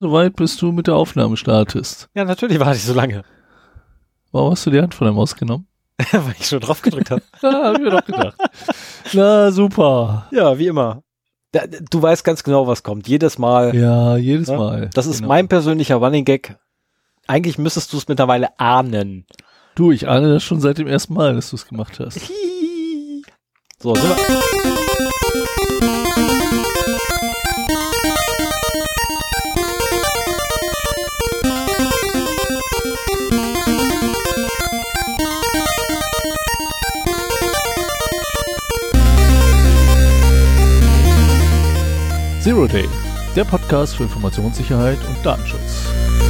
soweit, bis du mit der Aufnahme startest. Ja, natürlich warte ich so lange. Warum hast du die Hand von der Maus genommen? Weil ich schon drauf gedrückt habe. Ja, hab ich mir doch gedacht. Na, super. Ja, wie immer. Du weißt ganz genau, was kommt. Jedes Mal. Ja, jedes Mal. Das ist mein persönlicher Running Gag. Eigentlich müsstest du es mittlerweile ahnen. Du, ich ahne das schon seit dem ersten Mal, dass du es gemacht hast. So, sind wir. Zero Day, der Podcast für Informationssicherheit und Datenschutz.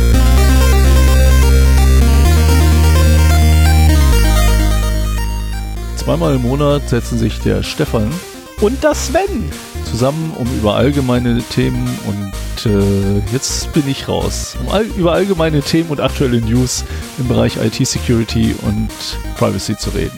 Zweimal im Monat setzen sich der Stefan Und das Sven zusammen, um über allgemeine Themen und jetzt bin ich raus, über allgemeine Themen und aktuelle News im Bereich IT-Security und Privacy zu reden.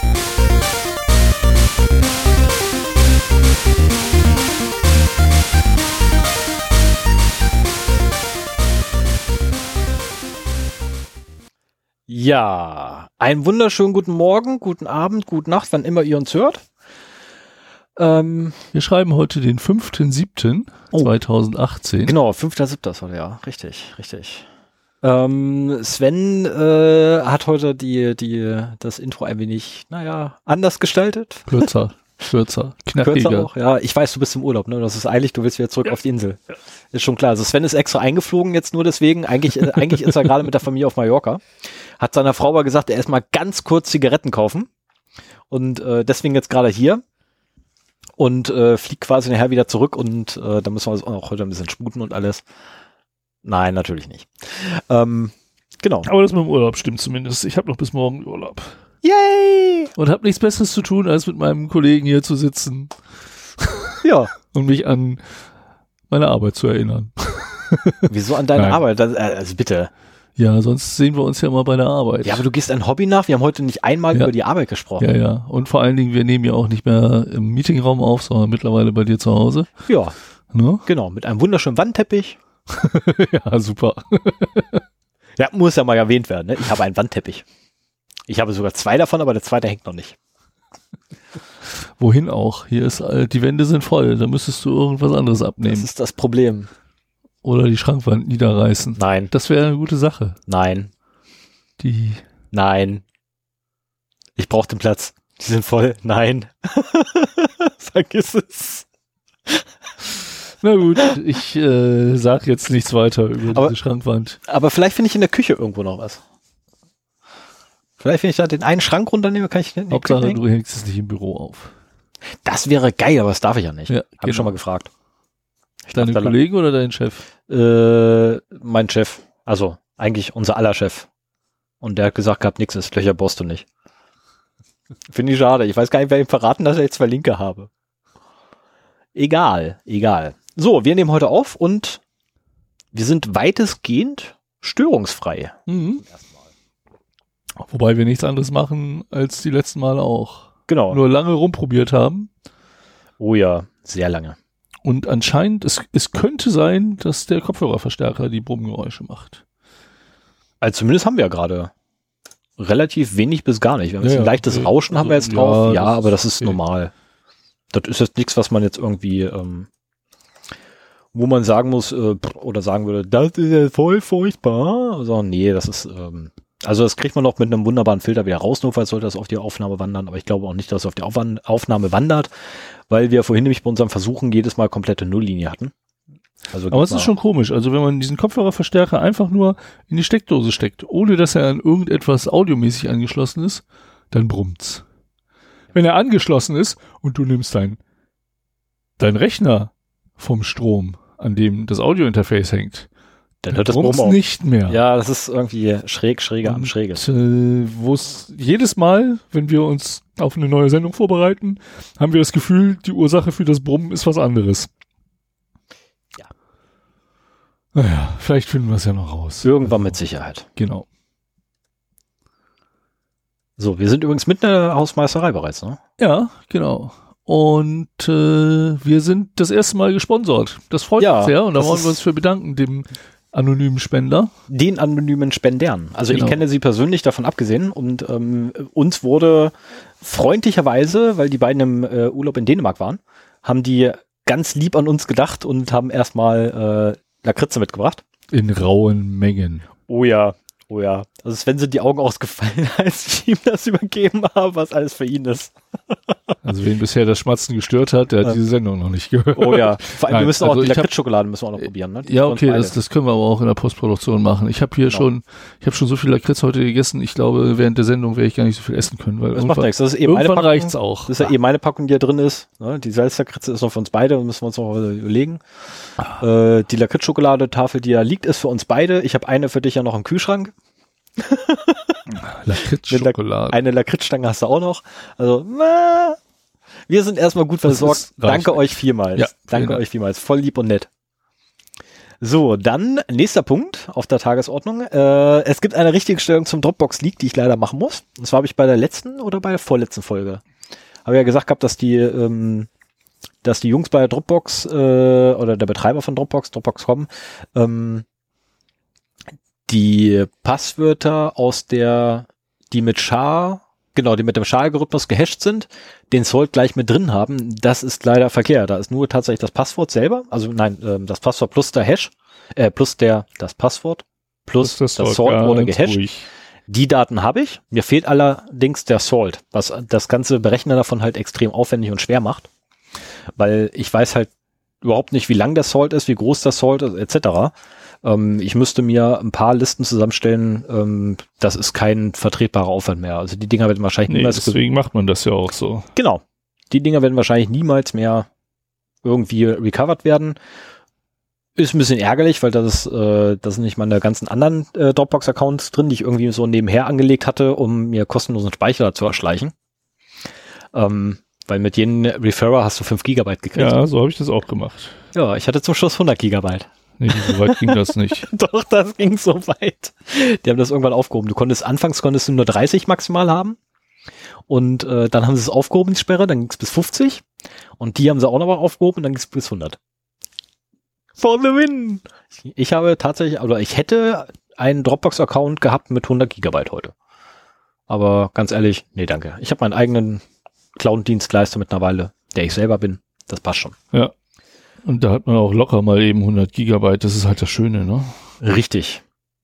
Ja, einen wunderschönen guten Morgen, guten Abend, gute Nacht, wann immer ihr uns hört. Wir schreiben heute den 5.7.2018. Genau, 5.7. war der, ja, richtig. Sven hat heute das Intro ein wenig, anders gestaltet. Kürzer, knackiger. Kürzer auch, ja. Ich weiß, du bist im Urlaub, ne? Das ist eilig, du willst wieder zurück auf die Insel. Ja. Ist schon klar. Also Sven ist extra eingeflogen jetzt nur deswegen. Eigentlich ist er gerade mit der Familie auf Mallorca. Hat seiner Frau aber gesagt, er erst mal ganz kurz Zigaretten kaufen. Und deswegen jetzt gerade hier. Und fliegt quasi nachher wieder zurück und da müssen wir uns auch heute ein bisschen sputen und alles. Nein, natürlich nicht. Genau. Aber das mit dem Urlaub stimmt zumindest. Ich habe noch bis morgen Urlaub. Yay! Und habe nichts Besseres zu tun, als mit meinem Kollegen hier zu sitzen. Ja. Und mich an meine Arbeit zu erinnern. Wieso an deine Arbeit? Also bitte. Ja, sonst sehen wir uns ja immer bei der Arbeit. Ja, aber du gehst ein Hobby nach. Wir haben heute nicht einmal über die Arbeit gesprochen. Ja. Und vor allen Dingen, wir nehmen ja auch nicht mehr im Meetingraum auf, sondern mittlerweile bei dir zu Hause. Ja, ne? Genau. Mit einem wunderschönen Wandteppich. Ja, super. Ja, muss ja mal erwähnt werden. Ne? Ich habe einen Wandteppich. Ich habe sogar 2 davon, aber der zweite hängt noch nicht. Wohin auch? Hier ist die Wände sind voll. Da müsstest du irgendwas anderes abnehmen. Das ist das Problem. Oder die Schrankwand niederreißen. Nein. Das wäre eine gute Sache. Nein. Nein. Ich brauche den Platz. Die sind voll. Nein. Vergiss es. Na gut, ich sag jetzt nichts weiter über diese Schrankwand. Aber vielleicht finde ich in der Küche irgendwo noch was. Vielleicht, wenn ich da den einen Schrank runternehme, kann ich den Hauptsache, du hängst es nicht im Büro auf. Das wäre geil, aber das darf ich ja nicht. Ja, Hab ich schon mal gefragt. Deine Kollegen oder dein Chef? Mein Chef. Also eigentlich unser aller Chef. Und der hat gesagt gehabt, nix ist, Löcher brauchst du nicht. Finde ich schade. Ich weiß gar nicht, wer ihm verraten, dass ich jetzt 2 Linke habe. Egal. So, wir nehmen heute auf und wir sind weitestgehend störungsfrei. Mhm. Wobei wir nichts anderes machen als die letzten Male auch. Genau. Nur lange rumprobiert haben. Oh ja, sehr lange. Und anscheinend, es könnte sein, dass der Kopfhörerverstärker die Brummgeräusche macht. Also zumindest haben wir ja gerade relativ wenig bis gar nicht. Wir haben jetzt ein leichtes Rauschen haben wir jetzt drauf. Ja, aber das ist normal. Das ist jetzt nichts, was man jetzt irgendwie, wo man sagen muss, oder sagen würde, das ist ja voll furchtbar. Also nee, das ist, also das kriegt man noch mit einem wunderbaren Filter wieder raus, notfalls sollte das auf die Aufnahme wandern, aber ich glaube auch nicht, dass es auf die Aufnahme wandert, weil wir vorhin nämlich bei unseren Versuchen jedes Mal komplette Nulllinie hatten. Also aber es ist schon komisch, also wenn man diesen Kopfhörerverstärker einfach nur in die Steckdose steckt, ohne dass er an irgendetwas audiomäßig angeschlossen ist, dann brummt's. Wenn er angeschlossen ist und du nimmst dein Rechner vom Strom, an dem das Audiointerface hängt, dann hört das brummt's nicht mehr. Ja, das ist irgendwie schräger am Schräges. Wo es jedes Mal, wenn wir uns auf eine neue Sendung vorbereiten, haben wir das Gefühl, die Ursache für das Brummen ist was anderes. Ja. Naja, vielleicht finden wir es ja noch raus. Irgendwann mit Sicherheit. Genau. So, wir sind übrigens mit einer Hausmeisterei bereits, ne? Ja, genau. Und wir sind das erste Mal gesponsert. Das freut uns sehr und da wollen wir uns für bedanken, dem anonymen Spender. Den anonymen Spendern. Also ich kenne sie persönlich, davon abgesehen. Und uns wurde freundlicherweise, weil die beiden im Urlaub in Dänemark waren, haben die ganz lieb an uns gedacht und haben erstmal Lakritze mitgebracht. In rauen Mengen. Oh ja. Also Sven sind die Augen ausgefallen, als ich ihm das übergeben habe, was alles für ihn ist. Also wen bisher das Schmatzen gestört hat, der hat diese Sendung noch nicht gehört. Oh ja, vor allem wir müssen auch die Lakritz-Schokolade müssen wir auch noch probieren. Ne? Ja, okay, das können wir aber auch in der Postproduktion machen. Ich habe hier schon so viel Lakritz heute gegessen, ich glaube, während der Sendung werde ich gar nicht so viel essen können. Weil das macht nichts, das ist eben irgendwann reicht's auch. Das ist ja meine Packung, die da drin ist. Ne? Die Salzlakritze ist noch für uns beide, müssen wir uns noch überlegen. Die Lakritz-Schokolade-Tafel, die da liegt, ist für uns beide. Ich habe eine für dich ja noch im Kühlschrank. Lakritz-Schokolade. Eine Lakritzstange hast du auch noch. Also, wir sind erstmal gut versorgt. Danke euch vielmals. Ja, danke euch vielmals. Voll lieb und nett. So, dann nächster Punkt auf der Tagesordnung. Es gibt eine richtige Stellung zum Dropbox-Leak, die ich leider machen muss. Und zwar habe ich bei der letzten oder bei der vorletzten Folge. Habe ja gesagt gehabt, dass die Jungs bei Dropbox oder der Betreiber von Dropbox.com, die Passwörter die mit dem SHA-Algorithmus gehasht sind, den Salt gleich mit drin haben. Das ist leider verkehrt. Da ist nur tatsächlich das Passwort selber, also nein, das Passwort plus der Hash, das Passwort plus das Salt wurde gehasht. Ruhig. Die Daten habe ich. Mir fehlt allerdings der Salt, was das ganze Berechnen davon halt extrem aufwendig und schwer macht, weil ich weiß halt überhaupt nicht, wie lang der Salt ist, wie groß der Salt ist, etc. Ich müsste mir ein paar Listen zusammenstellen, das ist kein vertretbarer Aufwand mehr. Also die Dinger werden wahrscheinlich niemals... Deswegen macht man das ja auch so. Genau. Die Dinger werden wahrscheinlich niemals mehr irgendwie recovered werden. Ist ein bisschen ärgerlich, weil das sind nicht meine ganzen anderen Dropbox-Accounts drin, die ich irgendwie so nebenher angelegt hatte, um mir kostenlosen Speicher zu erschleichen. Weil mit jedem Referrer hast du 5 Gigabyte gekriegt. Ja, so habe ich das auch gemacht. Ja, ich hatte zum Schluss 100 Gigabyte. Nee, so weit ging das nicht. Doch, das ging so weit. Die haben das irgendwann aufgehoben. Anfangs konntest du nur 30 maximal haben. Und dann haben sie es aufgehoben, die Sperre, dann ging es bis 50. Und die haben sie auch nochmal aufgehoben und dann ging es bis 100. For the win! Ich habe tatsächlich, oder ich hätte einen Dropbox-Account gehabt mit 100 Gigabyte heute. Aber ganz ehrlich, nee, danke. Ich habe meinen eigenen Cloud-Dienstleister mittlerweile, der ich selber bin. Das passt schon. Ja. Und da hat man auch locker mal eben 100 Gigabyte. Das ist halt das Schöne, ne? Richtig.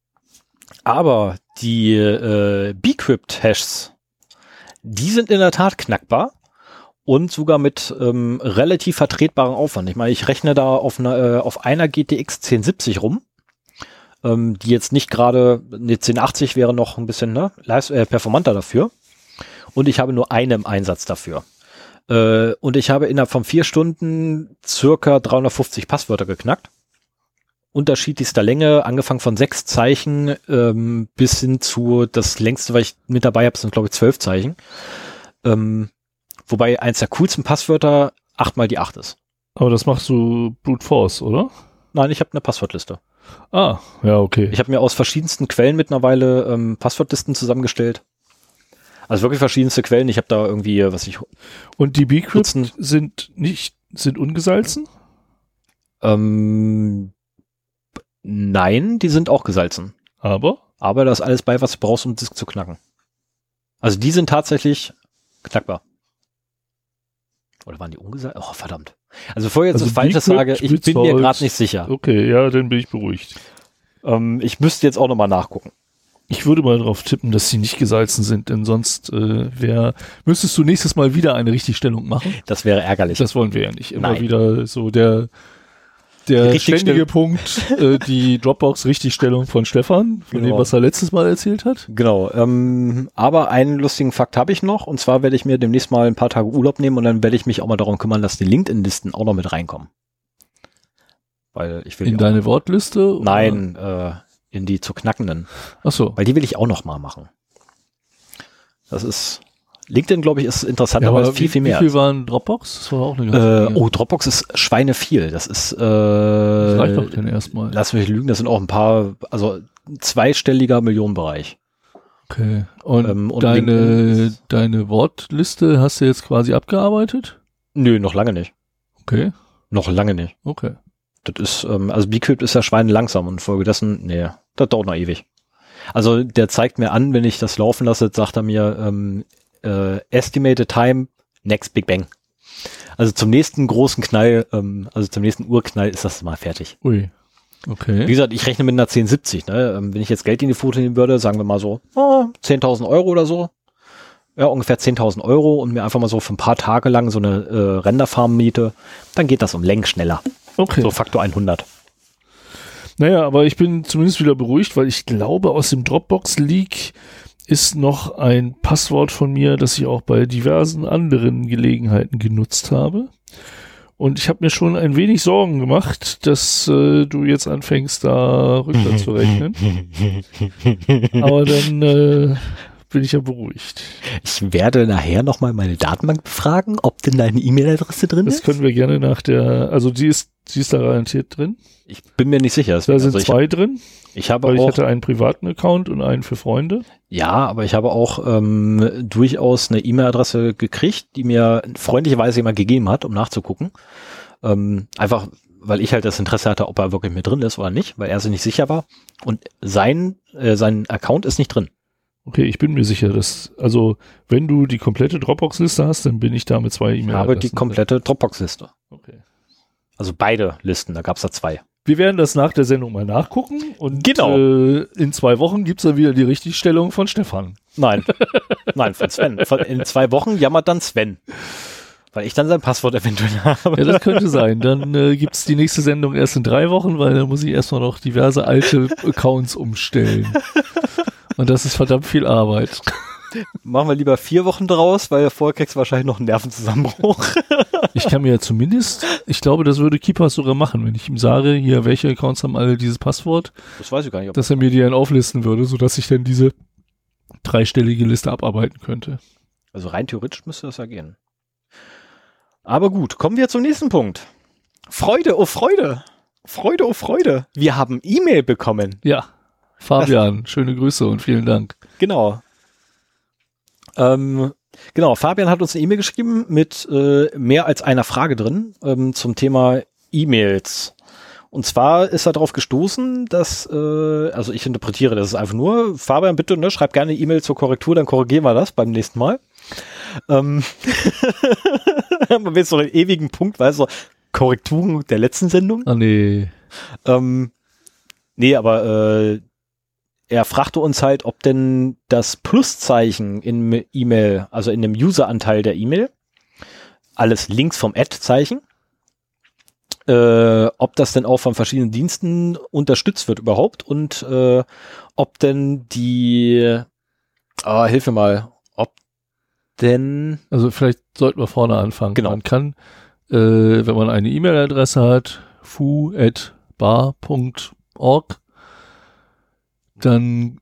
Aber die Bcrypt-Hashes, die sind in der Tat knackbar und sogar mit relativ vertretbarem Aufwand. Ich meine, ich rechne da auf einer GTX 1070 rum, die jetzt nicht gerade, eine 1080 wäre noch ein bisschen performanter dafür. Und ich habe nur eine im Einsatz dafür. Und ich habe innerhalb von 4 Stunden circa 350 Passwörter geknackt. Unterschiedlichster Länge, angefangen von 6 Zeichen bis hin zu, das längste, was ich mit dabei habe, sind glaube ich 12 Zeichen. Wobei eins der coolsten Passwörter 8 mal die 8 ist. Aber das machst du Brute Force, oder? Nein, ich habe eine Passwortliste. Ah, ja, okay. Ich habe mir aus verschiedensten Quellen mittlerweile Passwortlisten zusammengestellt. Also wirklich verschiedenste Quellen. Ich habe da irgendwie, Und die Bcrypt sind ungesalzen? Nein, die sind auch gesalzen. Aber da ist alles bei, was du brauchst, um Disk zu knacken. Also die sind tatsächlich knackbar. Oder waren die ungesalzen? Oh, verdammt. Also bevor ich jetzt was Falsches sage, ich bin mir gerade nicht sicher. Okay, ja, dann bin ich beruhigt. Ich müsste jetzt auch nochmal nachgucken. Ich würde mal drauf tippen, dass sie nicht gesalzen sind, denn sonst müsstest du nächstes Mal wieder eine Richtigstellung machen. Das wäre ärgerlich. Das wollen wir ja nicht. Immer wieder so der ständige Punkt, die Dropbox-Richtigstellung von Stefan, von dem, was er letztes Mal erzählt hat. Genau. Aber einen lustigen Fakt habe ich noch, und zwar werde ich mir demnächst mal ein paar Tage Urlaub nehmen und dann werde ich mich auch mal darum kümmern, dass die LinkedIn-Listen auch noch mit reinkommen. Weil ich will in deine Wortliste? Nein, in die zu knackenden. Ach so. Weil die will ich auch noch mal machen. Das ist, LinkedIn, glaube ich, ist interessant, ja, aber ist viel mehr. Wie viel waren Dropbox? Das war auch eine ganze Dropbox ist schweineviel. Das ist, das reicht doch denn erstmal. Lass mich lügen, das sind auch ein paar, also zweistelliger Millionenbereich. Okay. Und deine Wortliste hast du jetzt quasi abgearbeitet? Nö, noch lange nicht. Okay. Noch lange nicht. Okay. Das ist, also Bcrypt ist ja schweinelangsam und infolgedessen, nee, das dauert noch ewig. Also der zeigt mir an, wenn ich das laufen lasse, sagt er mir, Estimated Time, next Big Bang. Also zum nächsten großen Knall, also zum nächsten Urknall ist das mal fertig. Ui. Okay. Wie gesagt, ich rechne mit einer 1070, ne? Wenn ich jetzt Geld in die Foto nehmen würde, sagen wir mal so, 10.000 Euro oder so. Ja, ungefähr 10.000 Euro und mir einfach mal so für ein paar Tage lang so eine Renderfarm miete, dann geht das um Längen schneller. Okay. So Faktor 100. Naja, aber ich bin zumindest wieder beruhigt, weil ich glaube, aus dem Dropbox-Leak ist noch ein Passwort von mir, das ich auch bei diversen anderen Gelegenheiten genutzt habe. Und ich habe mir schon ein wenig Sorgen gemacht, dass du jetzt anfängst, da rückwärts zu rechnen. Aber dann bin ich ja beruhigt. Ich werde nachher nochmal meine Datenbank befragen, ob denn deine E-Mail-Adresse drin ist. Das können wir gerne nach also die ist da garantiert drin. Ich bin mir nicht sicher. Da sind zwei drin. Ich habe weil auch, ich hatte einen privaten Account und einen für Freunde. Ja, aber ich habe auch durchaus eine E-Mail-Adresse gekriegt, die mir freundlicherweise jemand gegeben hat, um nachzugucken. Einfach, weil ich halt das Interesse hatte, ob er wirklich mit drin ist oder nicht, weil er sich nicht sicher war. Und sein Account ist nicht drin. Okay, ich bin mir sicher, dass, also wenn du die komplette Dropbox-Liste hast, dann bin ich da mit zwei E-Mail-Adressen. Ich habe die komplette Dropbox-Liste. Okay. Also beide Listen, da gab es da zwei. Wir werden das nach der Sendung mal nachgucken und genau. In 2 Wochen gibt es dann wieder die Richtigstellung von Stefan. Nein, von Sven. In 2 Wochen jammert dann Sven. Weil ich dann sein Passwort eventuell habe. Ja, das könnte sein. Dann gibt es die nächste Sendung erst in 3 Wochen, weil dann muss ich erstmal noch diverse alte Accounts umstellen. Und das ist verdammt viel Arbeit. Machen wir lieber 4 Wochen draus, weil vorher kriegst du wahrscheinlich noch einen Nervenzusammenbruch. Ich kann mir ja zumindest, ich glaube, das würde Keepers sogar machen, wenn ich ihm sage, hier, welche Accounts haben alle dieses Passwort. Das weiß ich gar nicht. Dass er mir die dann auflisten würde, sodass ich dann diese 3-stellige Liste abarbeiten könnte. Also rein theoretisch müsste das ja gehen. Aber gut, kommen wir zum nächsten Punkt. Freude, oh Freude. Freude, oh Freude. Wir haben E-Mail bekommen. Ja, Fabian, schöne Grüße und vielen Dank. Genau. Genau, Fabian hat uns eine E-Mail geschrieben mit mehr als einer Frage drin zum Thema E-Mails. Und zwar ist er darauf gestoßen, dass, also ich interpretiere das ist einfach nur, Fabian, bitte, ne, schreib gerne eine E-Mail zur Korrektur, dann korrigieren wir das beim nächsten Mal. Man will so einen ewigen Punkt, weißt du, Korrektur der letzten Sendung. Ah, nee. Nee, aber er fragte uns halt, ob denn das Pluszeichen im E-Mail, also in dem User-Anteil der E-Mail, alles links vom Add-Zeichen, ob das denn auch von verschiedenen Diensten unterstützt wird überhaupt und ob denn die, hilf mir mal, ob denn... Also vielleicht sollten wir vorne anfangen. Genau. Man kann, wenn man eine E-Mail-Adresse hat, fu@bar.org, dann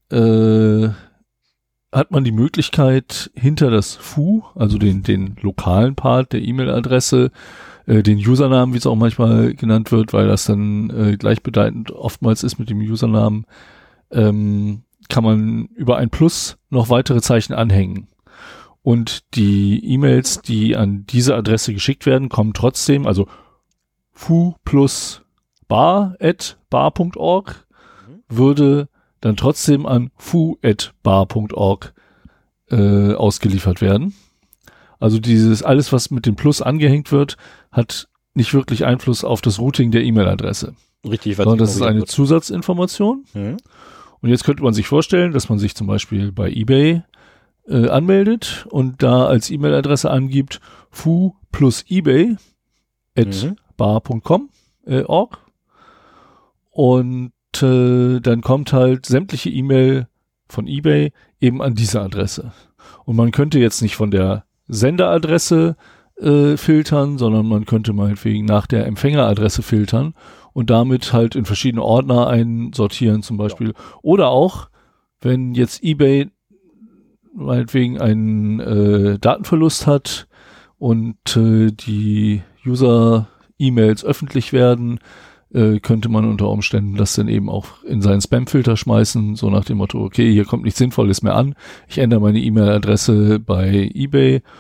hat man die Möglichkeit, hinter das Fu, also den lokalen Part der E-Mail-Adresse, den Usernamen, wie es auch manchmal genannt wird, weil das dann gleichbedeutend oftmals ist mit dem Usernamen, kann man über ein Plus noch weitere Zeichen anhängen. Und die E-Mails, die an diese Adresse geschickt werden, kommen trotzdem, also fu plus bar@bar.org würde dann trotzdem an fu@bar.org ausgeliefert werden. Also dieses alles, was mit dem Plus angehängt wird, hat nicht wirklich Einfluss auf das Routing der E-Mail-Adresse. Richtig, sondern das ist eine Zusatzinformation. Mhm. Und jetzt könnte man sich vorstellen, dass man sich zum Beispiel bei eBay anmeldet und da als E-Mail-Adresse angibt fu plus ebay@bar.com org und dann kommt halt sämtliche E-Mail von eBay eben an diese Adresse. Und man könnte jetzt nicht von der Senderadresse filtern, sondern man könnte meinetwegen nach der Empfängeradresse filtern und damit halt in verschiedene Ordner einsortieren zum Beispiel. Ja. Oder auch, wenn jetzt eBay meinetwegen einen Datenverlust hat und die User-E-Mails öffentlich werden, könnte man unter Umständen das dann eben auch in seinen Spam-Filter schmeißen, so nach dem Motto, okay, hier kommt nichts Sinnvolles mehr an, ich ändere meine E-Mail-Adresse bei eBay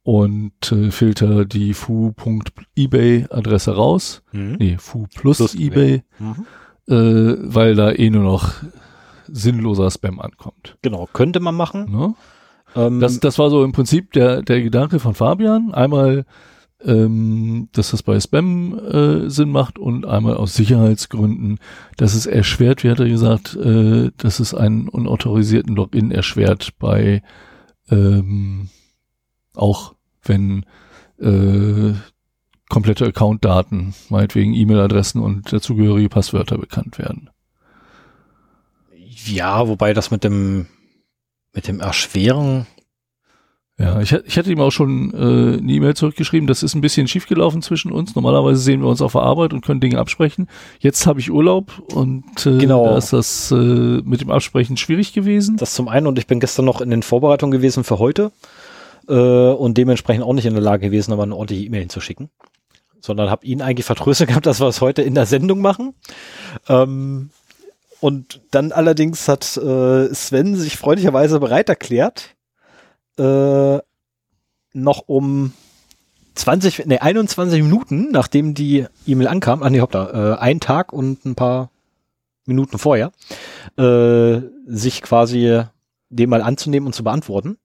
und filter die foo.ebay-Adresse raus. Nee, foo plus eBay, weil da nur noch sinnloser Spam ankommt. Genau, könnte man machen. Ne? Das war so im Prinzip der Gedanke von Fabian. Einmal, dass das bei Spam Sinn macht und einmal aus Sicherheitsgründen, dass es erschwert, wie hat er gesagt, dass es einen unautorisierten Login erschwert bei auch wenn komplette Accountdaten, meinetwegen E-Mail-Adressen und dazugehörige Passwörter bekannt werden. Ja, wobei das mit dem Erschweren. Ja, ich hatte ihm auch schon eine E-Mail zurückgeschrieben, das ist ein bisschen schiefgelaufen zwischen uns. Normalerweise sehen wir uns auf der Arbeit und können Dinge absprechen. Jetzt habe ich Urlaub und da ist das mit dem Absprechen schwierig gewesen. Das zum einen, und ich bin gestern noch in den Vorbereitungen gewesen für heute und dementsprechend auch nicht in der Lage gewesen, aber eine ordentliche E-Mail hinzuschicken. Sondern habe ihn eigentlich vertröstet gehabt, dass wir es heute in der Sendung machen. Und dann allerdings hat Sven sich freundlicherweise bereit erklärt, noch um 21 Minuten, nachdem die E-Mail ankam, einen Tag und ein paar Minuten vorher, sich quasi dem mal anzunehmen und zu beantworten.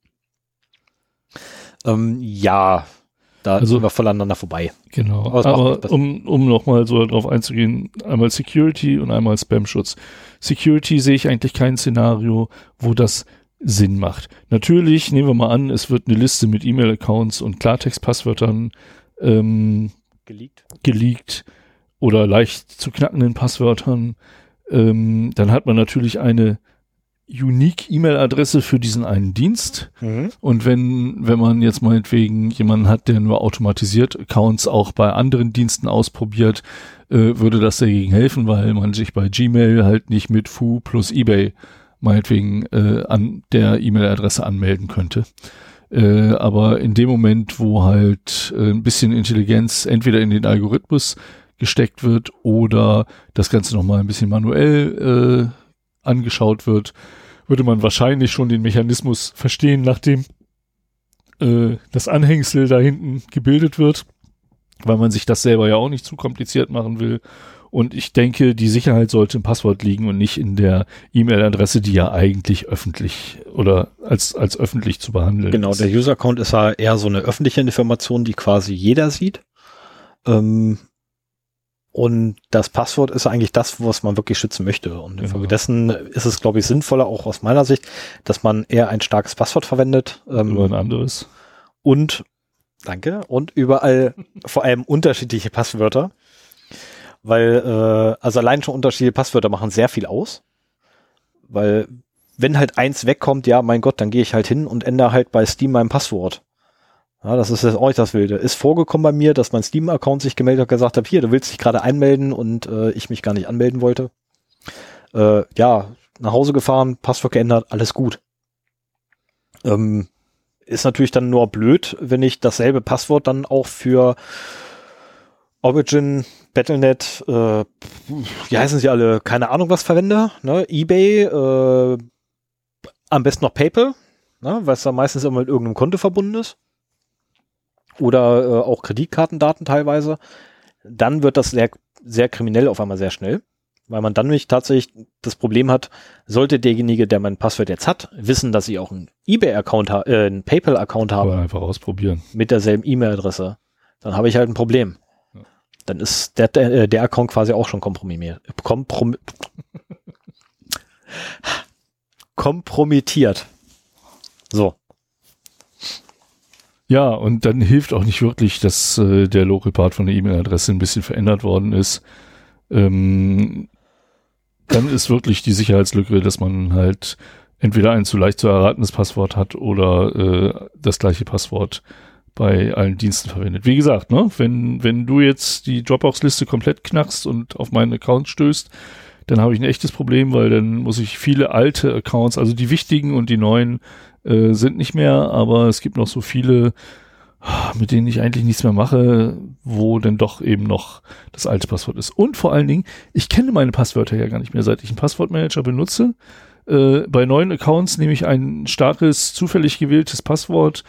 Ja, da sind wir voll aneinander vorbei. Genau, aber um nochmal so darauf einzugehen, einmal Security und einmal Spam-Schutz. Security sehe ich eigentlich kein Szenario, wo das Sinn macht. Natürlich, nehmen wir mal an, es wird eine Liste mit E-Mail-Accounts und Klartext-Passwörtern geleakt oder leicht zu knackenden Passwörtern. Dann hat man natürlich eine unique E-Mail-Adresse für diesen einen Dienst. Und wenn man jetzt meinetwegen jemanden hat, der nur automatisiert Accounts auch bei anderen Diensten ausprobiert, würde das dagegen helfen, weil man sich bei Gmail halt nicht mit foo plus eBay meinetwegen an der E-Mail-Adresse anmelden könnte. Aber in dem Moment, wo halt ein bisschen Intelligenz entweder in den Algorithmus gesteckt wird oder das Ganze nochmal ein bisschen manuell angeschaut wird, würde man wahrscheinlich schon den Mechanismus verstehen, nachdem das Anhängsel da hinten gebildet wird, weil man sich das selber ja auch nicht zu kompliziert machen will. Und ich denke, die Sicherheit sollte im Passwort liegen und nicht in der E-Mail-Adresse, die ja eigentlich öffentlich oder als öffentlich zu behandeln ist. Genau, der User-Account ist ja eher so eine öffentliche Information, die quasi jeder sieht. Und das Passwort ist eigentlich das, was man wirklich schützen möchte. Und infolgedessen ist es, glaube ich, sinnvoller, auch aus meiner Sicht, dass man eher ein starkes Passwort verwendet. Über ein anderes. Und überall vor allem unterschiedliche Passwörter. Weil, also allein schon unterschiedliche Passwörter machen sehr viel aus. Weil, wenn halt eins wegkommt, ja, mein Gott, dann gehe ich halt hin und ändere halt bei Steam mein Passwort. Ja, das ist jetzt auch nicht das Wilde. Ist vorgekommen bei mir, dass mein Steam-Account sich gemeldet hat und gesagt hat, hier, du willst dich gerade einmelden und ich mich gar nicht anmelden wollte. Ja, nach Hause gefahren, Passwort geändert, alles gut. Ist natürlich dann nur blöd, wenn ich dasselbe Passwort dann auch für Origin, Battle.net, wie heißen sie alle, keine Ahnung was verwende, ne? eBay, am besten noch PayPal, ne? Weil es da meistens immer mit irgendeinem Konto verbunden ist. Oder auch Kreditkartendaten teilweise. Dann wird das sehr, sehr kriminell auf einmal sehr schnell, weil man dann nämlich tatsächlich das Problem hat, sollte derjenige, der mein Passwort jetzt hat, wissen, dass ich auch einen eBay-Account einen PayPal-Account habe. Aber einfach ausprobieren. Mit derselben E-Mail-Adresse. Dann habe ich halt ein Problem. Dann ist der Account quasi auch schon kompromittiert. So. Ja, und dann hilft auch nicht wirklich, dass der Local Part von der E-Mail-Adresse ein bisschen verändert worden ist. Dann ist wirklich die Sicherheitslücke, dass man halt entweder ein zu leicht zu erratenes Passwort hat oder das gleiche Passwort bei allen Diensten verwendet. Wie gesagt, ne, wenn du jetzt die Dropbox-Liste komplett knackst und auf meinen Account stößt, dann habe ich ein echtes Problem, weil dann muss ich viele alte Accounts, also die wichtigen und die neuen sind nicht mehr, aber es gibt noch so viele, mit denen ich eigentlich nichts mehr mache, wo denn doch eben noch das alte Passwort ist. Und vor allen Dingen, ich kenne meine Passwörter ja gar nicht mehr, seit ich einen Passwortmanager benutze. Bei neuen Accounts nehme ich ein starkes, zufällig gewähltes Passwort,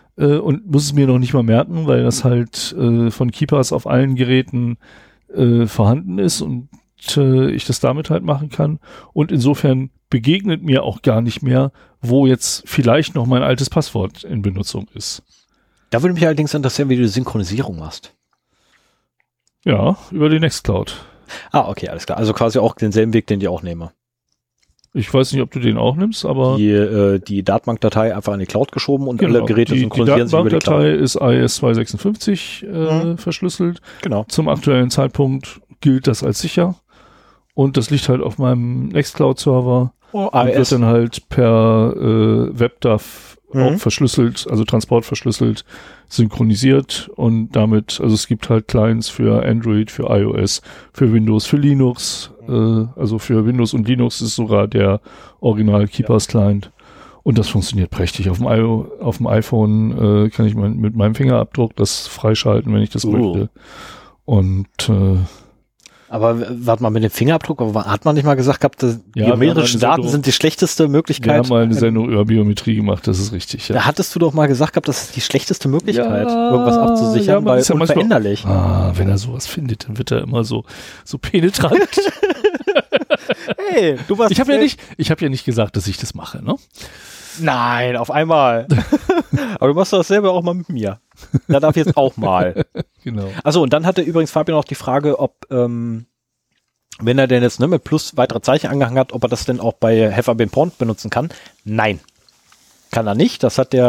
und muss es mir noch nicht mal merken, weil das halt von KeePass auf allen Geräten vorhanden ist und ich das damit halt machen kann. Und insofern begegnet mir auch gar nicht mehr, wo jetzt vielleicht noch mein altes Passwort in Benutzung ist. Da würde mich allerdings interessieren, wie du die Synchronisierung machst. Ja, über die Nextcloud. Ah, okay, alles klar. Also quasi auch denselben Weg, den ich auch nehme. Ich weiß nicht, ob du den auch nimmst, aber... Die Datenbankdatei einfach in die Cloud geschoben und alle Geräte synchronisieren sich über die Cloud. Die Datenbankdatei ist IS-256 verschlüsselt. Genau. Zum aktuellen Zeitpunkt gilt das als sicher. Und das liegt halt auf meinem Nextcloud-Server. Und wird dann halt per WebDAV auch verschlüsselt, also transportverschlüsselt, synchronisiert und damit, also es gibt halt Clients für Android, für iOS, für Windows, für Linux, also für Windows und Linux ist sogar der Original KeePass Client und das funktioniert prächtig. Auf dem iPhone kann ich mit meinem Fingerabdruck das freischalten, wenn ich das möchte. Und aber warte mal, mit dem Fingerabdruck, aber hat man nicht mal gesagt gehabt, dass biometrische Daten sind die schlechteste Möglichkeit? Wir haben mal eine Sendung über Biometrie gemacht, das ist richtig. Ja. Da hattest du doch mal gesagt gehabt, das ist die schlechteste Möglichkeit, irgendwas abzusichern, weil ist ja unveränderlich. Wenn er sowas findet, dann wird er immer so penetrant. Hey, du warst... Ich habe ja nicht gesagt, dass ich das mache, ne? Nein, auf einmal. Aber du machst das selber auch mal mit mir. Da darf ich jetzt auch mal. Genau. Also und dann hatte übrigens Fabian auch die Frage, ob, wenn er denn jetzt mit Plus weitere Zeichen angehangen hat, ob er das denn auch bei Have I Been Pawned benutzen kann. Nein, kann er nicht. Das hat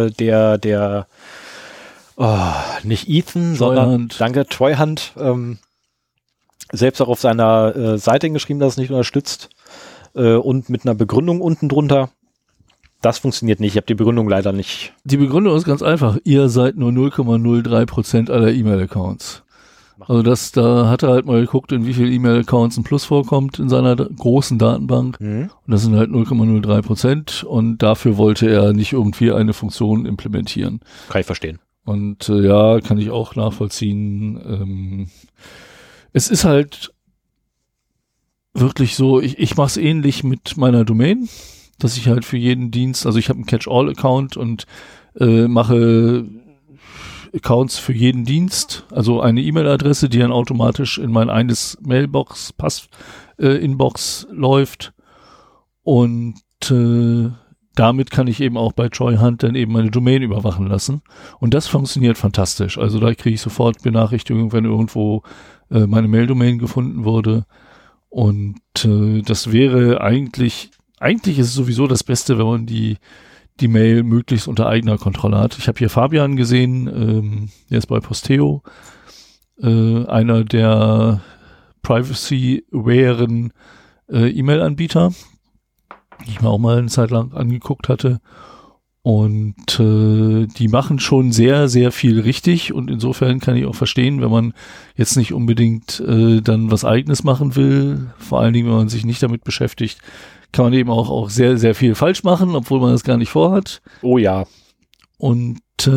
nicht Ethan, sondern Treuhand selbst auch auf seiner Seite geschrieben, dass es nicht unterstützt und mit einer Begründung unten drunter. Das funktioniert nicht. Ich habe die Begründung leider nicht. Die Begründung ist ganz einfach. Ihr seid nur 0,03% aller E-Mail-Accounts. Also da hat er halt mal geguckt, in wie viel E-Mail-Accounts ein Plus vorkommt in seiner großen Datenbank. Und das sind halt 0,03% und dafür wollte er nicht irgendwie eine Funktion implementieren. Kann ich verstehen. Und ja, kann ich auch nachvollziehen. Es ist halt wirklich so, ich mache es ähnlich mit meiner Domain, dass ich halt für jeden Dienst, also ich habe einen Catch-all-Account und mache Accounts für jeden Dienst, also eine E-Mail-Adresse, die dann automatisch in mein eines Inbox läuft und damit kann ich eben auch bei Treuhand dann eben meine Domain überwachen lassen und das funktioniert fantastisch, also da kriege ich sofort Benachrichtigungen, wenn irgendwo meine Mail-Domain gefunden wurde und das wäre eigentlich ist es sowieso das Beste, wenn man die Mail möglichst unter eigener Kontrolle hat. Ich habe hier Fabian gesehen, der ist bei Posteo, einer der privacy-awaren E-Mail-Anbieter, die ich mir auch mal eine Zeit lang angeguckt hatte. Und die machen schon sehr, sehr viel richtig und insofern kann ich auch verstehen, wenn man jetzt nicht unbedingt dann was Eigenes machen will, vor allen Dingen, wenn man sich nicht damit beschäftigt, kann man eben auch sehr, sehr viel falsch machen, obwohl man das gar nicht vorhat. Oh ja. Und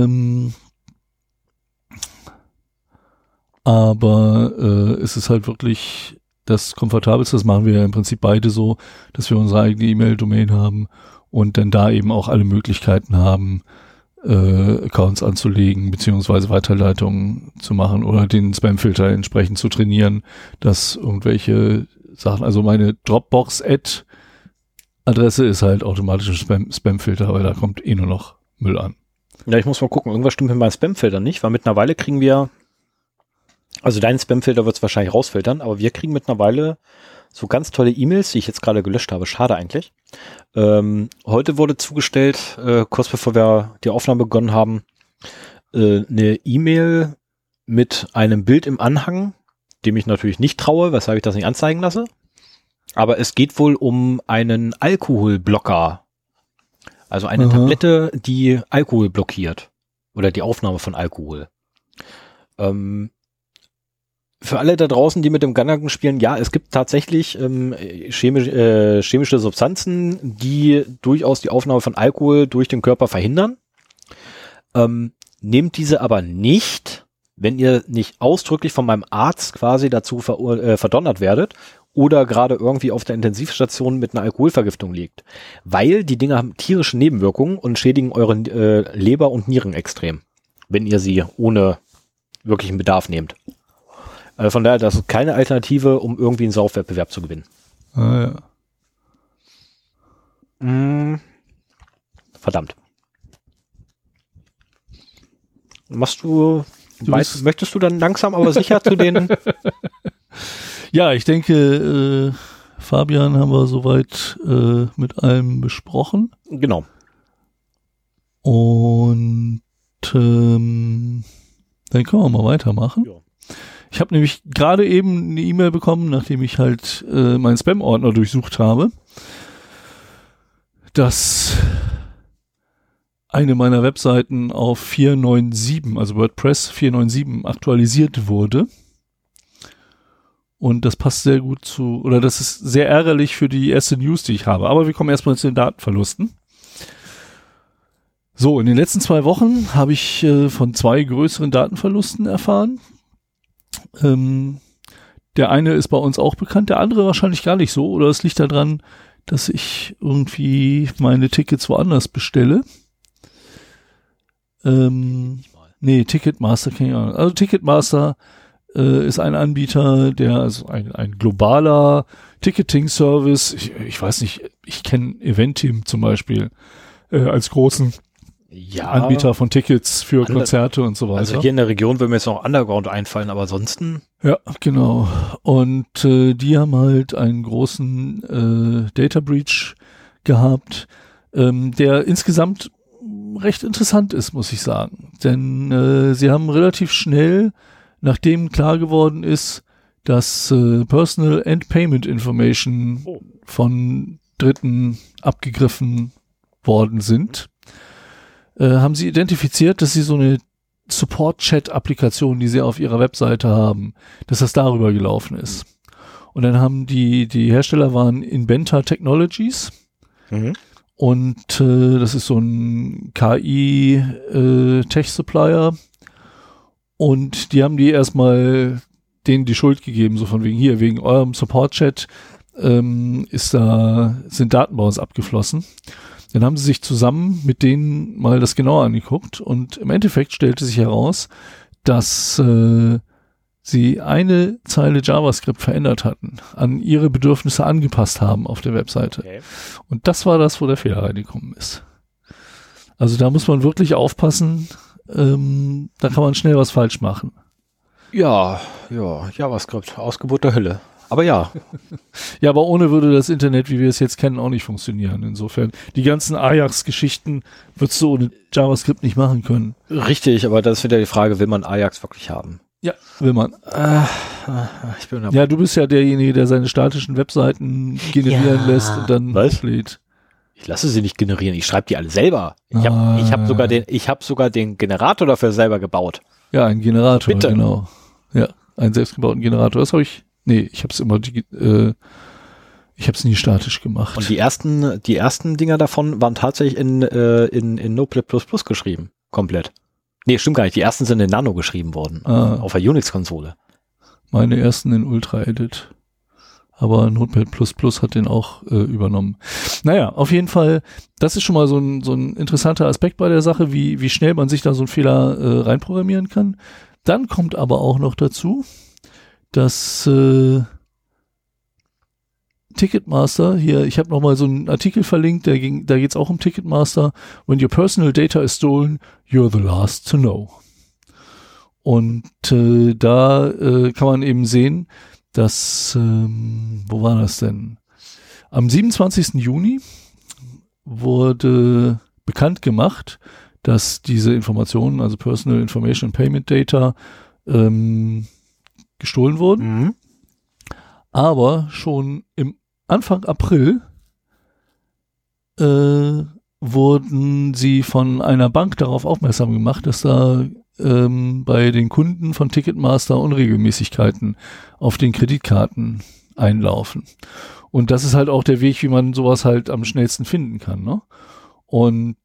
aber es ist halt wirklich das Komfortabelste, das machen wir ja im Prinzip beide so, dass wir unsere eigene E-Mail-Domain haben und dann da eben auch alle Möglichkeiten haben, Accounts anzulegen, beziehungsweise Weiterleitungen zu machen oder den Spamfilter entsprechend zu trainieren, dass irgendwelche Sachen, also meine Dropbox-Adresse ist halt automatisch Spamfilter, weil da kommt nur noch Müll an. Ja, ich muss mal gucken, irgendwas stimmt mit meinem Spamfilter nicht, weil mittlerweile kriegen wir, also dein Spamfilter wird es wahrscheinlich rausfiltern, aber wir kriegen mittlerweile so ganz tolle E-Mails, die ich jetzt gerade gelöscht habe. Schade eigentlich. Heute wurde zugestellt, kurz bevor wir die Aufnahme begonnen haben, eine E-Mail mit einem Bild im Anhang, dem ich natürlich nicht traue, weshalb ich das nicht anzeigen lasse. Aber es geht wohl um einen Alkoholblocker. Also eine Tablette, die Alkohol blockiert. Oder die Aufnahme von Alkohol. Für alle da draußen, die mit dem Gedanken spielen, ja, es gibt tatsächlich chemische Substanzen, die durchaus die Aufnahme von Alkohol durch den Körper verhindern. Nehmt diese aber nicht, wenn ihr nicht ausdrücklich von meinem Arzt quasi dazu verdonnert werdet oder gerade irgendwie auf der Intensivstation mit einer Alkoholvergiftung liegt. Weil die Dinge haben tierische Nebenwirkungen und schädigen eure Leber und Nieren extrem, wenn ihr sie ohne wirklichen Bedarf nehmt. Von daher, das ist keine Alternative, um irgendwie einen Saufwettbewerb zu gewinnen. Ah, ja. Verdammt. Möchtest du dann langsam aber sicher zu den... Ja, ich denke, Fabian haben wir soweit mit allem besprochen. Genau. Und dann können wir mal weitermachen. Ja. Ich habe nämlich gerade eben eine E-Mail bekommen, nachdem ich halt meinen Spam-Ordner durchsucht habe, dass eine meiner Webseiten auf 4.9.7, also WordPress 4.9.7 aktualisiert wurde. Und das passt sehr gut das ist sehr ärgerlich für die erste News, die ich habe. Aber wir kommen erstmal zu den Datenverlusten. So, in den letzten 2 Wochen habe ich von 2 größeren Datenverlusten erfahren. Der eine ist bei uns auch bekannt, der andere wahrscheinlich gar nicht so. Oder es liegt daran, dass ich irgendwie meine Tickets woanders bestelle. Nee, Ticketmaster kenne ich auch nicht. Also Ticketmaster ist ein Anbieter, also ein globaler Ticketing-Service. Ich weiß nicht, ich kenne Eventim zum Beispiel als großen Anbieter von Tickets für Konzerte und so weiter. Also hier in der Region würde mir jetzt noch Underground einfallen, aber ansonsten... Ja, genau. Und die haben halt einen großen Data Breach gehabt, der insgesamt recht interessant ist, muss ich sagen. Denn sie haben relativ schnell, nachdem klar geworden ist, dass Personal and Payment Information von Dritten abgegriffen worden sind, haben sie identifiziert, dass sie so eine Support-Chat-Applikation, die sie auf ihrer Webseite haben, dass das darüber gelaufen ist. Und dann haben die Hersteller waren Inventa Technologies und das ist so ein KI-Tech-Supplier und die haben die erstmal denen die Schuld gegeben, so von wegen eurem Support-Chat sind Daten bei uns abgeflossen. Dann haben sie sich zusammen mit denen mal das genauer angeguckt und im Endeffekt stellte sich heraus, dass sie eine Zeile JavaScript verändert hatten, an ihre Bedürfnisse angepasst haben auf der Webseite. Okay. Und das war das, wo der Fehler reingekommen ist. Also da muss man wirklich aufpassen, da kann man schnell was falsch machen. Ja, JavaScript, Ausgeburt der Hölle. Aber ja. Ja, aber ohne würde das Internet, wie wir es jetzt kennen, auch nicht funktionieren. Insofern, die ganzen Ajax-Geschichten würdest du ohne JavaScript nicht machen können. Richtig, aber das ist wieder die Frage, will man Ajax wirklich haben? Ja, will man. Ja, du bist ja derjenige, der seine statischen Webseiten generieren lässt und dann hochlädt. Ich lasse sie nicht generieren, ich schreibe die alle selber. Ich hab sogar den Generator dafür selber gebaut. Ja, ein Generator, bitte. Genau. Ja, einen selbstgebauten Generator. Das habe ich. Nee, ich habe es nie statisch gemacht. Und die ersten Dinger davon waren tatsächlich in Notepad++ geschrieben. Komplett. Nee, stimmt gar nicht. Die ersten sind in Nano geschrieben worden. Auf der Unix-Konsole. Meine ersten in Ultra-Edit. Aber Notepad++ hat den auch übernommen. Naja, auf jeden Fall, das ist schon mal so ein interessanter Aspekt bei der Sache, wie schnell man sich da so einen Fehler reinprogrammieren kann. Dann kommt aber auch noch dazu, dass Ticketmaster, hier, ich habe nochmal so einen Artikel verlinkt, da geht es auch um Ticketmaster. When your personal data is stolen, you're the last to know. Und da kann man eben sehen, dass, wo war das denn? Am 27. Juni wurde bekannt gemacht, dass diese Informationen, also Personal Information and Payment Data, gestohlen wurden. Aber schon im Anfang April wurden sie von einer Bank darauf aufmerksam gemacht, dass da bei den Kunden von Ticketmaster Unregelmäßigkeiten auf den Kreditkarten einlaufen. Und das ist halt auch der Weg, wie man sowas halt am schnellsten finden kann, ne? Und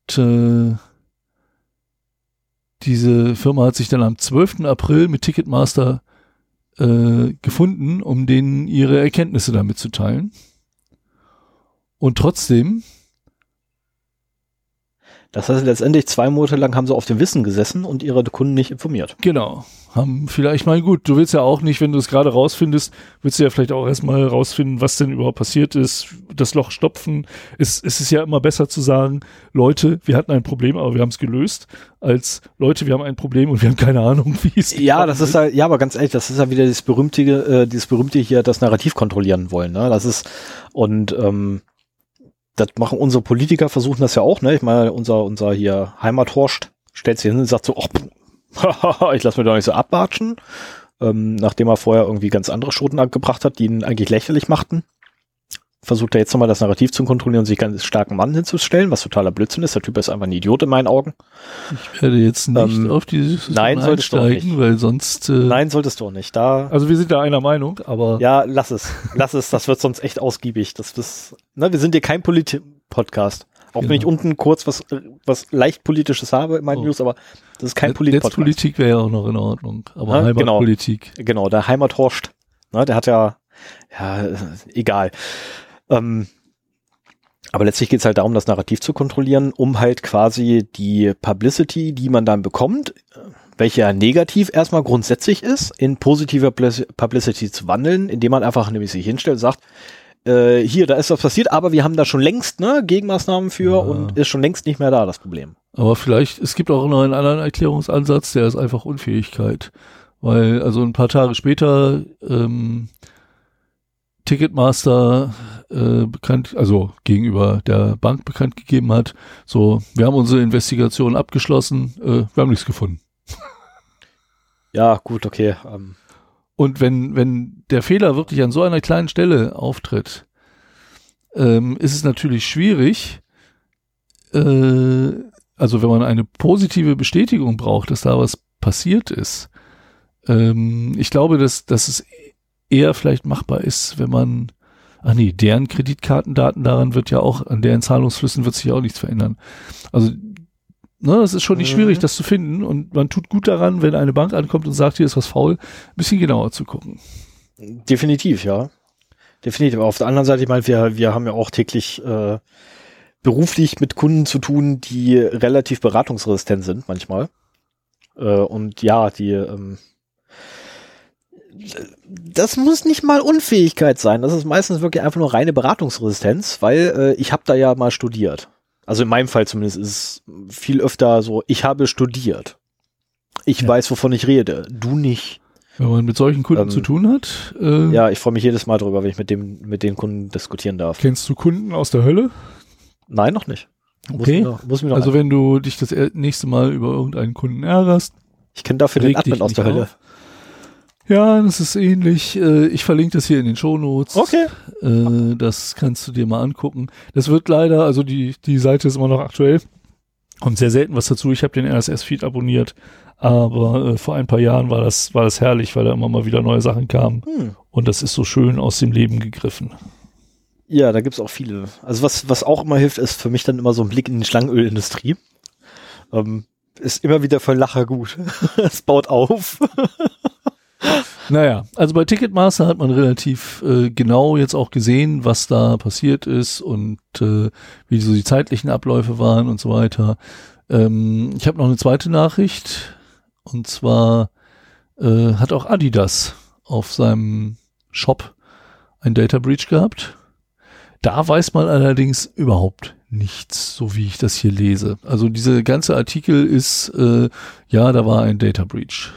diese Firma hat sich dann am 12. April mit Ticketmaster gefunden, um denen ihre Erkenntnisse damit zu teilen. Und trotzdem. Das heißt, letztendlich 2 Monate lang haben sie auf dem Wissen gesessen und ihre Kunden nicht informiert. Genau. Haben vielleicht mal gut, du willst ja auch nicht, wenn du es gerade rausfindest, willst du ja vielleicht auch erstmal rausfinden, was denn überhaupt passiert ist, das Loch stopfen. Es ist ja immer besser zu sagen, Leute, wir hatten ein Problem, aber wir haben es gelöst, als Leute, wir haben ein Problem und wir haben keine Ahnung, wie es geht. Ja, das ist halt, ja, aber ganz ehrlich, das ist ja wieder dieses berühmte hier, das Narrativ kontrollieren wollen, ne? Das ist, und das machen unsere Politiker, versuchen das ja auch, ne? Ich meine, unser hier Heimathorst stellt sich hin und sagt so, ich lasse mir doch nicht so abwatschen, nachdem er vorher irgendwie ganz andere Schoten angebracht hat, die ihn eigentlich lächerlich machten. Versucht er jetzt nochmal das Narrativ zu kontrollieren und sich ganz starken Mann hinzustellen, was totaler Blödsinn ist. Der Typ ist einfach ein Idiot in meinen Augen. Ich werde jetzt nicht auf die Diskussion einsteigen, weil sonst... Nein, solltest du auch nicht. Also wir sind da einer Meinung, aber... Ja, lass es. Das wird sonst echt ausgiebig. Wir sind hier kein Politik-Podcast. Auch wenn ich unten kurz was leicht Politisches habe in meinen News, aber das ist kein Politik-Podcast. Netzpolitik wäre ja auch noch in Ordnung, aber Heimatpolitik. Genau, der Heimathorst, der hat ja, egal. Aber letztlich geht es halt darum, das Narrativ zu kontrollieren, um halt quasi die Publicity, die man dann bekommt, welche ja negativ erstmal grundsätzlich ist, in positive Publicity zu wandeln, indem man einfach nämlich sich hinstellt und sagt, hier, da ist was passiert, aber wir haben da schon längst Gegenmaßnahmen für und ist schon längst nicht mehr da, das Problem. Aber vielleicht, es gibt auch noch einen anderen Erklärungsansatz, der ist einfach Unfähigkeit. Weil, also ein paar Tage später Ticketmaster gegenüber der Bank bekannt gegeben hat, so, wir haben unsere Investigation abgeschlossen, wir haben nichts gefunden. Ja, gut, okay. Und wenn der Fehler wirklich an so einer kleinen Stelle auftritt, ist es natürlich schwierig, also wenn man eine positive Bestätigung braucht, dass da was passiert ist. Ich glaube, dass es eher vielleicht machbar ist, wenn man, deren Kreditkartendaten daran wird ja auch, an deren Zahlungsflüssen wird sich ja auch nichts verändern. Also, das ist schon nicht schwierig, das zu finden, und man tut gut daran, wenn eine Bank ankommt und sagt, hier ist was faul, ein bisschen genauer zu gucken. Definitiv, ja. Definitiv. Aber auf der anderen Seite, ich meine, wir haben ja auch täglich beruflich mit Kunden zu tun, die relativ beratungsresistent sind manchmal. Und ja, das muss nicht mal Unfähigkeit sein. Das ist meistens wirklich einfach nur reine Beratungsresistenz, weil ich habe da ja mal studiert. Also in meinem Fall zumindest ist es viel öfter so, ich habe studiert. Ich weiß, wovon ich rede. Du nicht. Wenn man mit solchen Kunden zu tun hat. Ja, ich freue mich jedes Mal drüber, wenn ich mit den Kunden diskutieren darf. Kennst du Kunden aus der Hölle? Nein, noch nicht. Okay. Muss mir noch also wenn du dich das nächste Mal über irgendeinen Kunden ärgerst. Ich kenne dafür den Admin aus der Hölle. Ja, das ist ähnlich. Ich verlinke das hier in den Shownotes. Okay. Das kannst du dir mal angucken. Das wird leider, also die Seite ist immer noch aktuell. Kommt sehr selten was dazu. Ich habe den RSS-Feed abonniert, aber vor ein paar Jahren war das herrlich, weil da immer mal wieder neue Sachen kamen. Und das ist so schön aus dem Leben gegriffen. Ja, da gibt's auch viele. Also was auch immer hilft, ist für mich dann immer so ein Blick in die Schlangenölindustrie. Ist immer wieder für Lacher gut. Es baut auf. Naja, also bei Ticketmaster hat man relativ genau jetzt auch gesehen, was da passiert ist und wie so die zeitlichen Abläufe waren und so weiter. Ich habe noch eine zweite Nachricht, und zwar hat auch Adidas auf seinem Shop ein Data Breach gehabt. Da weiß man allerdings überhaupt nichts, so wie ich das hier lese. Also dieser ganze Artikel ist, da war ein Data Breach.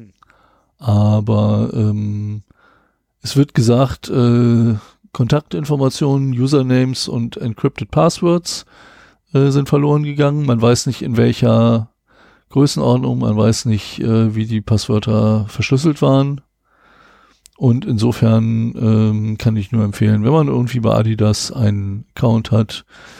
Aber es wird gesagt, Kontaktinformationen, Usernames und Encrypted Passwords sind verloren gegangen. Man weiß nicht, in welcher Größenordnung, man weiß nicht, wie die Passwörter verschlüsselt waren. Und insofern kann ich nur empfehlen, wenn man irgendwie bei Adidas einen Account hat,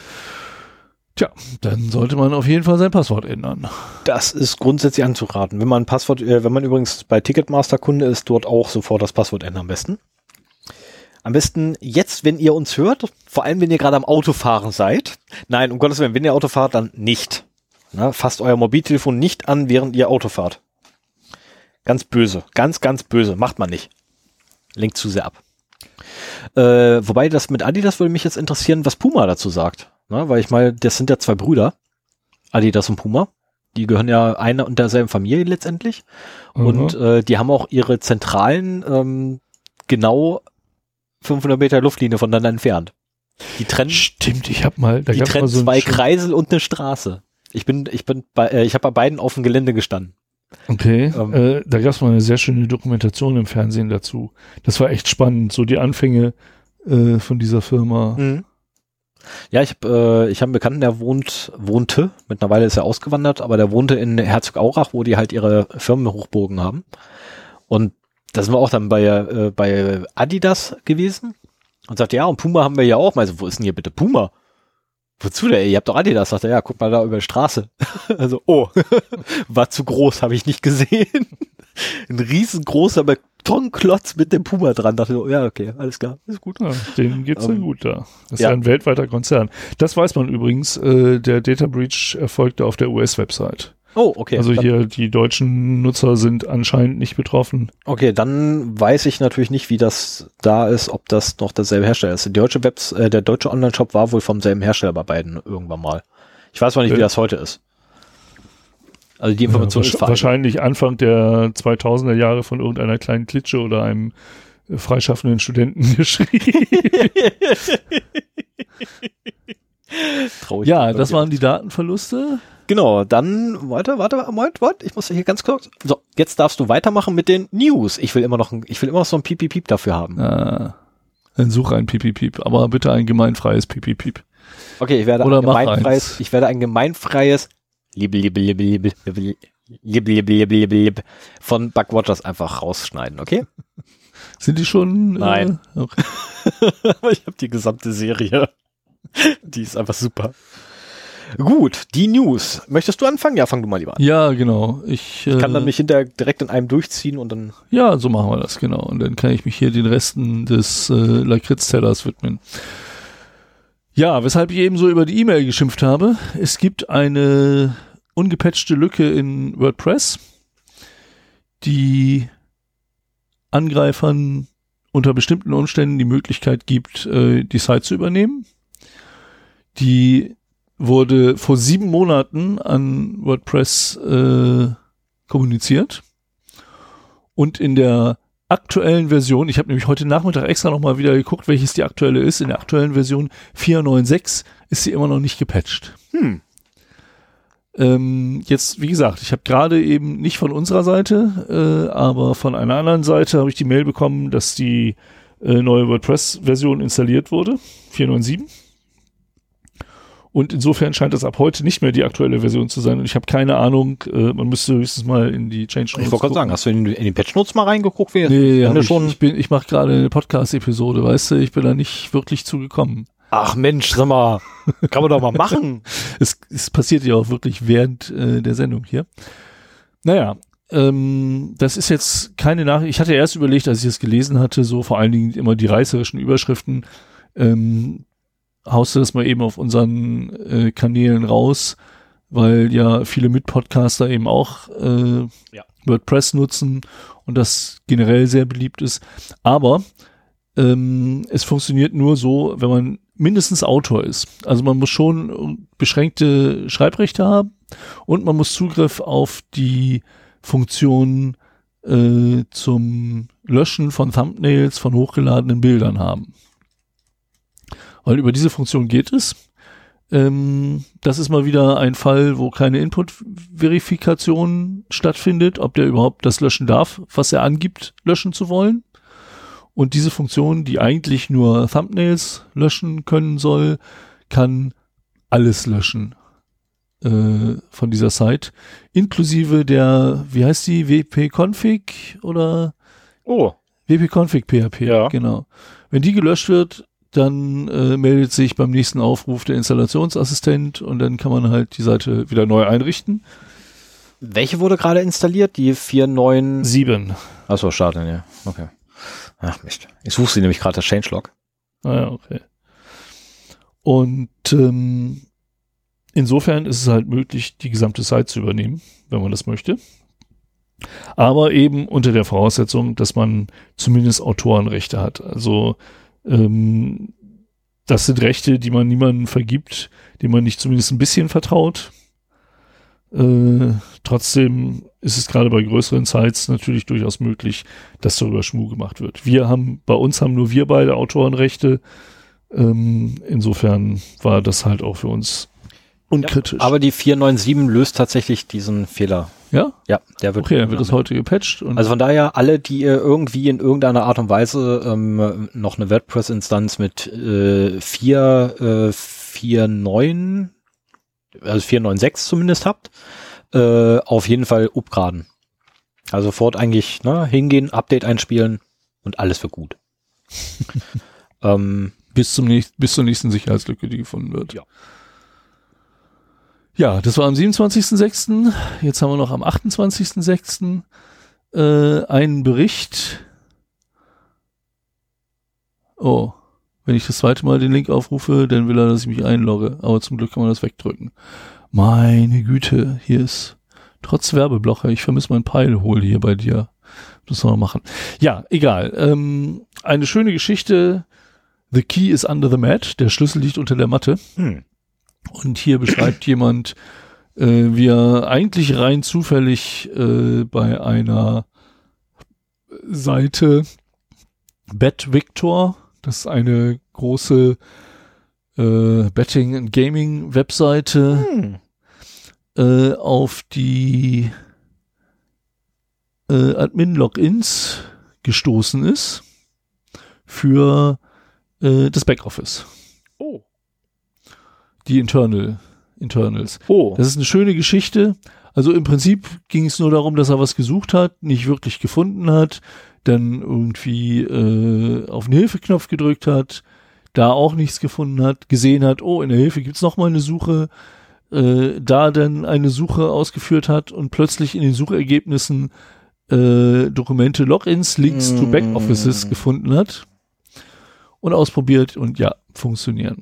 dann sollte man auf jeden Fall sein Passwort ändern. Das ist grundsätzlich anzuraten. Wenn man wenn man übrigens bei Ticketmaster Kunde ist, dort auch sofort das Passwort ändern am besten. Am besten jetzt, wenn ihr uns hört, vor allem wenn ihr gerade am Autofahren seid. Nein, um Gottes Willen, wenn ihr Auto fahrt, dann nicht. Fasst euer Mobiltelefon nicht an, während ihr Auto fahrt. Ganz böse. Ganz, ganz böse. Macht man nicht. Lenkt zu sehr ab. Wobei das mit Adidas würde mich jetzt interessieren, was Puma dazu sagt. Na, weil ich meine, das sind ja 2 Brüder. Adidas und Puma. Die gehören ja einer und derselben Familie letztendlich. Und die haben auch ihre Zentralen genau 500 Meter Luftlinie voneinander entfernt. Die trennen. Stimmt, ich habe mal. Die trennen so 2 Kreisel und eine Straße. Ich habe bei beiden auf dem Gelände gestanden. Okay, da gab es mal eine sehr schöne Dokumentation im Fernsehen dazu. Das war echt spannend, so die Anfänge von dieser Firma. Mhm. Ja, ich hab einen Bekannten, der wohnte, mittlerweile ist er ausgewandert, aber der wohnte in Herzogenaurach, wo die halt ihre Firmenhochburgen haben. Und da sind wir auch dann bei Adidas gewesen und sagte, ja, und Puma haben wir ja auch. Also, wo ist denn hier bitte Puma? Wozu denn? Ihr habt doch Adidas. Sagt er, ja, guck mal da über die Straße. Also, war zu groß, habe ich nicht gesehen. Ein riesengroßer Betonklotz mit dem Puma dran. Dachte ich, ja, okay, alles klar, ist gut. Ja, denen geht's ja gut da. Das ist ja ein weltweiter Konzern. Das weiß man übrigens, der Data Breach erfolgte auf der US-Website. Oh, okay. Also hier, die deutschen Nutzer sind anscheinend nicht betroffen. Okay, dann weiß ich natürlich nicht, wie das da ist, ob das noch derselbe Hersteller ist. Der deutsche Online-Shop war wohl vom selben Hersteller bei beiden irgendwann mal. Ich weiß mal nicht, wie das heute ist. Also die Information ist wahrscheinlich Anfang der 2000er Jahre von irgendeiner kleinen Klitsche oder einem freischaffenden Studenten geschrieben. Ja, das waren die Datenverluste. Genau, dann, warte, ich muss hier ganz kurz. So, jetzt darfst du weitermachen mit den News. Ich will immer noch so ein Piep-Piep dafür haben. Dann suche ein Piep-Piep, aber bitte ein gemeinfreies Piep-Piep. Okay, ich werde ein gemeinfreies von Bugwatchers einfach rausschneiden, okay? Sind die schon? Nein. Okay. Aber ich habe die gesamte Serie. Die ist einfach super. Gut, die News. Möchtest du anfangen? Ja, fang du mal lieber an. Ja, genau. Ich kann dann mich hinterher direkt in einem durchziehen und dann... Ja, so machen wir das, genau. Und dann kann ich mich hier den Resten des Lakritz-Tellers widmen. Ja, weshalb ich eben so über die E-Mail geschimpft habe. Es gibt eine ungepatchte Lücke in WordPress, die Angreifern unter bestimmten Umständen die Möglichkeit gibt, die Site zu übernehmen. Die wurde vor 7 Monaten an WordPress kommuniziert. Und in der aktuellen Version, ich habe nämlich heute Nachmittag extra nochmal wieder geguckt, welches die aktuelle ist. In der aktuellen Version 4.9.6 ist sie immer noch nicht gepatcht. Jetzt, wie gesagt, ich habe gerade eben nicht von unserer Seite, aber von einer anderen Seite habe ich die Mail bekommen, dass die neue WordPress-Version installiert wurde, 4.9.7. Und insofern scheint das ab heute nicht mehr die aktuelle Version zu sein. Und ich habe keine Ahnung, man müsste höchstens mal in die Change Notes. Ich wollte gerade sagen, hast du in die Patch Notes mal reingeguckt? Nee, ich mache gerade eine Podcast-Episode, weißt du, ich bin da nicht wirklich zugekommen. Ach Mensch, sag mal, kann man doch mal machen. Es passiert ja auch wirklich während der Sendung hier. Naja, das ist jetzt keine Nachricht. Ich hatte erst überlegt, als ich es gelesen hatte, so vor allen Dingen immer die reißerischen Überschriften, haust du das mal eben auf unseren Kanälen raus, weil ja viele Mitpodcaster eben auch WordPress nutzen und das generell sehr beliebt ist. Aber es funktioniert nur so, wenn man mindestens Autor ist. Also man muss schon beschränkte Schreibrechte haben und man muss Zugriff auf die Funktion zum Löschen von Thumbnails von hochgeladenen Bildern haben. Weil über diese Funktion geht es. Das ist mal wieder ein Fall, wo keine Input-Verifikation stattfindet, ob der überhaupt das löschen darf, was er angibt, löschen zu wollen. Und diese Funktion, die eigentlich nur Thumbnails löschen können soll, kann alles löschen von dieser Site. Inklusive der, wie heißt die, wp-config oder? wp-config PHP, ja. Genau. Wenn die gelöscht wird, dann meldet sich beim nächsten Aufruf der Installationsassistent und dann kann man halt die Seite wieder neu einrichten. Welche wurde gerade installiert? Die 4.9.7. Achso, starten, ja. Okay. Ach Mist. Ich suche sie nämlich gerade, das Changelog. Ja, okay. Und insofern ist es halt möglich, die gesamte Seite zu übernehmen, wenn man das möchte. Aber eben unter der Voraussetzung, dass man zumindest Autorenrechte hat. Also das sind Rechte, die man niemandem vergibt, dem man nicht zumindest ein bisschen vertraut. Trotzdem ist es gerade bei größeren Sites natürlich durchaus möglich, dass darüber Schmuh gemacht wird. Bei uns haben nur wir beide Autorenrechte. Insofern war das halt auch für uns unkritisch. Ja, aber die 497 löst tatsächlich diesen Fehler. Ja? Ja, der wird. Okay, dann wird das heute gepatcht. Und also von daher, alle, die irgendwie in irgendeiner Art und Weise noch eine WordPress-Instanz mit 4.9, also 4.9.6 zumindest habt, auf jeden Fall upgraden. Also sofort eigentlich hingehen, Update einspielen und alles wird gut. bis zur nächsten Sicherheitslücke, die gefunden wird. Ja. Ja, das war am 27.06. Jetzt haben wir noch am 28.06. Einen Bericht. Oh, wenn ich das zweite Mal den Link aufrufe, dann will er, dass ich mich einlogge. Aber zum Glück kann man das wegdrücken. Meine Güte, hier ist trotz Werbeblocker, ich vermisse mein Peilhole hier bei dir. Das soll man machen. Ja, egal. Eine schöne Geschichte. The key is under the mat. Der Schlüssel liegt unter der Matte. Und hier beschreibt jemand, wie er eigentlich rein zufällig bei einer Seite BetVictor, das ist eine große Betting- und Gaming-Webseite, auf die Admin-Logins gestoßen ist für das Backoffice. Oh. Die Internals. Oh. Das ist eine schöne Geschichte. Also im Prinzip ging es nur darum, dass er was gesucht hat, nicht wirklich gefunden hat, dann irgendwie auf den Hilfeknopf gedrückt hat, da auch nichts gefunden hat, gesehen hat, oh, in der Hilfe gibt's noch mal eine Suche, da dann eine Suche ausgeführt hat und plötzlich in den Suchergebnissen Dokumente, Logins, Links to Backoffices gefunden hat und ausprobiert und ja, funktionieren.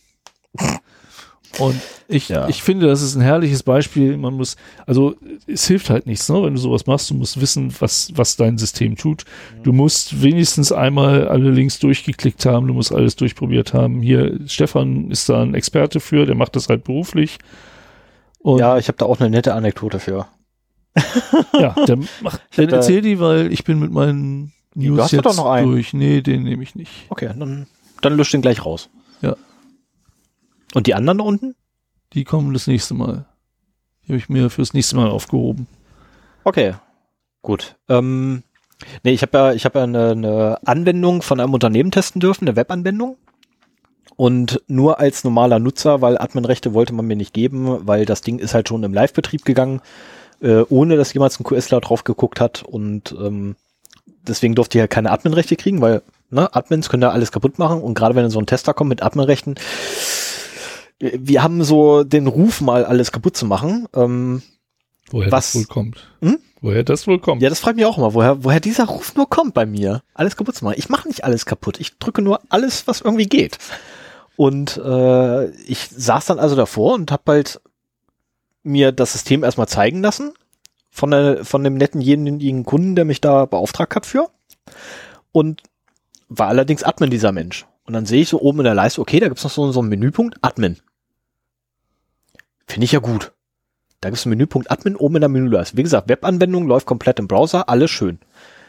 Und ich finde, das ist ein herrliches Beispiel. Man muss, also es hilft halt nichts, ne? Wenn du sowas machst, du musst wissen, was dein System tut. Du musst wenigstens einmal alle Links durchgeklickt haben, du musst alles durchprobiert haben. Hier, Stefan ist da ein Experte für, der macht das halt beruflich. Und ja, ich habe da auch eine nette Anekdote für. Ja, dann erzähl die, weil ich bin mit meinen News du hast jetzt doch noch einen. durch. Nee, den nehme ich nicht. Okay, dann lösch den gleich raus. Ja. Und die anderen da unten? Die kommen das nächste Mal. Die habe ich mir fürs nächste Mal aufgehoben. Okay, gut. Ich habe ja eine Anwendung von einem Unternehmen testen dürfen, eine Webanwendung. Und nur als normaler Nutzer, weil Adminrechte wollte man mir nicht geben, weil das Ding ist halt schon im Live-Betrieb gegangen, ohne dass jemals ein QSler drauf geguckt hat. Und deswegen durfte ich ja keine Adminrechte kriegen, weil Admins können da alles kaputt machen. Und gerade wenn so ein Tester kommt mit Adminrechten, wir haben so den Ruf, mal alles kaputt zu machen. Woher das wohl kommt. Woher das wohl kommt. Ja, das fragt mich auch immer, woher dieser Ruf nur kommt bei mir, alles kaputt zu machen. Ich mache nicht alles kaputt, ich drücke nur alles, was irgendwie geht. Und ich saß dann also davor und habe halt mir das System erstmal zeigen lassen von dem nettenjenigen Kunden, der mich da beauftragt hat für. Und war allerdings Admin dieser Mensch. Und dann sehe ich so oben in der Leiste, okay, da gibt's noch so einen Menüpunkt Admin. Finde ich ja gut. Da gibt's einen Menüpunkt Admin oben in der Menüleiste. Wie gesagt, Webanwendung läuft komplett im Browser, alles schön.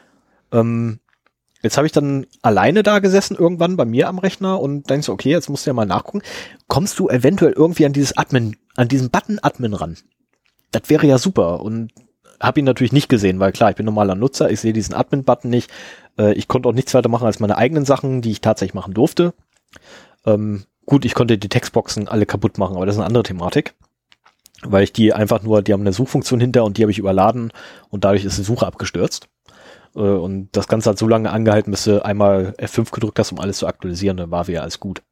Jetzt habe ich dann alleine da gesessen, irgendwann bei mir am Rechner und denkst, okay, jetzt musst du ja mal nachgucken. Kommst du eventuell irgendwie an dieses Admin, an diesen Button Admin ran? Das wäre ja super. Und habe ihn natürlich nicht gesehen, weil klar, ich bin normaler Nutzer, ich sehe diesen Admin-Button nicht. Ich konnte auch nichts weiter machen als meine eigenen Sachen, die ich tatsächlich machen durfte. Gut, ich konnte die Textboxen alle kaputt machen, aber das ist eine andere Thematik. Weil ich die einfach nur, die haben eine Suchfunktion hinter und die habe ich überladen und dadurch ist die Suche abgestürzt. Und das Ganze hat so lange angehalten, bis du einmal F5 gedrückt hast, um alles zu aktualisieren, dann war wieder alles gut.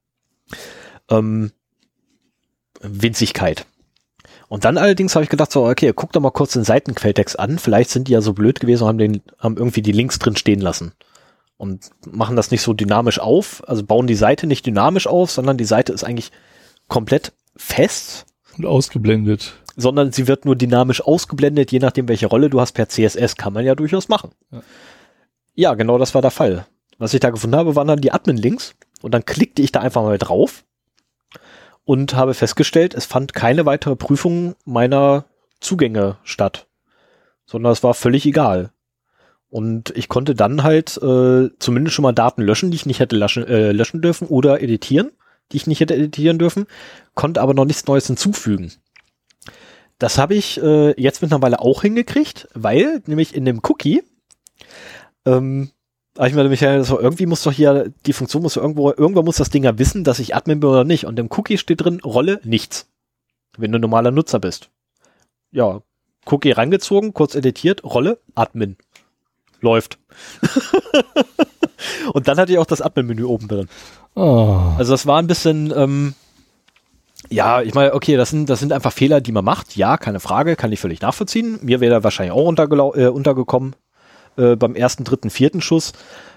Winzigkeit. Und dann allerdings habe ich gedacht, so, okay, guck doch mal kurz den Seitenquelltext an, vielleicht sind die ja so blöd gewesen und haben irgendwie die Links drin stehen lassen. Und machen das nicht so dynamisch auf, also bauen die Seite nicht dynamisch auf, sondern die Seite ist eigentlich komplett fest. Und ausgeblendet. sondern sie wird nur dynamisch ausgeblendet, je nachdem, welche Rolle du hast. Per CSS kann man ja durchaus machen. Ja, genau das war der Fall. Was ich da gefunden habe, waren dann die Admin-Links und dann klickte ich da einfach mal drauf und habe festgestellt, es fand keine weitere Prüfung meiner Zugänge statt, sondern es war völlig egal. Und ich konnte dann halt zumindest schon mal Daten löschen, die ich nicht hätte löschen dürfen, oder editieren, die ich nicht hätte editieren dürfen, konnte aber noch nichts Neues hinzufügen. Das habe ich jetzt mittlerweile auch hingekriegt, weil nämlich in dem Cookie ich meine, Michael, irgendwie muss doch hier, die Funktion muss irgendwann muss das Ding ja wissen, dass ich Admin bin oder nicht. Und im Cookie steht drin, Rolle nichts. Wenn du normaler Nutzer bist. Ja, Cookie reingezogen, kurz editiert, Rolle Admin. Läuft. Und dann hatte ich auch das Admin-Menü oben drin. Oh. Also das war ein bisschen, ja, ich meine, okay, das sind einfach Fehler, die man macht. Ja, keine Frage, kann ich völlig nachvollziehen. Mir wäre da wahrscheinlich auch untergekommen. Beim ersten, dritten, vierten Schuss.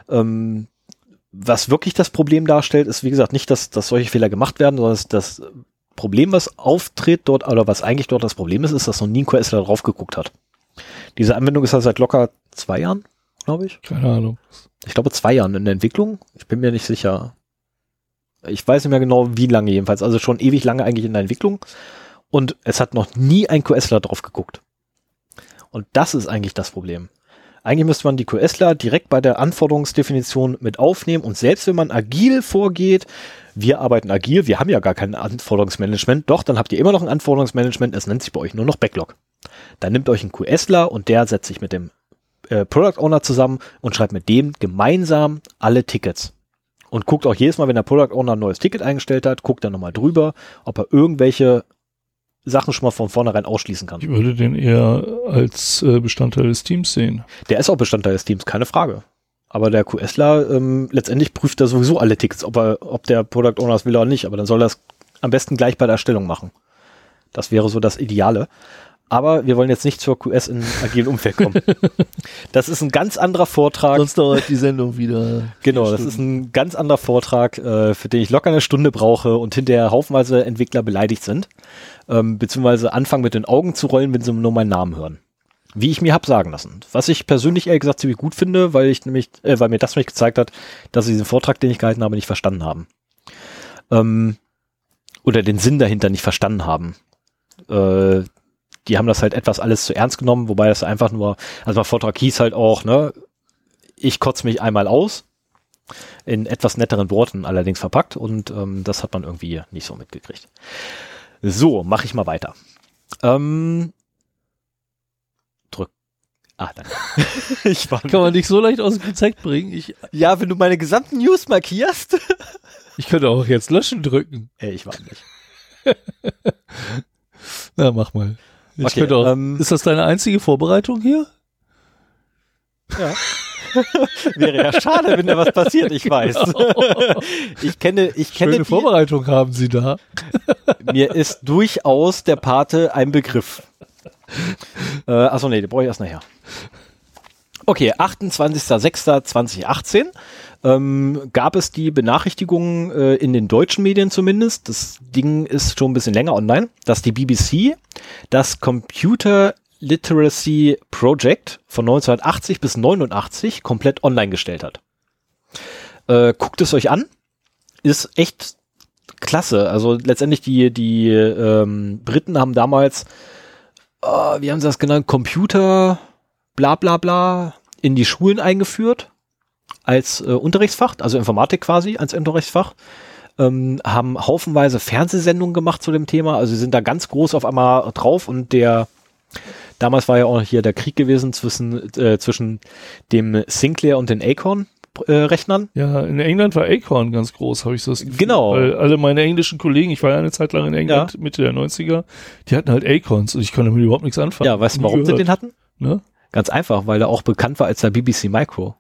Was wirklich das Problem darstellt, ist wie gesagt nicht, dass solche Fehler gemacht werden, sondern das Problem, was auftritt dort, oder was eigentlich dort das Problem ist, dass noch nie ein QSler drauf geguckt hat. Diese Anwendung ist halt seit locker 2 Jahren, glaube ich. Keine Ahnung. Ich glaube 2 Jahren in der Entwicklung. Ich bin mir nicht sicher. Ich weiß nicht mehr genau, wie lange jedenfalls. Also schon ewig lange eigentlich in der Entwicklung. Und es hat noch nie ein QSler drauf geguckt. Und das ist eigentlich das Problem. Eigentlich müsste man die QSler direkt bei der Anforderungsdefinition mit aufnehmen und selbst wenn man agil vorgeht, wir arbeiten agil, wir haben ja gar kein Anforderungsmanagement, doch, dann habt ihr immer noch ein Anforderungsmanagement, es nennt sich bei euch nur noch Backlog. Dann nimmt euch ein QSler und der setzt sich mit dem Product Owner zusammen und schreibt mit dem gemeinsam alle Tickets. Und guckt auch jedes Mal, wenn der Product Owner ein neues Ticket eingestellt hat, guckt er nochmal drüber, ob er irgendwelche Sachen schon mal von vornherein ausschließen kann. Ich würde den eher als Bestandteil des Teams sehen. Der ist auch Bestandteil des Teams, keine Frage. Aber der QSler, letztendlich prüft er sowieso alle Tickets, ob der Product Owner es will oder nicht. Aber dann soll er es am besten gleich bei der Erstellung machen. Das wäre so das Ideale. Aber wir wollen jetzt nicht zur QS in agilen Umfeld kommen. Das ist ein ganz anderer Vortrag. Sonst dauert die Sendung wieder. Genau, das ist ein ganz anderer Vortrag, für den ich locker eine Stunde brauche und hinterher haufenweise Entwickler beleidigt sind. Beziehungsweise anfangen mit den Augen zu rollen, wenn sie nur meinen Namen hören. Wie ich mir hab sagen lassen. Was ich persönlich ehrlich gesagt ziemlich gut finde, weil mir das nämlich gezeigt hat, dass sie diesen Vortrag, den ich gehalten habe, nicht verstanden haben. Oder den Sinn dahinter nicht verstanden haben. Die haben das halt etwas alles zu ernst genommen, wobei das einfach nur, also mein Vortrag hieß halt auch, ne, ich kotze mich einmal aus, in etwas netteren Worten allerdings verpackt und das hat man irgendwie nicht so mitgekriegt. So, mache ich mal weiter. Drück. Danke. Kann man nicht so leicht aus dem Konzept bringen. Ja, wenn du meine gesamten News markierst. Ich könnte auch jetzt löschen drücken. Ich war nicht. Na, mach mal. Okay, ist das deine einzige Vorbereitung hier? Ja. Wäre ja schade, wenn da was passiert, ich weiß. Ich kenne Schöne Vorbereitung haben Sie da. Mir ist durchaus der Pate ein Begriff. Achso, nee, den brauche ich erst nachher. Okay, 28.06.2018 gab es die Benachrichtigung in den deutschen Medien zumindest, das Ding ist schon ein bisschen länger online, dass die BBC das Computer Literacy Project von 1980 bis 89 komplett online gestellt hat. Guckt es euch an, ist echt klasse. Also letztendlich die Briten haben damals, wie haben sie das genannt, Computer bla bla bla in die Schulen eingeführt als Unterrichtsfach, also Informatik quasi als Unterrichtsfach. Haben haufenweise Fernsehsendungen gemacht zu dem Thema, also sie sind da ganz groß auf einmal drauf und damals war ja auch hier der Krieg gewesen zwischen dem Sinclair und den Acorn Rechnern. Ja, in England war Acorn ganz groß, habe ich so das Gefühl. Genau. Weil alle meine englischen Kollegen, ich war ja eine Zeit lang in England, Mitte der 90er, die hatten halt Acorns und ich konnte damit überhaupt nichts anfangen. Ja, weißt du, warum sie den hatten? Ne? Ganz einfach, weil er auch bekannt war als der BBC Micro.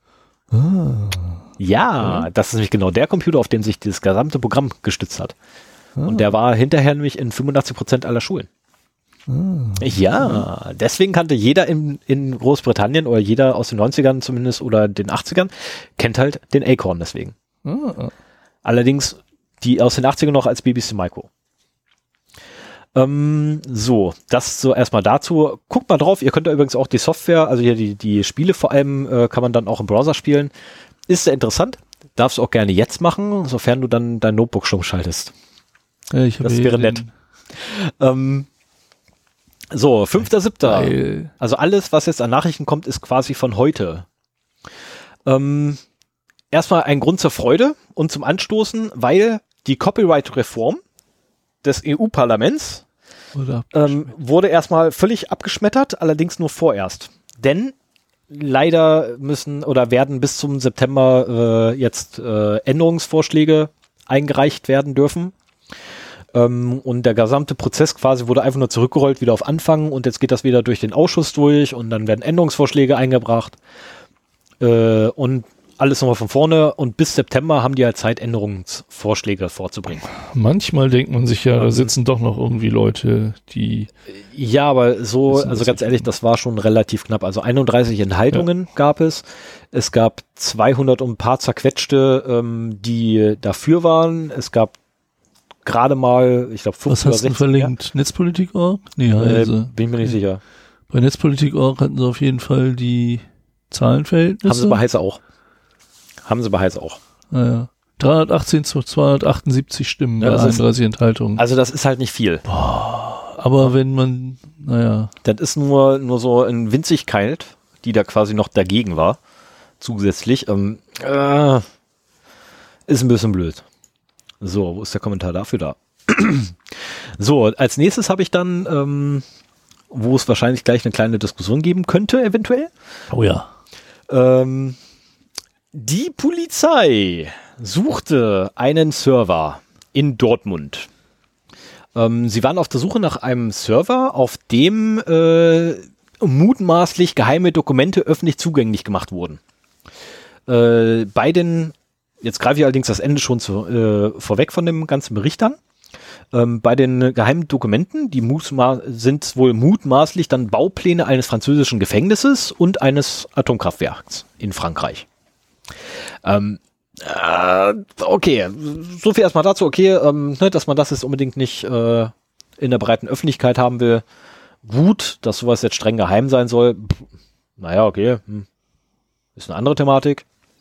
Ja, das ist nämlich genau der Computer, auf den sich das gesamte Programm gestützt hat. Und der war hinterher nämlich in 85% aller Schulen. Ja, deswegen kannte jeder in Großbritannien oder jeder aus den 90ern zumindest oder den 80ern, kennt halt den Acorn deswegen. Allerdings die aus den 80ern noch als BBC Micro. So, das so erstmal dazu. Guckt mal drauf, ihr könnt da übrigens auch die Software, also hier die Spiele vor allem, kann man dann auch im Browser spielen. Ist sehr interessant. Darfst du auch gerne jetzt machen, sofern du dann dein Notebook stumm schaltest. Ja, das wäre nett. So, 5.7. Also alles, was jetzt an Nachrichten kommt, ist quasi von heute. Erstmal ein Grund zur Freude und zum Anstoßen, weil die Copyright-Reform des EU-Parlaments wurde erstmal völlig abgeschmettert, allerdings nur vorerst. Denn leider werden bis zum September jetzt Änderungsvorschläge eingereicht werden dürfen. Und der gesamte Prozess quasi wurde einfach nur zurückgerollt, wieder auf Anfang, und jetzt geht das wieder durch den Ausschuss durch und dann werden Änderungsvorschläge eingebracht und alles nochmal von vorne, und bis September haben die halt Zeit, Änderungsvorschläge vorzubringen. Manchmal denkt man sich ja, da sitzen doch noch irgendwie Leute, die... Ja, aber so, also ganz ehrlich, das war schon relativ knapp. Also 31 Enthaltungen gab es. Es gab 200 und ein paar zerquetschte, die dafür waren. Es gab gerade mal, ich glaube, 5 oder 6. Was hast du verlinkt? Netzpolitik.org? Nee, bin ich mir nicht sicher. Bei Netzpolitik.org hatten sie auf jeden Fall die Zahlenverhältnisse. Haben sie bei Heise auch. Naja. 318 zu 278 Stimmen bei 31 Enthaltungen. Also das ist halt nicht viel. Boah, aber wenn man, Das ist nur so in Winzigkeit, die da quasi noch dagegen war, zusätzlich. Ist ein bisschen blöd. So, wo ist der Kommentar dafür da? So, als nächstes habe ich dann, wo es wahrscheinlich gleich eine kleine Diskussion geben könnte, eventuell. Oh ja. Die Polizei suchte einen Server in Dortmund. Sie waren auf der Suche nach einem Server, auf dem mutmaßlich geheime Dokumente öffentlich zugänglich gemacht wurden. Jetzt greife ich allerdings das Ende schon vorweg von dem ganzen Bericht an. Bei den geheimen Dokumenten, die sind wohl mutmaßlich dann Baupläne eines französischen Gefängnisses und eines Atomkraftwerks in Frankreich. Okay, so viel erstmal dazu. Okay, dass man das jetzt unbedingt nicht in der breiten Öffentlichkeit haben will. Gut, dass sowas jetzt streng geheim sein soll. Naja, okay, ist eine andere Thematik.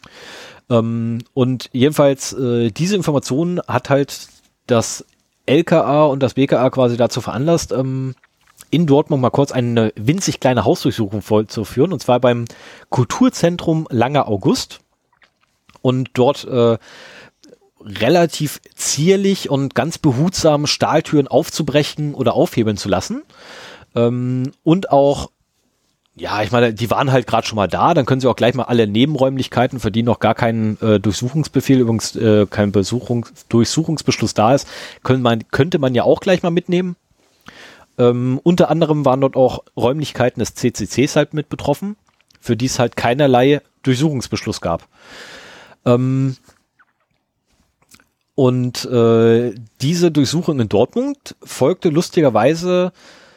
Und jedenfalls diese Information hat halt das LKA und das BKA quasi dazu veranlasst, in Dortmund mal kurz eine winzig kleine Hausdurchsuchung vorzuführen, und zwar beim Kulturzentrum Langer August. Und dort relativ zierlich und ganz behutsam Stahltüren aufzubrechen oder aufhebeln zu lassen. Und auch, ja, ich meine, die waren halt gerade schon mal da, dann können sie auch gleich mal alle Nebenräumlichkeiten, für die noch gar kein Durchsuchungsbefehl, übrigens kein Durchsuchungsbeschluss da ist, könnte man ja auch gleich mal mitnehmen. Unter anderem waren dort auch Räumlichkeiten des CCCs halt mit betroffen, für die es halt keinerlei Durchsuchungsbeschluss gab. Und diese Durchsuchung in Dortmund folgte lustigerweise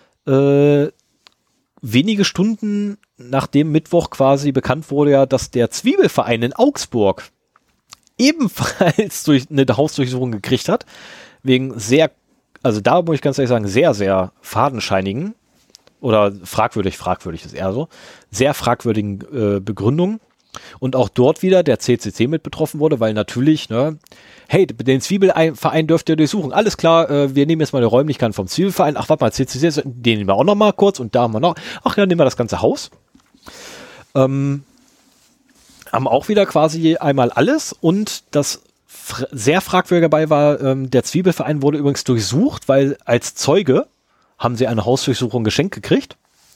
wenige Stunden nachdem Mittwoch quasi bekannt wurde, ja, dass der Zwiebelverein in Augsburg ebenfalls durch eine Hausdurchsuchung gekriegt hat, wegen also da muss ich ganz ehrlich sagen, sehr, sehr fadenscheinigen oder fragwürdig ist eher so, sehr fragwürdigen Begründungen. Und auch dort wieder der CCC mit betroffen wurde, weil natürlich, hey, den Zwiebelverein dürft ihr durchsuchen. Alles klar, wir nehmen jetzt mal die Räumlichkeiten vom Zwiebelverein. Ach, warte mal, CCC, den nehmen wir auch noch mal kurz, und da haben wir noch. Ach ja, nehmen wir das ganze Haus. Haben auch wieder quasi einmal alles, und das sehr fragwürdige dabei war, der Zwiebelverein wurde übrigens durchsucht, weil als Zeuge haben sie eine Hausdurchsuchung geschenkt gekriegt.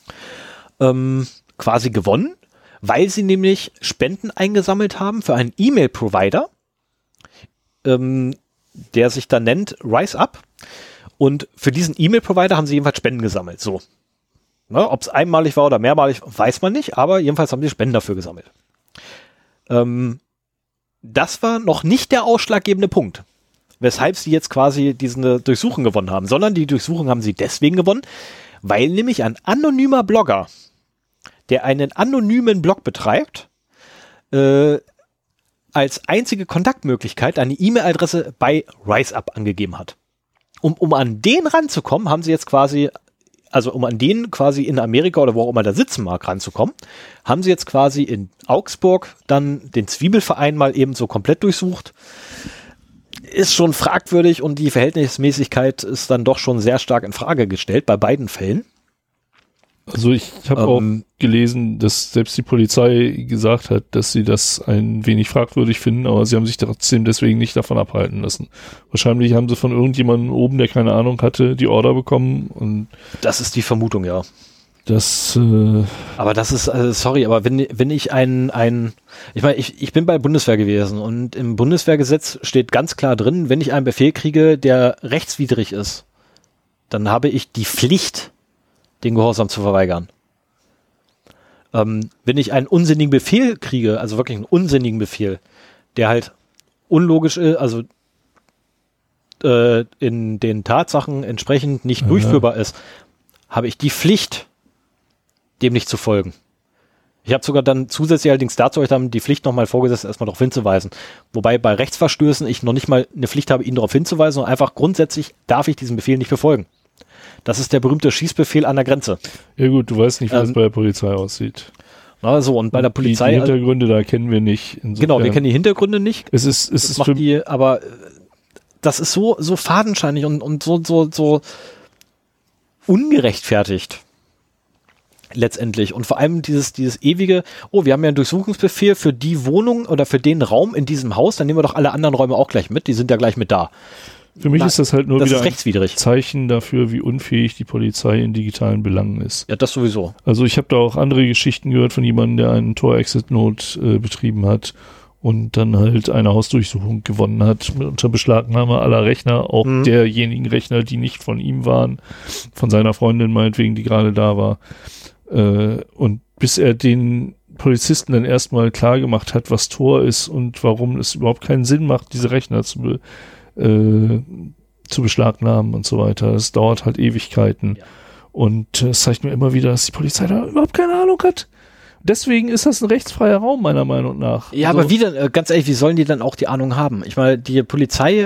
Quasi gewonnen, weil sie nämlich Spenden eingesammelt haben für einen E-Mail-Provider, der sich dann nennt RiseUp. Und für diesen E-Mail-Provider haben sie jedenfalls Spenden gesammelt. So. Ob es einmalig war oder mehrmalig, weiß man nicht, aber jedenfalls haben sie Spenden dafür gesammelt. Das war noch nicht der ausschlaggebende Punkt, weshalb sie jetzt quasi diese Durchsuchung gewonnen haben, sondern die Durchsuchung haben sie deswegen gewonnen, weil nämlich ein anonymer Blogger, der einen anonymen Blog betreibt, als einzige Kontaktmöglichkeit eine E-Mail-Adresse bei RiseUp angegeben hat. Um an den ranzukommen, haben sie jetzt quasi, also um an den quasi in Amerika oder wo auch immer der sitzen mag ranzukommen, haben sie jetzt quasi in Augsburg dann den Zwiebelverein mal eben so komplett durchsucht. Ist schon fragwürdig und die Verhältnismäßigkeit ist dann doch schon sehr stark in Frage gestellt bei beiden Fällen. Also ich habe auch gelesen, dass selbst die Polizei gesagt hat, dass sie das ein wenig fragwürdig finden, aber sie haben sich trotzdem deswegen nicht davon abhalten lassen. Wahrscheinlich haben sie von irgendjemandem oben, der keine Ahnung hatte, die Order bekommen. Und das ist die Vermutung, ja. Das, aber das ist, sorry, aber wenn ich ich meine, ich bin bei der Bundeswehr gewesen und im Bundeswehrgesetz steht ganz klar drin, wenn ich einen Befehl kriege, der rechtswidrig ist, dann habe ich die Pflicht, den Gehorsam zu verweigern. Wenn ich einen unsinnigen Befehl kriege, also wirklich einen unsinnigen Befehl, der halt unlogisch ist, also in den Tatsachen entsprechend nicht durchführbar ist, habe ich die Pflicht, dem nicht zu folgen. Ich habe sogar dann zusätzlich allerdings dazu euch dann die Pflicht nochmal vorgesetzt, erstmal darauf hinzuweisen. Wobei bei Rechtsverstößen ich noch nicht mal eine Pflicht habe, ihn darauf hinzuweisen, sondern einfach grundsätzlich darf ich diesen Befehl nicht befolgen. Das ist der berühmte Schießbefehl an der Grenze. Ja gut, du weißt nicht, wie es bei der Polizei aussieht. Na so, und bei der Polizei... Die Hintergründe, da kennen wir nicht. Insofern, genau, wir kennen die Hintergründe nicht. Es ist macht aber das ist so fadenscheinig und so ungerechtfertigt. Letztendlich. Und vor allem dieses ewige, wir haben ja einen Durchsuchungsbefehl für die Wohnung oder für den Raum in diesem Haus, dann nehmen wir doch alle anderen Räume auch gleich mit, die sind ja gleich mit da. Für mich ist das halt nur wieder ein Zeichen dafür, wie unfähig die Polizei in digitalen Belangen ist. Ja, das sowieso. Also ich habe da auch andere Geschichten gehört von jemandem, der einen Tor-Exit-Note betrieben hat und dann halt eine Hausdurchsuchung gewonnen hat unter Beschlagnahme aller Rechner, auch derjenigen Rechner, die nicht von ihm waren, von seiner Freundin meinetwegen, die gerade da war. Und bis er den Polizisten dann erstmal klar gemacht hat, was Tor ist und warum es überhaupt keinen Sinn macht, diese Rechner zu beschlagnahmen und so weiter. Das dauert halt Ewigkeiten. Ja. Und es zeigt mir immer wieder, dass die Polizei da überhaupt keine Ahnung hat. Deswegen ist das ein rechtsfreier Raum, meiner Meinung nach. Ja, also, aber wie denn, ganz ehrlich, wie sollen die dann auch die Ahnung haben? Ich meine, die Polizei,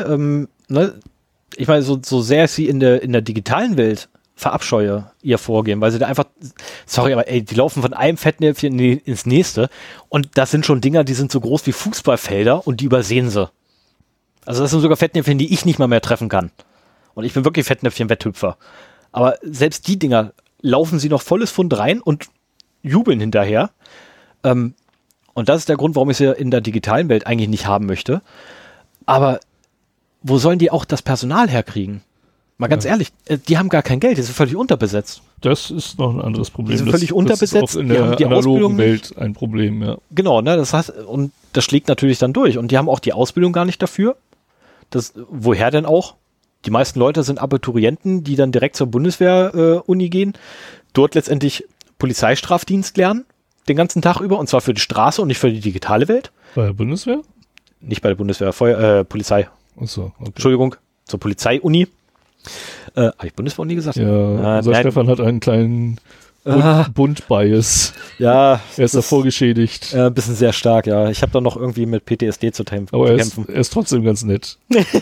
ich meine, so sehr ich sie in der digitalen Welt verabscheue, ihr Vorgehen, weil sie da einfach, sorry, aber die laufen von einem Fettnäpfchen ins nächste und das sind schon Dinger, die sind so groß wie Fußballfelder und die übersehen sie. Also das sind sogar Fettnäpfchen, die ich nicht mal mehr treffen kann. Und ich bin wirklich Fettnäpfchen-Wetthüpfer. Aber selbst die Dinger laufen sie noch volles Pfund rein und jubeln hinterher. Und das ist der Grund, warum ich sie in der digitalen Welt eigentlich nicht haben möchte. Aber wo sollen die auch das Personal herkriegen? Mal ganz ehrlich, die haben gar kein Geld, die sind völlig unterbesetzt. Das ist noch ein anderes Problem. Die sind völlig unterbesetzt. Das ist auch in der analogen Welt ein Problem, ja. Genau, ne, das heißt, und das schlägt natürlich dann durch. Und die haben auch die Ausbildung gar nicht dafür. Woher denn auch? Die meisten Leute sind Abiturienten, die dann direkt zur Bundeswehr-Uni gehen, dort letztendlich Polizeistrafdienst lernen, den ganzen Tag über, und zwar für die Straße und nicht für die digitale Welt. Bei der Bundeswehr? Nicht bei der Bundeswehr, Polizei. Achso, okay. Entschuldigung, zur Polizei-Uni. Habe ich Bundeswehr-Uni gesagt? Ja, Stefan hat einen kleinen Bund-Bias. Ja. Er ist davor geschädigt. Ein bisschen sehr stark, ja. Ich habe da noch irgendwie mit PTSD zu kämpfen. Aber er ist trotzdem ganz nett.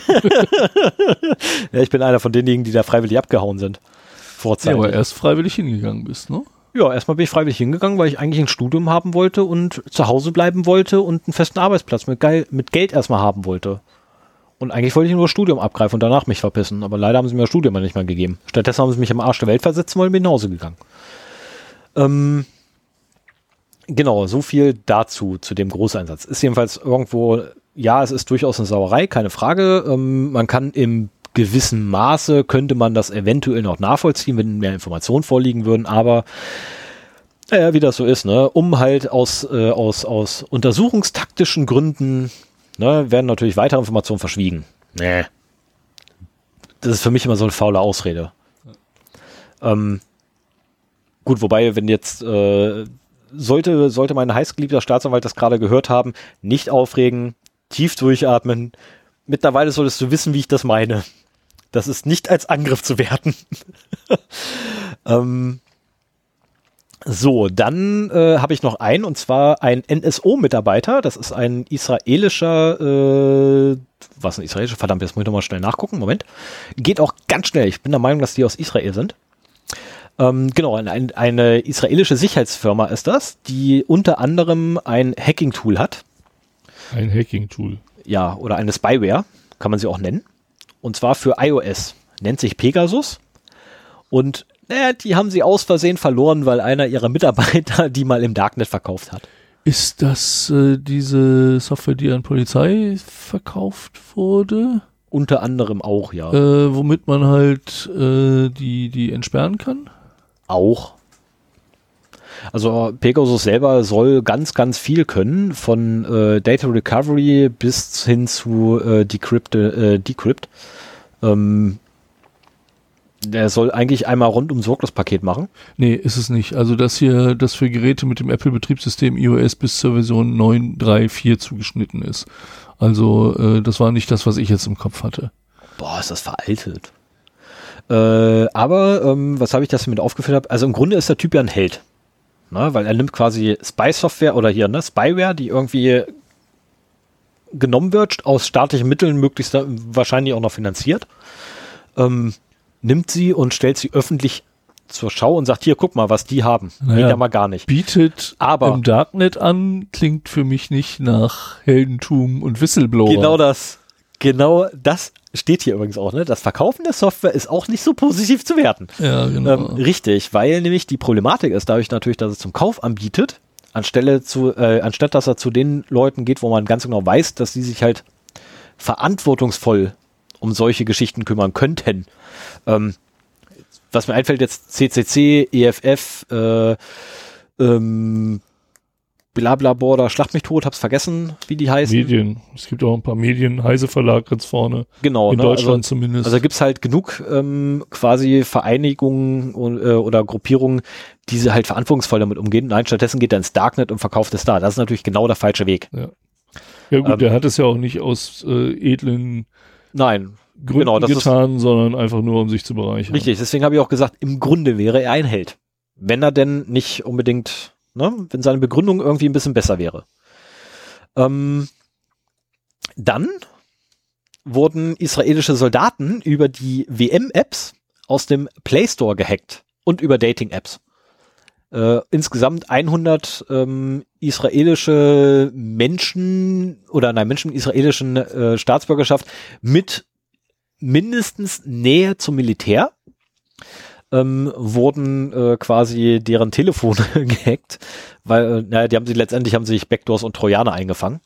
Ja, ich bin einer von denjenigen, die da freiwillig abgehauen sind. Vorzeitig. Ja, aber erst freiwillig hingegangen bist, ne? Ja, erstmal bin ich freiwillig hingegangen, weil ich eigentlich ein Studium haben wollte und zu Hause bleiben wollte und einen festen Arbeitsplatz mit Geld erstmal haben wollte. Und eigentlich wollte ich nur das Studium abgreifen und danach mich verpissen. Aber leider haben sie mir das Studium nicht mehr gegeben. Stattdessen haben sie mich am Arsch der Welt versetzt und bin nach Hause gegangen. Genau, so viel dazu, zu dem Großeinsatz. Ist jedenfalls irgendwo, ja, es ist durchaus eine Sauerei, keine Frage. Man kann im gewissen Maße, könnte man das eventuell noch nachvollziehen, wenn mehr Informationen vorliegen würden, aber wie das so ist, ne, um halt aus untersuchungstaktischen Gründen, ne, werden natürlich weitere Informationen verschwiegen. Nee. Das ist für mich immer so eine faule Ausrede. Gut, wobei, wenn jetzt sollte mein heißgeliebter Staatsanwalt das gerade gehört haben, nicht aufregen, tief durchatmen. Mittlerweile solltest du wissen, wie ich das meine. Das ist nicht als Angriff zu werten. So, dann habe ich noch einen, und zwar ein NSO-Mitarbeiter. Das ist ein israelischer was ein israelischer, verdammt, jetzt muss ich nochmal schnell nachgucken, Moment. Geht auch ganz schnell, ich bin der Meinung, dass die aus Israel sind. Genau, eine israelische Sicherheitsfirma ist das, die unter anderem ein Hacking-Tool hat. Ein Hacking-Tool. Ja, oder eine Spyware, kann man sie auch nennen. Und zwar für iOS. Nennt sich Pegasus. Und die haben sie aus Versehen verloren, weil einer ihrer Mitarbeiter die mal im Darknet verkauft hat. Ist das diese Software, die an Polizei verkauft wurde? Unter anderem auch, ja. Womit man halt die entsperren kann? Auch. Also Pegasus selber soll ganz, ganz viel können, von Data Recovery bis hin zu Decrypt. Der soll eigentlich einmal rundum sorglos Paket machen. Nee, ist es nicht. Also das hier, das für Geräte mit dem Apple-Betriebssystem iOS bis zur Version 9.3.4 zugeschnitten ist. Also das war nicht das, was ich jetzt im Kopf hatte. Boah, ist das veraltet. Aber was habe ich das mit aufgeführt? Also im Grunde ist der Typ ja ein Held. Ne? Weil er nimmt quasi Spy-Software oder hier, ne, Spyware, die irgendwie genommen wird, aus staatlichen Mitteln möglichst wahrscheinlich auch noch finanziert, nimmt sie und stellt sie öffentlich zur Schau und sagt, hier, guck mal, was die haben. Geht ja mal gar nicht. Bietet aber im Darknet an, klingt für mich nicht nach Heldentum und Whistleblower. Genau das steht hier übrigens auch, ne? Das Verkaufen der Software ist auch nicht so positiv zu werten. Ja, genau. Richtig, weil nämlich die Problematik ist dadurch natürlich, dass es zum Kauf anbietet, anstatt dass er zu den Leuten geht, wo man ganz genau weiß, dass sie sich halt verantwortungsvoll um solche Geschichten kümmern könnten. Was mir einfällt jetzt CCC, EFF, Blablaborder, Schlag mich tot, hab's vergessen, wie die heißen. Medien. Es gibt auch ein paar Medien, Heise Verlag ganz vorne. Genau. In Deutschland zumindest. Also gibt's halt genug quasi Vereinigungen oder Gruppierungen, die sie halt verantwortungsvoll damit umgehen. Nein, stattdessen geht er ins Darknet und verkauft es da. Das ist natürlich genau der falsche Weg. Ja gut, der hat es ja auch nicht aus edlen Gründen getan, sondern einfach nur, um sich zu bereichern. Richtig, deswegen habe ich auch gesagt, im Grunde wäre er ein Held. Wenn er denn nicht unbedingt, wenn seine Begründung irgendwie ein bisschen besser wäre. Dann wurden israelische Soldaten über die WM-Apps aus dem Play Store gehackt und über Dating-Apps. Insgesamt 100 israelische Menschen israelischen Staatsbürgerschaft mit mindestens Nähe zum Militär wurden quasi deren Telefone gehackt, weil letztendlich haben sich Backdoors und Trojaner eingefangen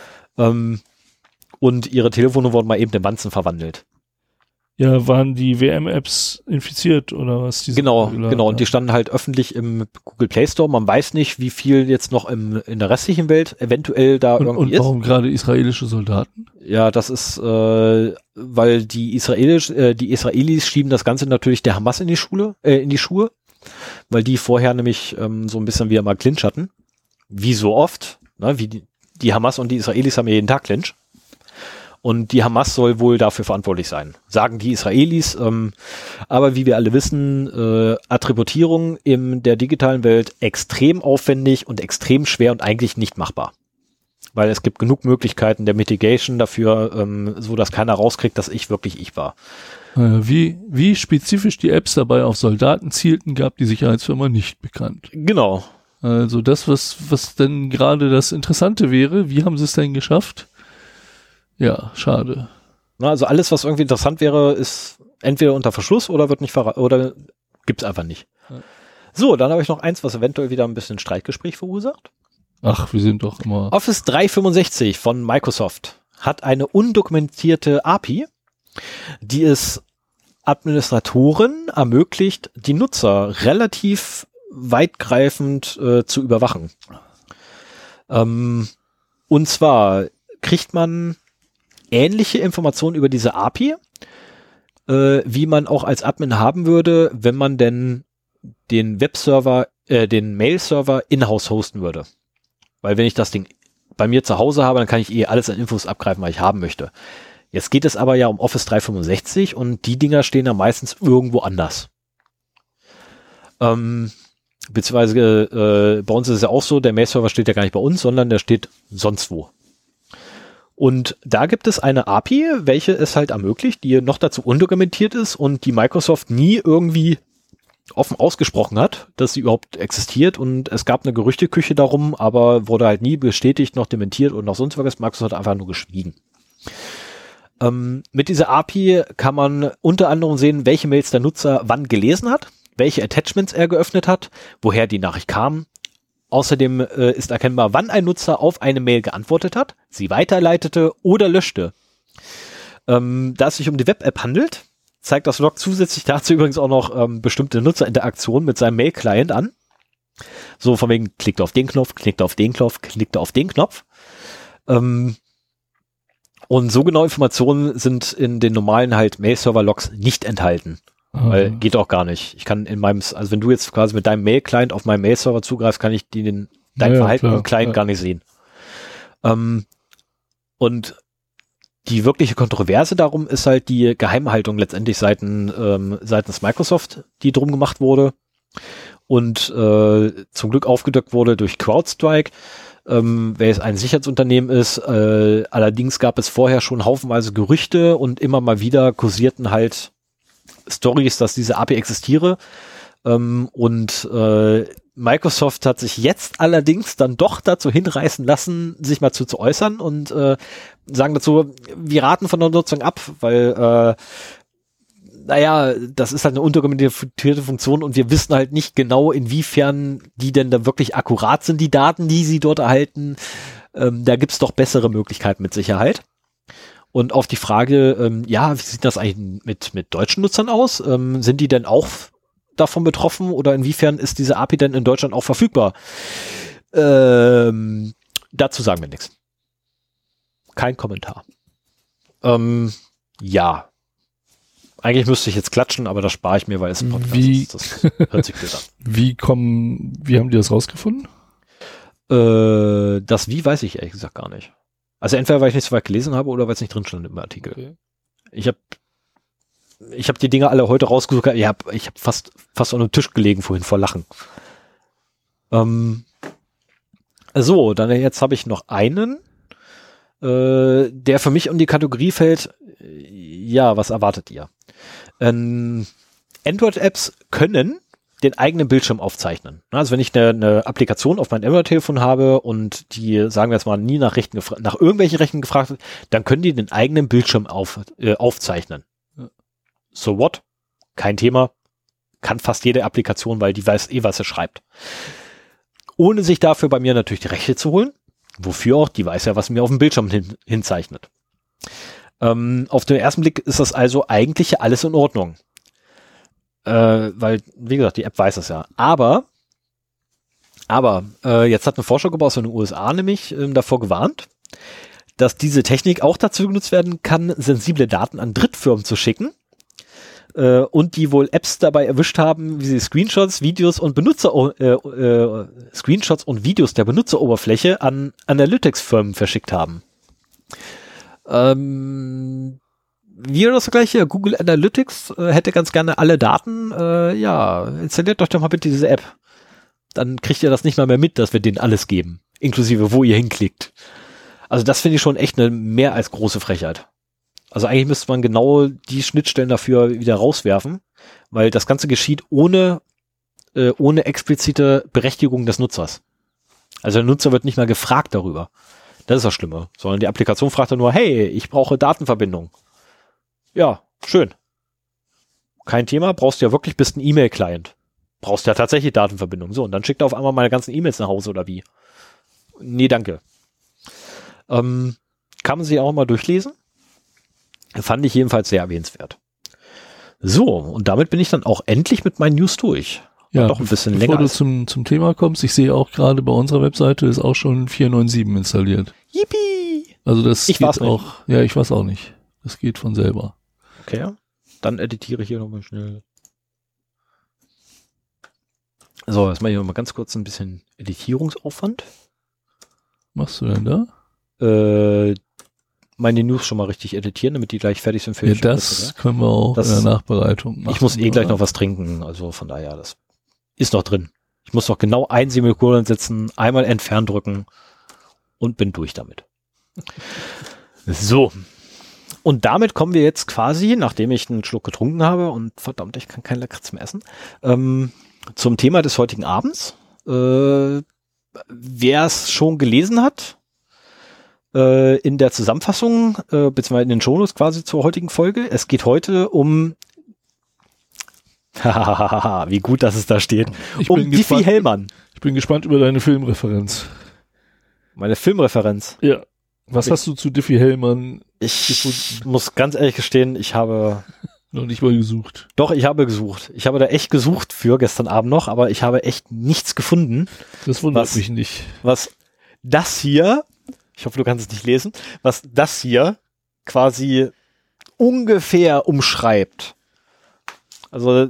und ihre Telefone wurden mal eben in Wanzen verwandelt. Ja, waren die WM-Apps infiziert oder was? Genau. Und die standen halt öffentlich im Google Play Store. Man weiß nicht, wie viel jetzt noch in der restlichen Welt eventuell da irgendwie ist. Und warum gerade israelische Soldaten? Ja, das ist, weil die Israelis schieben das Ganze natürlich der Hamas in die Schuhe, weil die vorher nämlich so ein bisschen wie immer Clinch hatten. Wie so oft, ne? Wie die Hamas und die Israelis haben ja jeden Tag Clinch. Und die Hamas soll wohl dafür verantwortlich sein, sagen die Israelis. Aber wie wir alle wissen, Attributierung in der digitalen Welt extrem aufwendig und extrem schwer und eigentlich nicht machbar. Weil es gibt genug Möglichkeiten der Mitigation dafür, so dass keiner rauskriegt, dass ich wirklich ich war. Wie spezifisch die Apps dabei auf Soldaten zielten, gab die Sicherheitsfirma nicht bekannt. Genau. Also das, was denn gerade das Interessante wäre, wie haben sie es denn geschafft? Ja, schade. Also alles, was irgendwie interessant wäre, ist entweder unter Verschluss oder wird nicht oder gibt's einfach nicht. Ja. So, dann habe ich noch eins, was eventuell wieder ein bisschen Streitgespräch verursacht. Ach, wir sind doch immer... Office 365 von Microsoft hat eine undokumentierte API, die es Administratoren ermöglicht, die Nutzer relativ weitgreifend zu überwachen. Und zwar kriegt man ähnliche Informationen über diese API, wie man auch als Admin haben würde, wenn man denn den Webserver, den Mail-Server in-house hosten würde. Weil wenn ich das Ding bei mir zu Hause habe, dann kann ich alles an Infos abgreifen, was ich haben möchte. Jetzt geht es aber ja um Office 365 und die Dinger stehen ja meistens irgendwo anders. Beziehungsweise bei uns ist es ja auch so, der Mail-Server steht ja gar nicht bei uns, sondern der steht sonst wo. Und da gibt es eine API, welche es halt ermöglicht, die noch dazu undokumentiert ist und die Microsoft nie irgendwie offen ausgesprochen hat, dass sie überhaupt existiert, und es gab eine Gerüchteküche darum, aber wurde halt nie bestätigt, noch dementiert und noch sonst was. Microsoft hat einfach nur geschwiegen. Mit dieser API kann man unter anderem sehen, welche Mails der Nutzer wann gelesen hat, welche Attachments er geöffnet hat, woher die Nachricht kam. Außerdem ist erkennbar, wann ein Nutzer auf eine Mail geantwortet hat, sie weiterleitete oder löschte. Da es sich um die Web-App handelt, zeigt das Log zusätzlich dazu übrigens auch noch bestimmte Nutzerinteraktionen mit seinem Mail-Client an. So von wegen, klickt auf den Knopf, klickt auf den Knopf, klickt auf den Knopf. Und so genaue Informationen sind in den normalen halt Mail-Server-Logs nicht enthalten. Weil geht auch gar nicht. Ich kann also wenn du jetzt quasi mit deinem Mail-Client auf meinen Mail-Server zugreifst, kann ich dein Verhalten im Client gar nicht sehen. Und die wirkliche Kontroverse darum ist halt die Geheimhaltung letztendlich seitens Microsoft, die drum gemacht wurde und zum Glück aufgedeckt wurde durch CrowdStrike, welches ein Sicherheitsunternehmen ist. Allerdings gab es vorher schon haufenweise Gerüchte und immer mal wieder kursierten halt Stories, dass diese API existiere. Und Microsoft hat sich jetzt allerdings dann doch dazu hinreißen lassen, sich mal zu äußern und sagen dazu, wir raten von der Nutzung ab, weil das ist halt eine unterkommentierte Funktion und wir wissen halt nicht genau, inwiefern die denn da wirklich akkurat sind, die Daten, die sie dort erhalten. Da gibt's doch bessere Möglichkeiten mit Sicherheit. Und auf die Frage, wie sieht das eigentlich mit deutschen Nutzern aus? Sind die denn auch davon betroffen oder inwiefern ist diese API denn in Deutschland auch verfügbar? Dazu sagen wir nichts. Kein Kommentar. Ja. Eigentlich müsste ich jetzt klatschen, aber das spare ich mir, weil es ein Podcast ist. Das hört sich blöd an. Wie haben die das rausgefunden? Das Wie weiß ich ehrlich gesagt gar nicht. Also entweder, weil ich nicht so weit gelesen habe oder weil es nicht drin stand im Artikel. Okay. Ich hab die Dinger alle heute rausgesucht. Ich hab fast an einem Tisch gelegen vorhin vor Lachen. So, dann jetzt habe ich noch einen, der für mich um die Kategorie fällt. Ja, was erwartet ihr? Android-Apps können den eigenen Bildschirm aufzeichnen. Also wenn ich eine Applikation auf mein Android-Telefon habe und die, sagen wir jetzt mal, nie nach irgendwelchen Rechten gefragt wird, dann können die den eigenen Bildschirm aufzeichnen. Ja. So what? Kein Thema. Kann fast jede Applikation, weil die weiß was sie schreibt. Ohne sich dafür bei mir natürlich die Rechte zu holen. Wofür auch? Die weiß ja, was mir auf dem Bildschirm hinzeichnet. Auf den ersten Blick ist das also eigentlich alles in Ordnung. Weil, wie gesagt, die App weiß es ja. Aber jetzt hat eine Forschergruppe aus den USA nämlich davor gewarnt, dass diese Technik auch dazu genutzt werden kann, sensible Daten an Drittfirmen zu schicken und die wohl Apps dabei erwischt haben, wie sie Screenshots, Videos und Videos der Benutzeroberfläche an Analytics-Firmen verschickt haben. Wieder das gleiche, Google Analytics hätte ganz gerne alle Daten. Installiert doch mal bitte diese App. Dann kriegt ihr das nicht mal mehr mit, dass wir denen alles geben. Inklusive, wo ihr hinklickt. Also das finde ich schon echt eine mehr als große Frechheit. Also eigentlich müsste man genau die Schnittstellen dafür wieder rauswerfen, weil das Ganze geschieht ohne explizite Berechtigung des Nutzers. Also der Nutzer wird nicht mal gefragt darüber. Das ist das Schlimme. Sondern die Applikation fragt dann nur, hey, ich brauche Datenverbindung. Ja, schön. Kein Thema, brauchst du ja wirklich, bist ein E-Mail-Client. Brauchst ja tatsächlich Datenverbindung. So, und dann schickt er auf einmal meine ganzen E-Mails nach Hause oder wie? Nee, danke. Kann man sich auch mal durchlesen. Fand ich jedenfalls sehr erwähnenswert. So, und damit bin ich dann auch endlich mit meinen News durch. Ja, doch ein bisschen länger. Bevor du zum Thema kommst, ich sehe auch gerade bei unserer Webseite ist auch schon 497 installiert. Yippie! Also das geht auch. Ja, ich weiß auch nicht. Das geht von selber. Okay, dann editiere ich hier nochmal schnell. So, jetzt mache ich nochmal ganz kurz ein bisschen Editierungsaufwand. Was machst du denn da? Meine News schon mal richtig editieren, damit die gleich fertig sind für die das können wir auch in der Nachbereitung machen. Ich muss gleich noch was trinken, also von daher, das ist noch drin. Ich muss noch genau ein Semikolon setzen, einmal entfernen drücken und bin durch damit. So. Und damit kommen wir jetzt quasi, nachdem ich einen Schluck getrunken habe und verdammt, ich kann kein Lakritz mehr essen, zum Thema des heutigen Abends. Wer es schon gelesen hat, in der Zusammenfassung, beziehungsweise in den Shownotes quasi zur heutigen Folge, es geht heute um wie gut, dass es da steht. Um Diffie Hellmann. Ich bin gespannt über deine Filmreferenz. Meine Filmreferenz? Ja. Was hast du zu Diffie Hellmann gefunden? Muss ganz ehrlich gestehen, ich habe noch nicht mal gesucht. Doch, ich habe gesucht. Ich habe da echt gesucht für gestern Abend noch, aber ich habe echt nichts gefunden. Das wundert mich nicht. Was das hier, ich hoffe, du kannst es nicht lesen, was das hier quasi ungefähr umschreibt. Also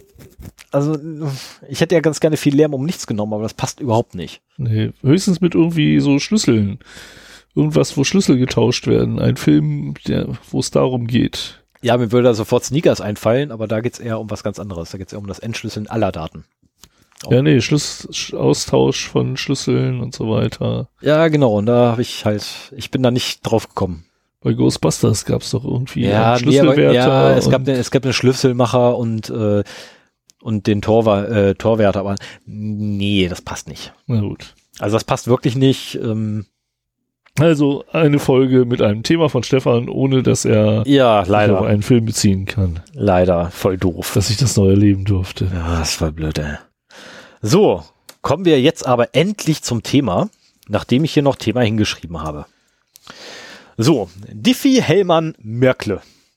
ich hätte ja ganz gerne viel Lärm um nichts genommen, aber das passt überhaupt nicht. Nee, höchstens mit irgendwie so Schlüsseln. Irgendwas, wo Schlüssel getauscht werden. Ein Film, wo es darum geht. Ja, mir würde da sofort Sneakers einfallen, aber da geht es eher um was ganz anderes. Da geht es eher um das Entschlüsseln aller Daten. Ja, nee, Austausch von Schlüsseln und so weiter. Ja, genau. Und da habe ich bin da nicht drauf gekommen. Bei Ghostbusters gab es doch irgendwie Schlüsselwärter. Es gab einen Schlüsselmacher und den Torwärter, aber nee, das passt nicht. Na gut. Also das passt wirklich nicht. Also eine Folge mit einem Thema von Stefan, ohne dass er leider auf einen Film beziehen kann. Leider, voll doof. Dass ich das neu erleben durfte. Ja, das war blöd, ey. So, kommen wir jetzt aber endlich zum Thema, nachdem ich hier noch Thema hingeschrieben habe. So, Diffie Hellmann Mörkle.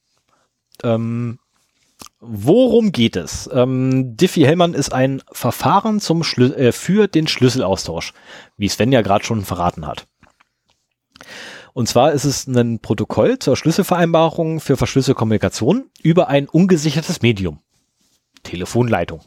Worum geht es? Diffie Hellmann ist ein Verfahren für den Schlüsselaustausch, wie Sven ja gerade schon verraten hat. Und zwar ist es ein Protokoll zur Schlüsselvereinbarung für verschlüsselte Kommunikation über ein ungesichertes Medium. Telefonleitung.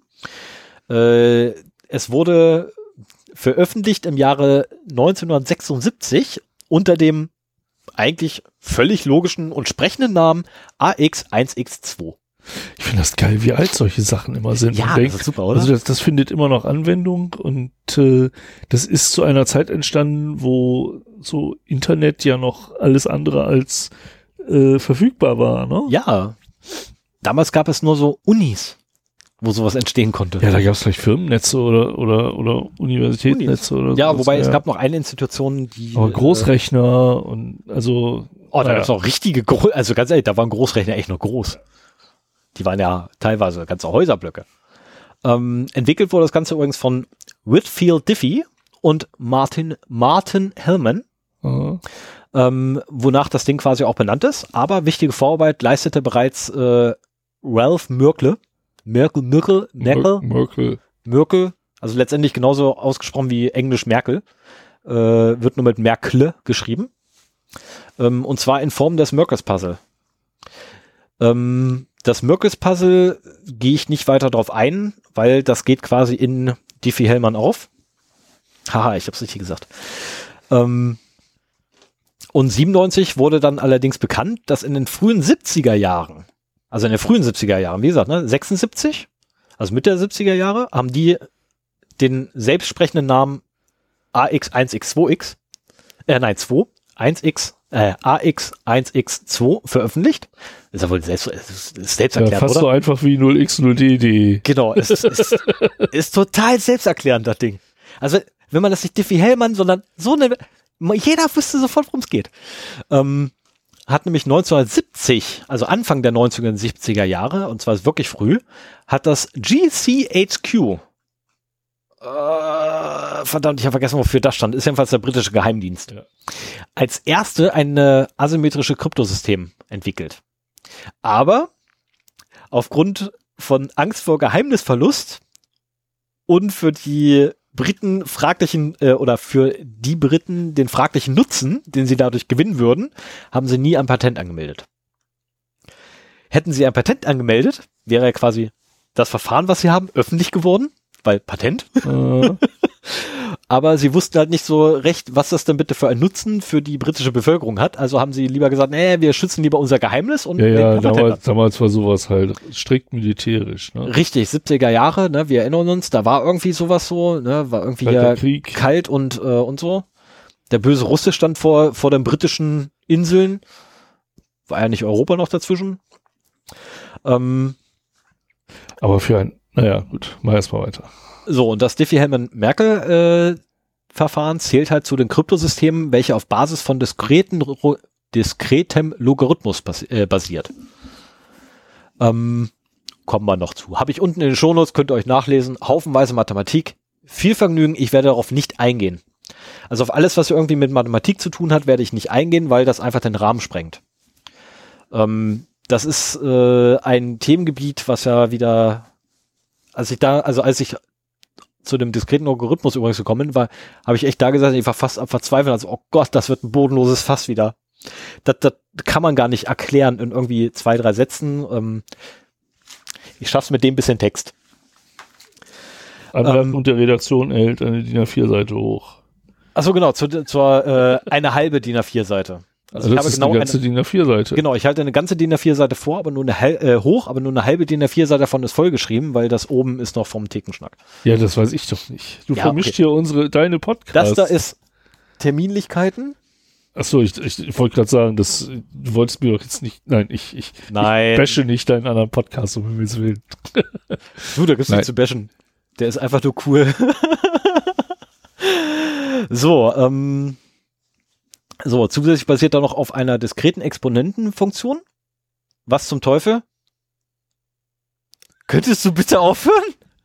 Es wurde veröffentlicht im Jahre 1976 unter dem eigentlich völlig logischen und sprechenden Namen AX1X2. Ich finde das geil, wie alt solche Sachen immer sind. Ja, das ist super, oder? Also das findet immer noch Anwendung und das ist zu einer Zeit entstanden, wo so Internet ja noch alles andere als verfügbar war, ne? Ja. Damals gab es nur so Unis, wo sowas entstehen konnte. Ja, da gab es vielleicht Firmennetze oder Universitätsnetze oder so. Ja, wobei es gab noch eine Institution, die... Aber Großrechner und also... Oh, da gab es auch richtige... Also ganz ehrlich, da waren Großrechner echt noch groß. Die waren ja teilweise ganze Häuserblöcke. Entwickelt wurde das Ganze übrigens von Whitfield Diffie und Martin Hellmann, wonach das Ding quasi auch benannt ist. Aber wichtige Vorarbeit leistete bereits Ralph Mörkle, also letztendlich genauso ausgesprochen wie Englisch Merkel, wird nur mit Merkle geschrieben. Und zwar in Form des Mörkles-Puzzle. Das Mörkles-Puzzle gehe ich nicht weiter drauf ein, weil das geht quasi in Diffie Hellmann auf. Haha, ich habe es richtig gesagt. Und 97 wurde dann allerdings bekannt, dass in den frühen 70er Jahren, wie gesagt, 76, also Mitte der 70er Jahre, haben die den selbstsprechenden Namen AX1X2X, AX1X2 veröffentlicht. Ist ja wohl selbst erklärt, fast oder? so einfach wie 0x0dd. Genau, es ist total selbsterklärend, das Ding. Also, wenn man das nicht Diffie Hellmann, sondern jeder wüsste sofort, worum es geht. Hat nämlich 1970, also Anfang der 1970er Jahre, und zwar wirklich früh, hat das GCHQ, verdammt, ich habe vergessen, wofür das stand, ist jedenfalls der britische Geheimdienst, als erste ein asymmetrische Kryptosystem entwickelt. Aber aufgrund von Angst vor Geheimnisverlust und für die Briten den fraglichen Nutzen, den sie dadurch gewinnen würden, haben sie nie ein Patent angemeldet. Hätten sie ein Patent angemeldet, wäre ja quasi das Verfahren, was sie haben, öffentlich geworden, weil Patent. Aber sie wussten halt nicht so recht, was das denn bitte für einen Nutzen für die britische Bevölkerung hat. Also haben sie lieber gesagt, wir schützen lieber unser Geheimnis. Und damals war sowas halt strikt militärisch. Ne? Richtig, 70er Jahre, ne, wir erinnern uns, da war irgendwie sowas so, ne, war irgendwie Kalter Krieg. Kalt und so. Der böse Russe stand vor den britischen Inseln. War ja nicht Europa noch dazwischen. Aber für naja, gut, mal erstmal weiter. So, und das Diffie-Hellman-Merkel Verfahren zählt halt zu den Kryptosystemen, welche auf Basis von diskretem Logarithmus basiert. Kommen wir noch zu. Habe ich unten in den Shownotes, könnt ihr euch nachlesen, haufenweise Mathematik. Viel Vergnügen, ich werde darauf nicht eingehen. Also auf alles, was irgendwie mit Mathematik zu tun hat, werde ich nicht eingehen, weil das einfach den Rahmen sprengt. Das ist ein Themengebiet, was ja wieder, als ich zu dem diskreten Logarithmus übrigens gekommen war, habe ich echt da gesagt, ich war fast am Verzweifeln, also oh Gott, das wird ein bodenloses Fass wieder. Das kann man gar nicht erklären in irgendwie 2, 3 Sätzen. Ich schaff's mit dem bisschen Text. Anmerkung der Redaktion erhält eine DIN A4-Seite hoch. Achso, genau, zur eine halbe DIN A4-Seite. Also das ist genau eine ganze DIN A4-Seite. Genau, ich halte eine ganze DIN A4-Seite vor, aber nur hoch, aber nur eine halbe DIN A4-Seite davon ist vollgeschrieben, weil das oben ist noch vom Theckenschnack. Ja, das weiß ich doch nicht. Du vermischt hier deine Podcasts. Das da ist Terminlichkeiten. Achso, ich wollte gerade sagen, du wolltest mir doch jetzt nicht, nein, ich bashe nicht deinen anderen Podcast, um Himmels Willen. Du, da gibt's nichts zu bashen. Der ist einfach nur cool. So, zusätzlich basiert er noch auf einer diskreten Exponentenfunktion. Was zum Teufel? Könntest du bitte aufhören?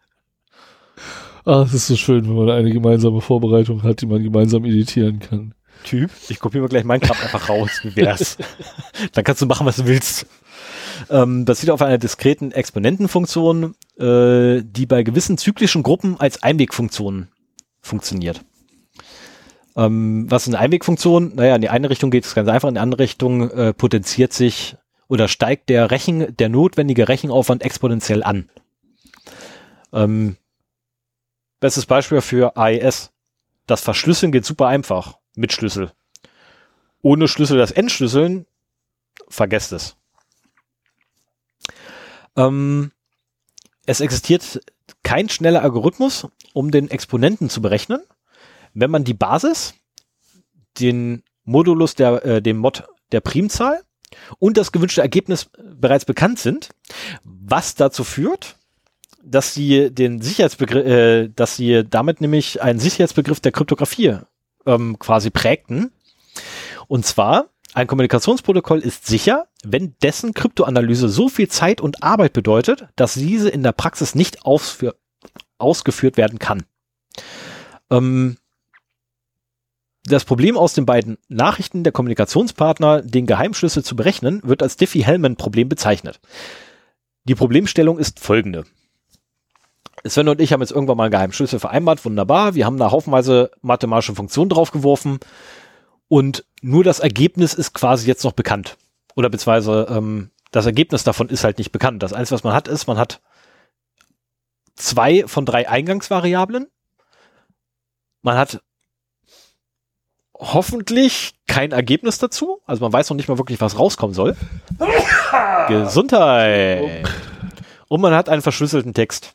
Es ist so schön, wenn man eine gemeinsame Vorbereitung hat, die man gemeinsam editieren kann. Typ, ich kopiere mir gleich Minecraft einfach raus, wie wär's? Dann kannst du machen, was du willst. Basiert auf einer diskreten Exponentenfunktion, die bei gewissen zyklischen Gruppen als Einwegfunktion funktioniert. Was ist eine Einwegfunktion? Naja, in die eine Richtung geht es ganz einfach, in die andere Richtung potenziert sich oder steigt der notwendige Rechenaufwand exponentiell an. Bestes Beispiel für AES. Das Verschlüsseln geht super einfach mit Schlüssel. Ohne Schlüssel das Entschlüsseln, vergesst es. Es existiert kein schneller Algorithmus, um den Exponenten zu berechnen, wenn man die Basis, den Modulus dem Mod der Primzahl und das gewünschte Ergebnis bereits bekannt sind, was dazu führt, dass sie damit nämlich einen Sicherheitsbegriff der Kryptographie quasi prägten. Und zwar, ein Kommunikationsprotokoll ist sicher, wenn dessen Kryptoanalyse so viel Zeit und Arbeit bedeutet, dass diese in der Praxis nicht ausgeführt werden kann. Das Problem aus den beiden Nachrichten der Kommunikationspartner, den Geheimschlüssel zu berechnen, wird als Diffie-Hellman-Problem bezeichnet. Die Problemstellung ist folgende. Sven und ich haben jetzt irgendwann mal einen Geheimschlüssel vereinbart, wunderbar, wir haben da haufenweise mathematische Funktionen draufgeworfen und nur das Ergebnis ist quasi jetzt noch bekannt. Oder beziehungsweise das Ergebnis davon ist halt nicht bekannt. Das Einzige, was man hat, ist, man hat 2 von 3 Eingangsvariablen. Man hat hoffentlich kein Ergebnis dazu. Also man weiß noch nicht mal wirklich, was rauskommen soll. Gesundheit. Und man hat einen verschlüsselten Text.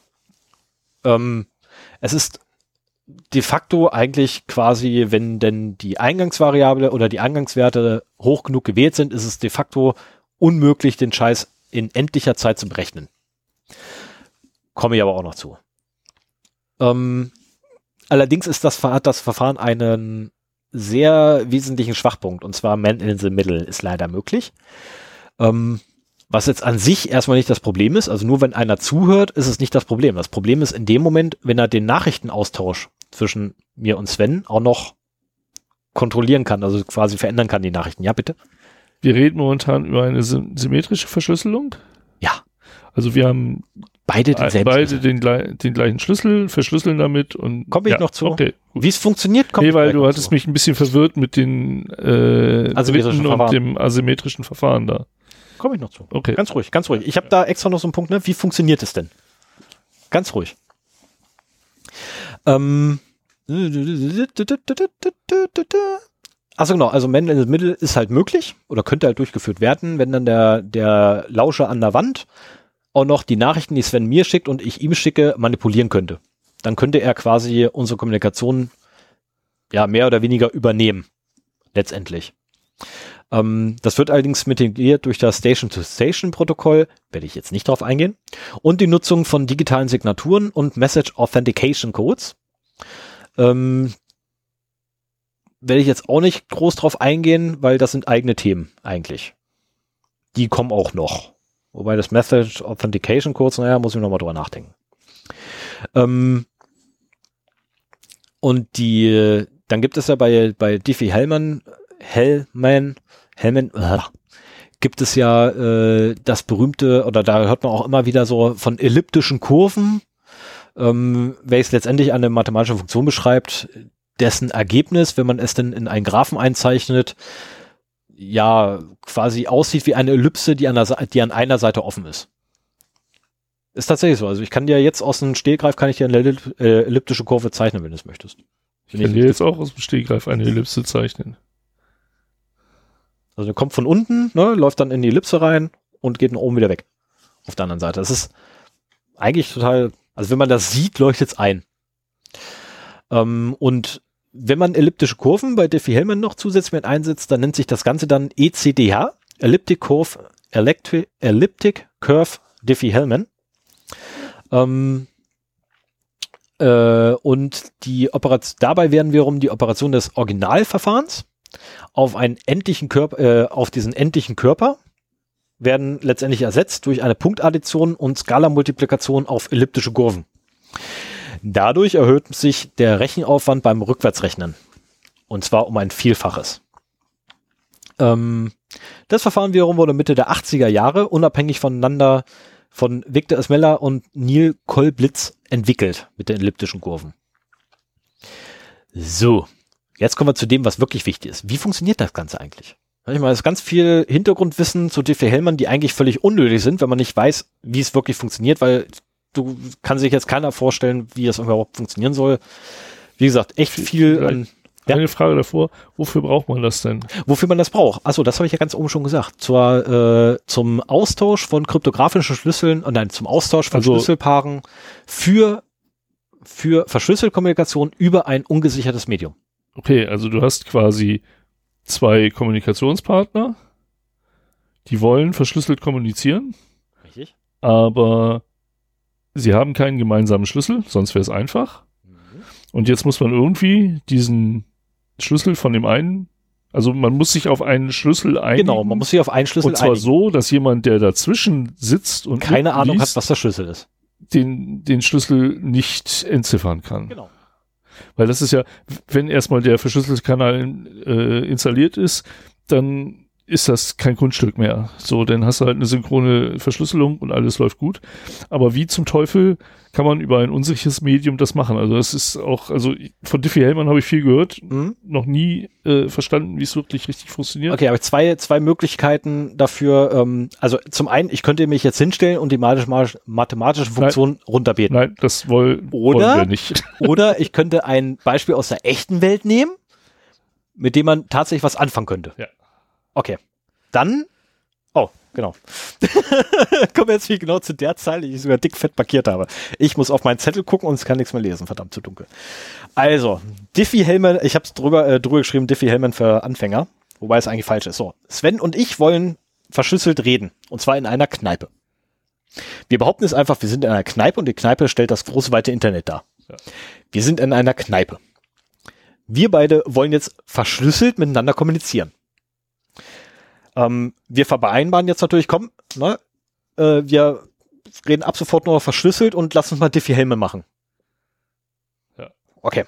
Es ist de facto eigentlich quasi, wenn denn die Eingangsvariable oder die Eingangswerte hoch genug gewählt sind, ist es de facto unmöglich, den Scheiß in endlicher Zeit zu berechnen. Komme ich aber auch noch zu. Allerdings hat das Verfahren einen sehr wesentlichen Schwachpunkt, und zwar Man in the Middle ist leider möglich. Was jetzt an sich erstmal nicht das Problem ist, also nur wenn einer zuhört, ist es nicht das Problem. Das Problem ist in dem Moment, wenn er den Nachrichtenaustausch zwischen mir und Sven auch noch kontrollieren kann, also quasi verändern kann die Nachrichten. Ja, bitte? Wir reden momentan über eine symmetrische Verschlüsselung? Ja. Also wir haben beide den gleichen Schlüssel, verschlüsseln damit und... Komme ich noch zu? Okay. Wie es funktioniert, weil du hattest mich ein bisschen verwirrt mit den dritten und dem asymmetrischen Verfahren da. Komme ich noch zu. Okay. Ganz ruhig, ganz ruhig. Ich habe da extra noch so einen Punkt, ne? Wie funktioniert es denn? Ganz ruhig. Also genau, also Man in the Middle ist halt möglich oder könnte halt durchgeführt werden, wenn dann der Lauscher an der Wand auch noch die Nachrichten, die Sven mir schickt und ich ihm schicke, manipulieren könnte. Dann könnte er quasi unsere Kommunikation ja mehr oder weniger übernehmen, letztendlich. Das wird allerdings mitigiert durch das Station-to-Station-Protokoll, werde ich jetzt nicht drauf eingehen, und die Nutzung von digitalen Signaturen und Message Authentication Codes. Werde ich jetzt auch nicht groß drauf eingehen, weil das sind eigene Themen eigentlich. Die kommen auch noch. Wobei das Message Authentication Codes, naja, muss ich nochmal drüber nachdenken. Und dann gibt es ja bei Diffie-Hellman gibt es ja das berühmte, oder da hört man auch immer wieder so von elliptischen Kurven, welches letztendlich eine mathematische Funktion beschreibt, dessen Ergebnis, wenn man es denn in einen Graphen einzeichnet, ja quasi aussieht wie eine Ellipse, die an einer Seite offen ist. Ist tatsächlich so. Also ich kann dir jetzt aus dem Stehgreif eine elliptische Kurve zeichnen, wenn du es möchtest. Ich kann dir jetzt auch aus dem Stehgreif eine Ellipse zeichnen. Also der kommt von unten, ne, läuft dann in die Ellipse rein und geht nach oben wieder weg. Auf der anderen Seite. Das ist eigentlich total, also wenn man das sieht, leuchtet es ein. Und wenn man elliptische Kurven bei Diffie-Hellman noch zusätzlich mit einsetzt, dann nennt sich das Ganze dann ECDH, Elliptic Curve Diffie-Hellman. Und dabei werden wiederum die Operation des Originalverfahrens auf diesen endlichen Körper werden letztendlich ersetzt durch eine Punktaddition und Skalamultiplikation auf elliptische Kurven. Dadurch erhöht sich der Rechenaufwand beim Rückwärtsrechnen. Und zwar um ein Vielfaches. Das Verfahren wiederum wurde Mitte der 80er Jahre unabhängig voneinander von Victor Esmella und Neil Kolblitz entwickelt mit den elliptischen Kurven. So, jetzt kommen wir zu dem, was wirklich wichtig ist. Wie funktioniert das Ganze eigentlich? Ich meine, es ist ganz viel Hintergrundwissen zu Diffie-Hellman, die eigentlich völlig unnötig sind, wenn man nicht weiß, wie es wirklich funktioniert, weil du kann sich jetzt keiner vorstellen, wie das überhaupt funktionieren soll. Wie gesagt, echt viel an... Eine Frage davor, wofür braucht man das denn? Wofür man das braucht? Achso, das habe ich ja ganz oben schon gesagt. Zum Austausch von kryptografischen Schlüsseln, zum Austausch von Schlüsselpaaren für Verschlüsselkommunikation über ein ungesichertes Medium. Okay, also du hast quasi zwei Kommunikationspartner, die wollen verschlüsselt kommunizieren. Richtig. Aber sie haben keinen gemeinsamen Schlüssel, sonst wäre es einfach. Und jetzt muss man irgendwie diesen Schlüssel von dem einen, also man muss sich auf einen Schlüssel einigen. Genau, man muss sich auf einen Schlüssel einigen. Und zwar so, dass jemand, der dazwischen sitzt und keine Ahnung hat, was der Schlüssel ist, den Schlüssel nicht entziffern kann. Genau. Weil das ist ja, wenn erstmal der verschlüsselte Kanal installiert ist, dann ist das kein Kunststück mehr. So, dann hast du halt eine synchrone Verschlüsselung und alles läuft gut. Aber wie zum Teufel kann man über ein unsicheres Medium das machen? Also das ist auch, also von Diffie-Hellman habe ich viel gehört, noch nie verstanden, wie es wirklich richtig funktioniert. Okay, aber zwei Möglichkeiten dafür. Also zum einen, ich könnte mich jetzt hinstellen und die mathematische Funktion runterbeten. Nein, das wollen wir nicht. Oder ich könnte ein Beispiel aus der echten Welt nehmen, mit dem man tatsächlich was anfangen könnte. Ja. Okay, dann, genau. Kommen wir jetzt wie genau zu der Zeile, die ich sogar dickfett markiert habe. Ich muss auf meinen Zettel gucken und es kann nichts mehr lesen, verdammt zu dunkel. Also, Diffie-Hellman, ich habe es drüber geschrieben, Diffie-Hellman für Anfänger, wobei es eigentlich falsch ist. So, Sven und ich wollen verschlüsselt reden, und zwar in einer Kneipe. Wir behaupten es einfach, wir sind in einer Kneipe und die Kneipe stellt das große, weite Internet dar. Ja. Wir sind in einer Kneipe. Wir beide wollen jetzt verschlüsselt miteinander kommunizieren. Wir vereinbaren jetzt natürlich, wir reden ab sofort nur verschlüsselt und lass uns mal Diffie-Hellman machen. Ja. Okay.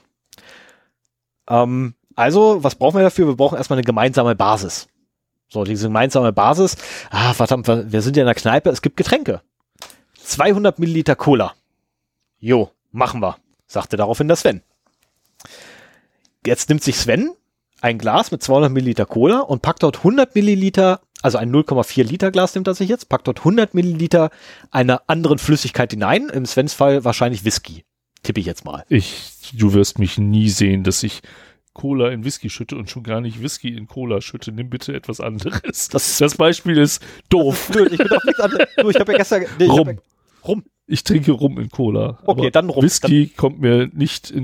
Also, was brauchen wir dafür? Wir brauchen erstmal eine gemeinsame Basis. So, diese gemeinsame Basis, verdammt, wir sind ja in der Kneipe, es gibt Getränke. 200 Milliliter Cola. Jo, machen wir, sagte daraufhin der Sven. Jetzt nimmt sich Sven ein Glas mit 200 Milliliter Cola und packt dort 100 Milliliter, also ein 0,4 Liter Glas nimmt er sich jetzt, packt dort 100 Milliliter einer anderen Flüssigkeit hinein, im Svens Fall wahrscheinlich Whisky, tippe ich jetzt mal. Du wirst mich nie sehen, dass ich Cola in Whisky schütte und schon gar nicht Whisky in Cola schütte. Nimm bitte etwas anderes. Das Beispiel ist doof. Ich bin doch nichts anderes. Ich habe ja gestern... Rum. Ich trinke Rum in Cola. Okay, dann Rum. Whisky kommt mir nicht in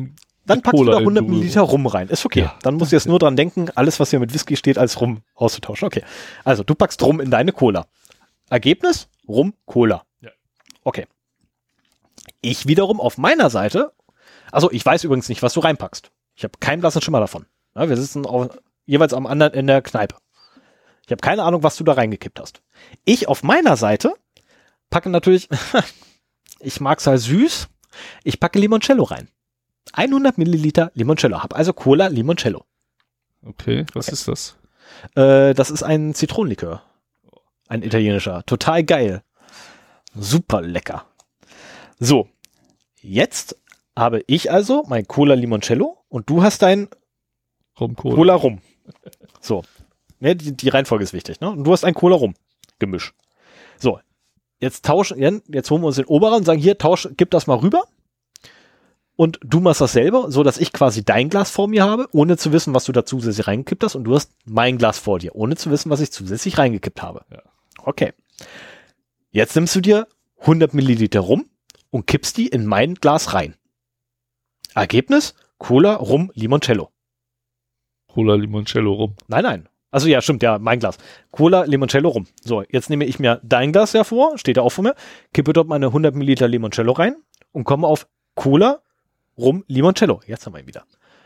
Dann packst du da 100 Milliliter Rum rein. Ist okay. Ja, dann musst du jetzt nur dran denken, alles, was hier mit Whisky steht, als Rum auszutauschen. Okay. Also, du packst Rum in deine Cola. Ergebnis? Rum, Cola. Ja. Okay. Ich wiederum auf meiner Seite, also ich weiß übrigens nicht, was du reinpackst. Ich habe keinen blassen Schimmer davon. Ja, wir sitzen jeweils am anderen in der Kneipe. Ich habe keine Ahnung, was du da reingekippt hast. Ich auf meiner Seite packe natürlich, ich mag's halt süß, ich packe Limoncello rein. 100 Milliliter Limoncello. Hab also Cola Limoncello. Okay, was ist das? Das ist ein Zitronenlikör. Ein italienischer. Total geil. Super lecker. So, jetzt habe ich also mein Cola Limoncello und du hast dein Cola Rum. So, ne, die Reihenfolge ist wichtig. Ne? Und du hast ein Cola Rum Gemisch. So, jetzt holen wir uns den Oberer und sagen, hier, gib das mal rüber. Und du machst das selber, so dass ich quasi dein Glas vor mir habe, ohne zu wissen, was du da zusätzlich reingekippt hast. Und du hast mein Glas vor dir, ohne zu wissen, was ich zusätzlich reingekippt habe. Ja. Okay. Jetzt nimmst du dir 100 Milliliter Rum und kippst die in mein Glas rein. Ergebnis? Cola, Rum, Limoncello. Cola, Limoncello, Rum. Nein. Also ja, stimmt, ja, mein Glas. Cola, Limoncello, Rum. So, jetzt nehme ich mir dein Glas hervor, steht ja auch vor mir, kippe dort meine 100 Milliliter Limoncello rein und komme auf Cola, Rum, Limoncello. Jetzt haben wir ihn wieder.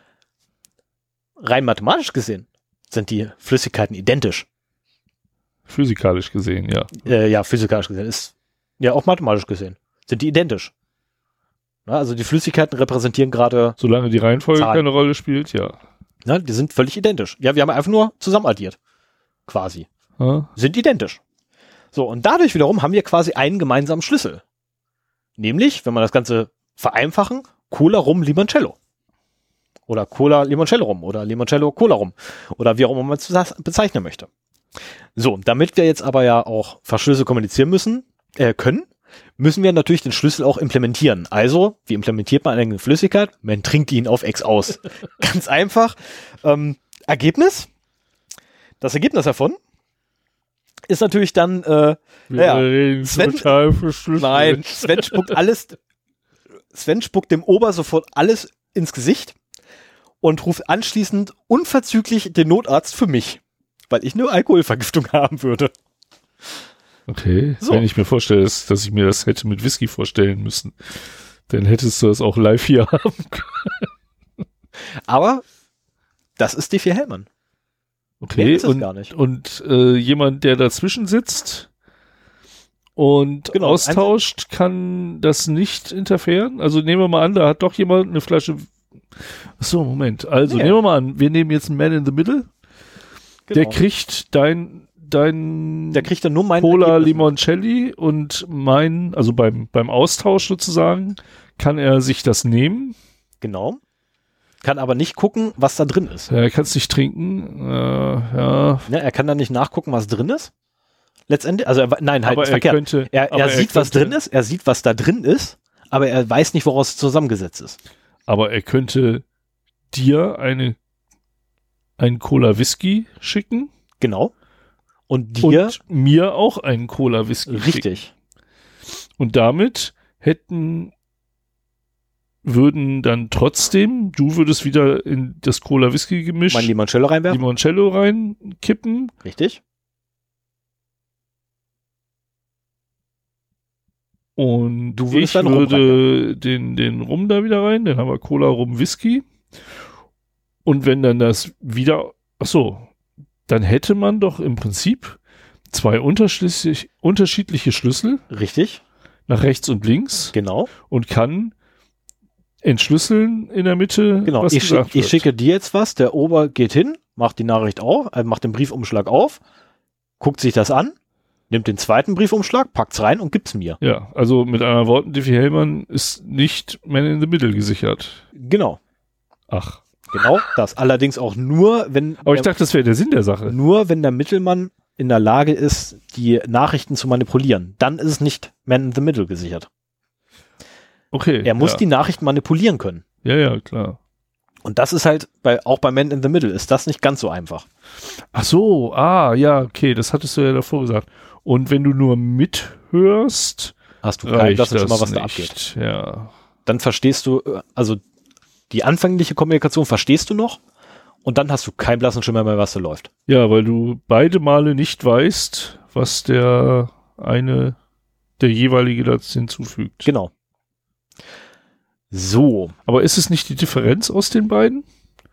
Rein mathematisch gesehen sind die Flüssigkeiten identisch. Physikalisch gesehen, ja. Ja, physikalisch gesehen. Ist ja auch mathematisch gesehen. Sind die identisch. Na, also die Flüssigkeiten repräsentieren gerade. Solange die Reihenfolge Zahlen. keine Rolle spielt, ja. Na, die sind völlig identisch. Ja, wir haben einfach nur zusammenaddiert. Quasi. Sind identisch. So, und dadurch wiederum haben wir quasi einen gemeinsamen Schlüssel. Nämlich, wenn wir das Ganze vereinfachen, Cola, Rum, Limoncello. Oder Cola, Limoncello, Rum. Oder Limoncello, Cola, Rum. Oder wie auch immer man es bezeichnen möchte. So, damit wir jetzt aber ja auch Verschlüsse kommunizieren können, müssen wir natürlich den Schlüssel auch implementieren. Also, wie implementiert man eine Flüssigkeit? Man trinkt ihn auf X aus. Ganz einfach. Ergebnis? Das Ergebnis davon ist natürlich dann, Sven spuckt dem Ober sofort alles ins Gesicht und ruft anschließend unverzüglich den Notarzt für mich, weil ich eine Alkoholvergiftung haben würde. Okay, so. Wenn ich mir vorstelle, dass ich mir das hätte mit Whisky vorstellen müssen, dann hättest du das auch live hier haben können. Aber das ist die 4 Hellmann. Okay, und jemand, der dazwischen sitzt und austauscht, kann das nicht interferieren? Also nehmen wir mal an, da hat doch jemand eine Flasche. Achso, Moment. Also nehmen wir mal an, wir nehmen jetzt einen Man in the Middle. Genau. Der kriegt der kriegt dann nur mein Cola Limoncelli und also beim Austausch sozusagen, kann er sich das nehmen. Genau. Kann aber nicht gucken, was da drin ist. Ja, er kann es nicht trinken. Ja, er kann dann nicht nachgucken, was drin ist. Letztendlich, also aber verkehrt. Er sieht, was drin ist, er sieht, was da drin ist, aber er weiß nicht, woraus es zusammengesetzt ist. Aber er könnte dir einen Cola Whisky schicken. Genau. Und mir auch einen Cola Whisky schicken. Richtig. Und damit würden dann trotzdem, du würdest wieder in das Cola Whisky Gemisch mein Limoncello reinwerfen. Limoncello reinkippen. Richtig. Und ich würde den Rum da wieder rein, dann haben wir Cola, Rum, Whisky. Und wenn dann das wieder, dann hätte man doch im Prinzip 2 unterschiedliche Schlüssel. Richtig. Nach rechts und links. Genau. Und kann entschlüsseln in der Mitte, genau. Was gesagt wird. Ich schicke dir jetzt was, der Ober geht hin, macht die Nachricht auf, macht den Briefumschlag auf, guckt sich das an, nimmt den zweiten Briefumschlag, packt's rein und gibt's mir. Ja, also mit anderen Worten, Diffie Hellmann ist nicht Man in the Middle gesichert. Genau. Ach. Genau, das. Allerdings auch nur, wenn... Aber ich dachte, das wäre der Sinn der Sache. Nur, wenn der Mittelmann in der Lage ist, die Nachrichten zu manipulieren. Dann ist es nicht Man in the Middle gesichert. Okay. Er muss die Nachrichten manipulieren können. Ja, klar. Und das ist halt, auch bei Man in the Middle ist das nicht ganz so einfach. Ach so, ja, okay, das hattest du ja davor gesagt. Und wenn du nur mithörst, hast du keinen, das ist schon mal, was da abgeht. Ja. Dann verstehst du, also Die anfängliche Kommunikation verstehst du noch und dann hast du keinen blassen Schimmer mehr, was da läuft. Ja, weil du beide Male nicht weißt, was der jeweilige dazu hinzufügt. Genau. So. Aber ist es nicht die Differenz aus den beiden?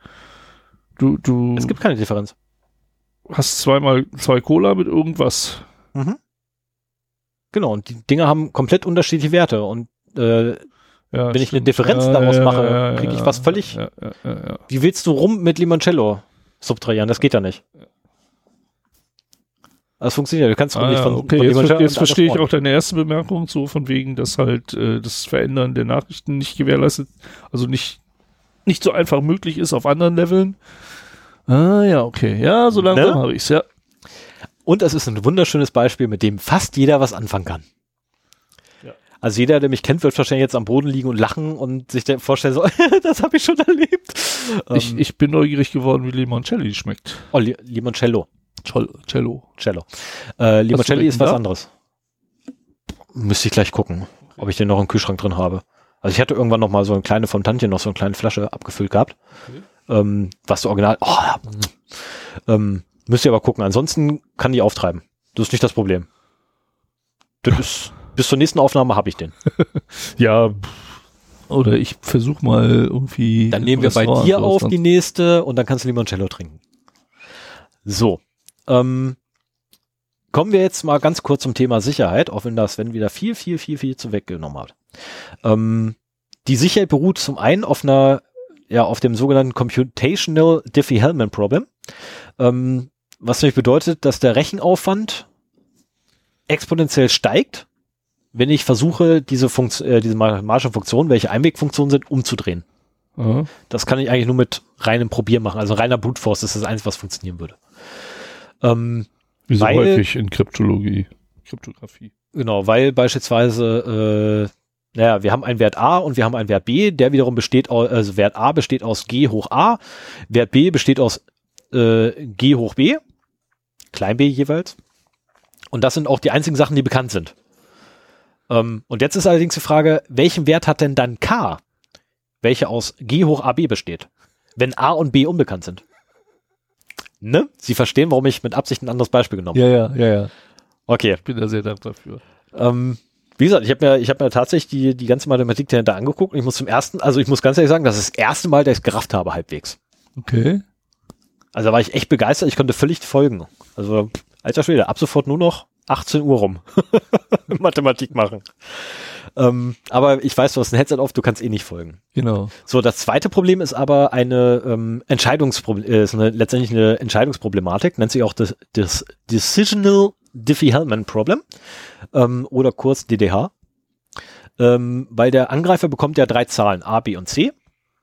Es gibt keine Differenz. Hast zweimal 2 Cola mit irgendwas. Mhm. Genau, und die Dinger haben komplett unterschiedliche Werte und wenn ich eine Differenz daraus mache, kriege ich was völlig... Ja. Wie willst du Rum mit Limoncello subtrahieren? Das geht ja nicht. Das funktioniert. Du kannst nicht von Limoncello. Jetzt verstehe ich auch deine erste Bemerkung, so von wegen, dass halt das Verändern der Nachrichten nicht gewährleistet, also nicht so einfach möglich ist auf anderen Leveln. Ah ja, okay. Ja, so langsam habe ich es, ja. Und es ist ein wunderschönes Beispiel, mit dem fast jeder was anfangen kann. Ja. Also jeder, der mich kennt, wird wahrscheinlich jetzt am Boden liegen und lachen und sich vorstellen, so, das habe ich schon erlebt. Ich bin neugierig geworden, wie Limoncello schmeckt. Oh, Limoncello. Cello. Limoncello ist was anderes. Müsste ich gleich gucken, ob ich den noch im Kühlschrank drin habe. Also ich hatte irgendwann noch mal so eine kleine von Tantchen, noch so eine kleine Flasche abgefüllt gehabt. Okay. Was du original... müsst ihr aber gucken. Ansonsten kann die auftreiben. Das ist nicht das Problem. Das ist, bis zur nächsten Aufnahme habe ich den. Ja, oder ich versuche mal irgendwie... Dann nehmen wir bei dir auf die nächste und dann kannst du Limoncello trinken. So. Kommen wir jetzt mal ganz kurz zum Thema Sicherheit, auch wenn das Sven wieder viel zu weggenommen hat. Die Sicherheit beruht zum einen auf dem sogenannten Computational Diffie-Hellman Problem, was nämlich bedeutet, dass der Rechenaufwand exponentiell steigt, wenn ich versuche, diese mathematischen Funktionen, welche Einwegfunktionen sind, umzudrehen. Mhm. Das kann ich eigentlich nur mit reinem Probier machen, also reiner Brute Force ist das Einzige, was funktionieren würde. Wie so häufig in Kryptographie. Genau, weil beispielsweise wir haben einen Wert A und wir haben einen Wert B, der wiederum also Wert A besteht aus G hoch A, Wert B besteht aus G hoch B, klein b jeweils. Und das sind auch die einzigen Sachen, die bekannt sind. Und jetzt ist allerdings die Frage, welchen Wert hat denn dann K, welcher aus G hoch AB besteht, wenn A und B unbekannt sind? Ne? Sie verstehen, warum ich mit Absicht ein anderes Beispiel genommen habe. Ja. Okay. Ich bin da sehr dankbar dafür. Wie gesagt, ich hab mir tatsächlich die ganze Mathematik dahinter angeguckt und ich muss ganz ehrlich sagen, das ist das erste Mal, dass ich es gerafft habe, halbwegs. Okay. Also da war ich echt begeistert, ich konnte völlig folgen. Also, alter Schwede, ab sofort nur noch 18 Uhr rum. Mathematik machen. Aber ich weiß, du hast ein Headset auf, du kannst nicht folgen. Genau. So, das zweite Problem ist aber letztendlich eine Entscheidungsproblematik, nennt sich auch das Decisional Diffie-Hellman Problem, oder kurz DDH. Weil der Angreifer bekommt ja 3 Zahlen, A, B und C.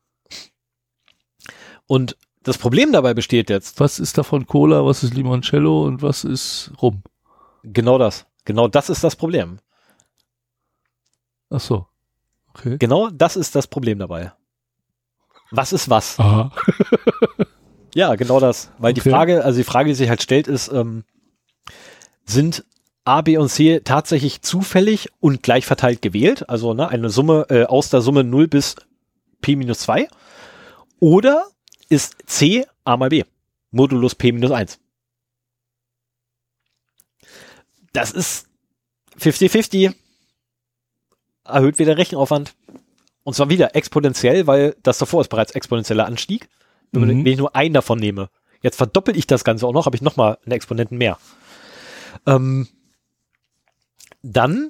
Und das Problem dabei besteht jetzt... Was ist davon Cola, was ist Limoncello und was ist Rum? Genau das. Genau das ist das Problem. Ach so. Okay. Genau das ist das Problem dabei. Was ist was? Aha. Ja, genau das. Weil die Frage, die sich halt stellt, ist, sind A, B und C tatsächlich zufällig und gleich verteilt gewählt? Also eine Summe aus der Summe 0 bis P minus 2? Oder ist C A mal B? Modulus P minus 1. Das ist 50-50. Erhöht wieder Rechenaufwand. Und zwar wieder exponentiell, weil das davor ist bereits exponentieller Anstieg. Wenn ich nur einen davon nehme. Jetzt verdoppel ich das Ganze auch noch, habe ich nochmal einen Exponenten mehr. Dann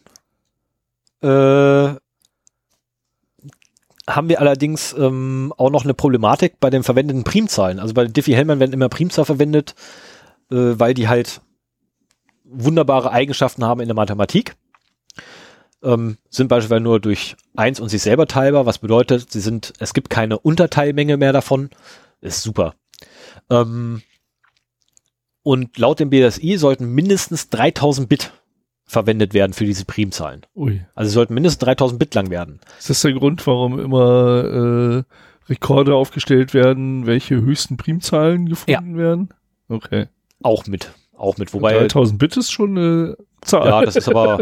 haben wir allerdings auch noch eine Problematik bei den verwendeten Primzahlen. Also bei Diffie-Hellman werden immer Primzahlen verwendet, weil die halt wunderbare Eigenschaften haben in der Mathematik. Sind beispielsweise nur durch 1 und sich selber teilbar, was bedeutet, es gibt keine Unterteilmenge mehr davon. Ist super. Und laut dem BSI sollten mindestens 3000 Bit verwendet werden für diese Primzahlen. Ui. Also sie sollten mindestens 3000 Bit lang werden. Ist das der Grund, warum immer Rekorde aufgestellt werden, welche höchsten Primzahlen gefunden werden? Okay. Auch mit. Wobei 3000 Bit ist schon eine Zahl. Ja, das ist aber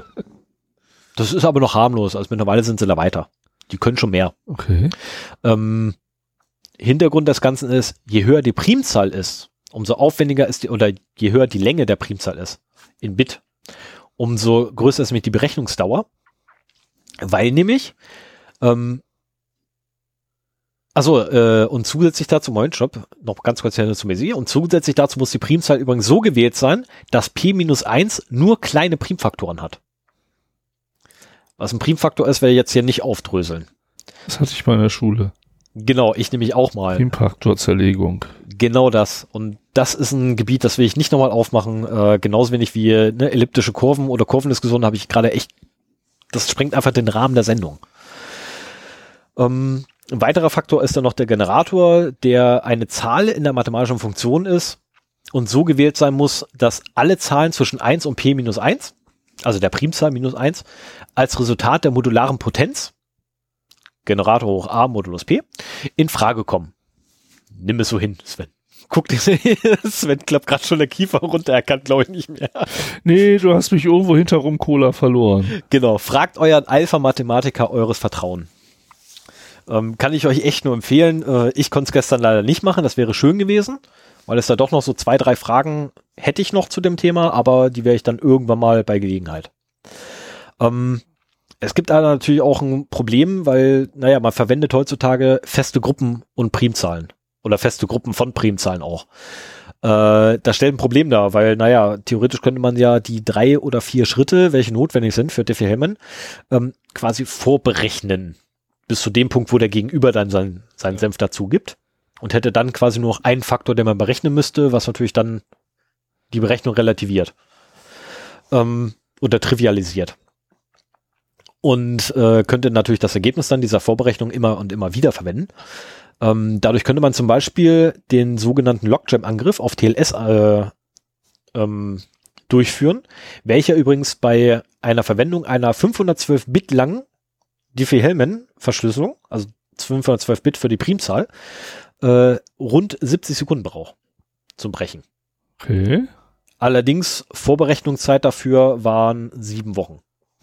noch harmlos. Also mittlerweile sind sie da weiter. Die können schon mehr. Okay. Hintergrund des Ganzen ist, je höher die Primzahl ist, umso aufwendiger ist oder je höher die Länge der Primzahl ist, in Bit, umso größer ist nämlich die Berechnungsdauer, weil nämlich, und zusätzlich dazu, noch ganz kurz zu Messi, und zusätzlich dazu muss die Primzahl übrigens so gewählt sein, dass P-1 nur kleine Primfaktoren hat. Was ein Primfaktor ist, werde ich jetzt hier nicht aufdröseln. Das hatte ich mal in der Schule. Genau, ich nämlich auch mal. Primfaktorzerlegung. Genau das. Und das ist ein Gebiet, das will ich nicht nochmal aufmachen. Genauso wenig wie elliptische Kurven oder Kurvendiskussionen habe ich gerade echt, das sprengt einfach den Rahmen der Sendung. Ein weiterer Faktor ist dann noch der Generator, der eine Zahl in der mathematischen Funktion ist und so gewählt sein muss, dass alle Zahlen zwischen 1 und P-1, also der Primzahl -1, als Resultat der modularen Potenz, Generator hoch A Modulus P, in Frage kommen. Nimm es so hin, Sven. Guck dir, Sven klappt gerade schon der Kiefer runter, er kann glaube ich nicht mehr. Nee, du hast mich irgendwo hinterrum Cola verloren. Genau, fragt euren Alpha-Mathematiker eures Vertrauens. Kann ich euch echt nur empfehlen. Ich konnte es gestern leider nicht machen, das wäre schön gewesen, weil es da doch noch so 2, 3 Fragen hätte ich noch zu dem Thema, aber die werde ich dann irgendwann mal bei Gelegenheit. Es gibt da natürlich auch ein Problem, weil, man verwendet heutzutage feste Gruppen und Primzahlen oder feste Gruppen von Primzahlen auch. Das stellt ein Problem dar, weil, theoretisch könnte man ja die 3 oder 4 Schritte, welche notwendig sind für Diffie-Hellman, quasi vorberechnen. Bis zu dem Punkt, wo der Gegenüber dann seinen Senf dazu gibt und hätte dann quasi nur noch einen Faktor, den man berechnen müsste, was natürlich dann die Berechnung relativiert oder trivialisiert. Und könnte natürlich das Ergebnis dann dieser Vorberechnung immer und immer wieder verwenden. Dadurch könnte man zum Beispiel den sogenannten Logjam-Angriff auf TLS durchführen, welcher übrigens bei einer Verwendung einer 512-Bit langen Diffie-Hellman-Verschlüsselung, also 512 Bit für die Primzahl, rund 70 Sekunden braucht zum Brechen. Okay. Allerdings Vorberechnungszeit dafür waren 7 Wochen.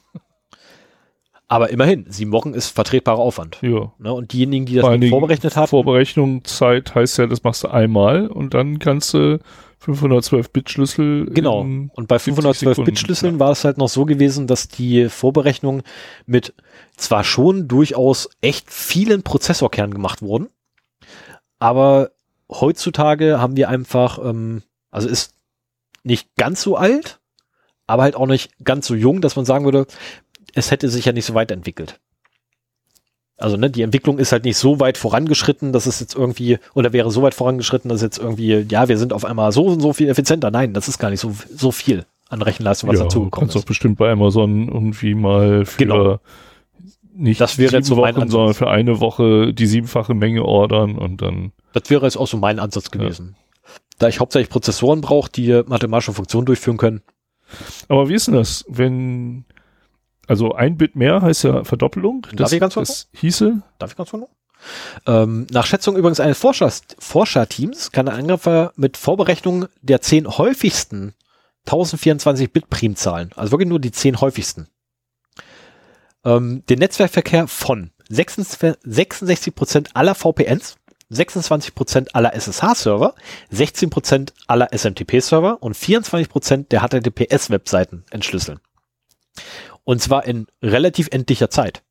Aber immerhin, 7 Wochen ist vertretbarer Aufwand. Ja. Ne? Und diejenigen, die das vorberechnet haben. Vorberechnungszeit heißt ja, das machst du einmal und dann kannst du 512-Bit-Schlüssel. Genau. Und bei 512-Bit-Schlüsseln war es halt noch so gewesen, dass die Vorberechnungen mit zwar schon durchaus echt vielen Prozessorkernen gemacht wurden, aber heutzutage haben wir einfach, also ist nicht ganz so alt, aber halt auch nicht ganz so jung, dass man sagen würde, es hätte sich ja nicht so weit entwickelt. Also die Entwicklung ist halt nicht so weit vorangeschritten, dass es jetzt irgendwie, oder wäre so weit vorangeschritten, dass jetzt irgendwie, wir sind auf einmal so und so viel effizienter. Nein, das ist gar nicht so viel an Rechenleistung, was dazugekommen ist. Du kannst doch bestimmt bei Amazon irgendwie mal für nicht das wäre 7 jetzt so mein Wochen, Ansatz, sondern für eine Woche die 7-fache Menge ordern und dann. Das wäre jetzt auch so mein Ansatz gewesen. Da ich hauptsächlich Prozessoren brauche, die mathematische Funktionen durchführen können. Aber wie ist denn das, wenn also 1 Bit mehr heißt ja Verdoppelung. Darf ich ganz kurz noch? Nach Schätzung übrigens eines Forscherteams kann ein Angreifer mit Vorberechnung der 10 häufigsten 1024-Bit-Primzahlen, also wirklich nur die 10 häufigsten, den Netzwerkverkehr von 66% aller VPNs, 26% aller SSH-Server, 16% aller SMTP-Server und 24% der HTTPS-Webseiten entschlüsseln. Und zwar in relativ endlicher Zeit.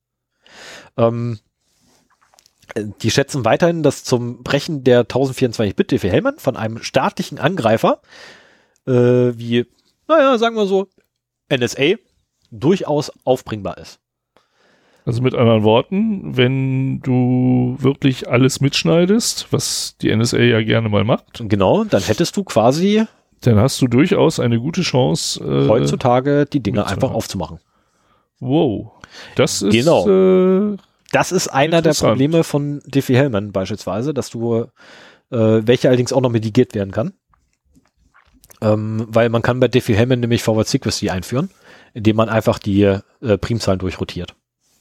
Die schätzen weiterhin, dass zum Brechen der 1024-Bit Diffie-Hellman von einem staatlichen Angreifer wie, sagen wir so, NSA durchaus aufbringbar ist. Also mit anderen Worten, wenn du wirklich alles mitschneidest, was die NSA ja gerne mal macht. Genau, dann hättest du quasi... Dann hast du durchaus eine gute Chance, heutzutage die Dinge einfach aufzumachen. Wow. Das ist das ist einer der Probleme von Diffie-Hellman beispielsweise, dass du welche allerdings auch noch mitigiert werden kann. Weil man kann bei Diffie-Hellman nämlich Forward Secrecy einführen, indem man einfach die Primzahlen durchrotiert.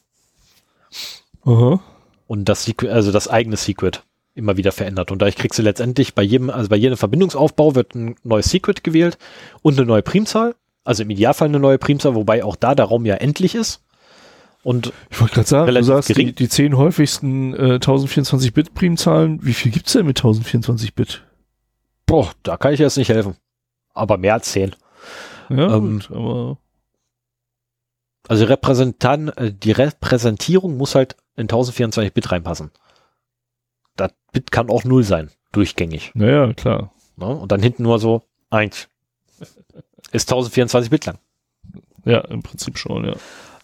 Aha. Und das eigene Secret immer wieder verändert. Und dadurch kriegst du letztendlich bei jedem Verbindungsaufbau wird ein neues Secret gewählt und eine neue Primzahl. Also im Idealfall eine neue Primzahl, wobei auch da der Raum ja endlich ist. Und ich wollte gerade sagen, du sagst, gering. die 10 häufigsten 1024-Bit-Primzahlen, wie viel gibt's denn mit 1024-Bit? Boah, da kann ich jetzt nicht helfen. Aber mehr als 10. Ja, gut, aber... Also die Repräsentierung muss halt in 1024-Bit reinpassen. Das Bit kann auch 0 sein, durchgängig. Naja, klar. Ja, und dann hinten nur so 1. Ist 1024-Bit lang. Ja, im Prinzip schon, ja.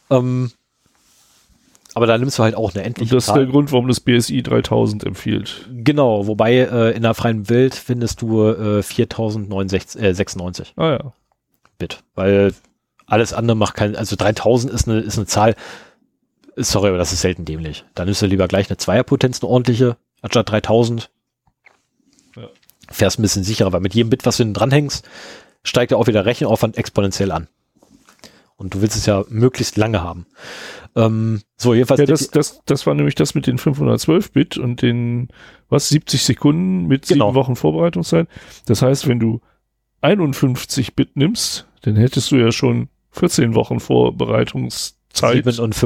Aber da nimmst du halt auch eine endliche Und das Zahl. ist der Grund, warum das BSI 3000 empfiehlt. Genau, wobei in der freien Welt findest du 4096 Ah ja. Bit, weil alles andere macht keinen, also 3000 ist eine Zahl, sorry, aber das ist selten dämlich. Da nimmst du lieber gleich eine Zweierpotenz, eine ordentliche, anstatt 3000. Ja. Fährst ein bisschen sicherer, weil mit jedem Bit, was du dranhängst, steigt ja auch wieder Rechenaufwand exponentiell an. Und du willst es ja möglichst lange haben. So, jedenfalls. Ja, das war nämlich das mit den 512-Bit und den, 70 Sekunden mit 7 Wochen Vorbereitungszeit. Das heißt, wenn du 51-Bit nimmst, dann hättest du ja schon 14 Wochen Vorbereitungszeit.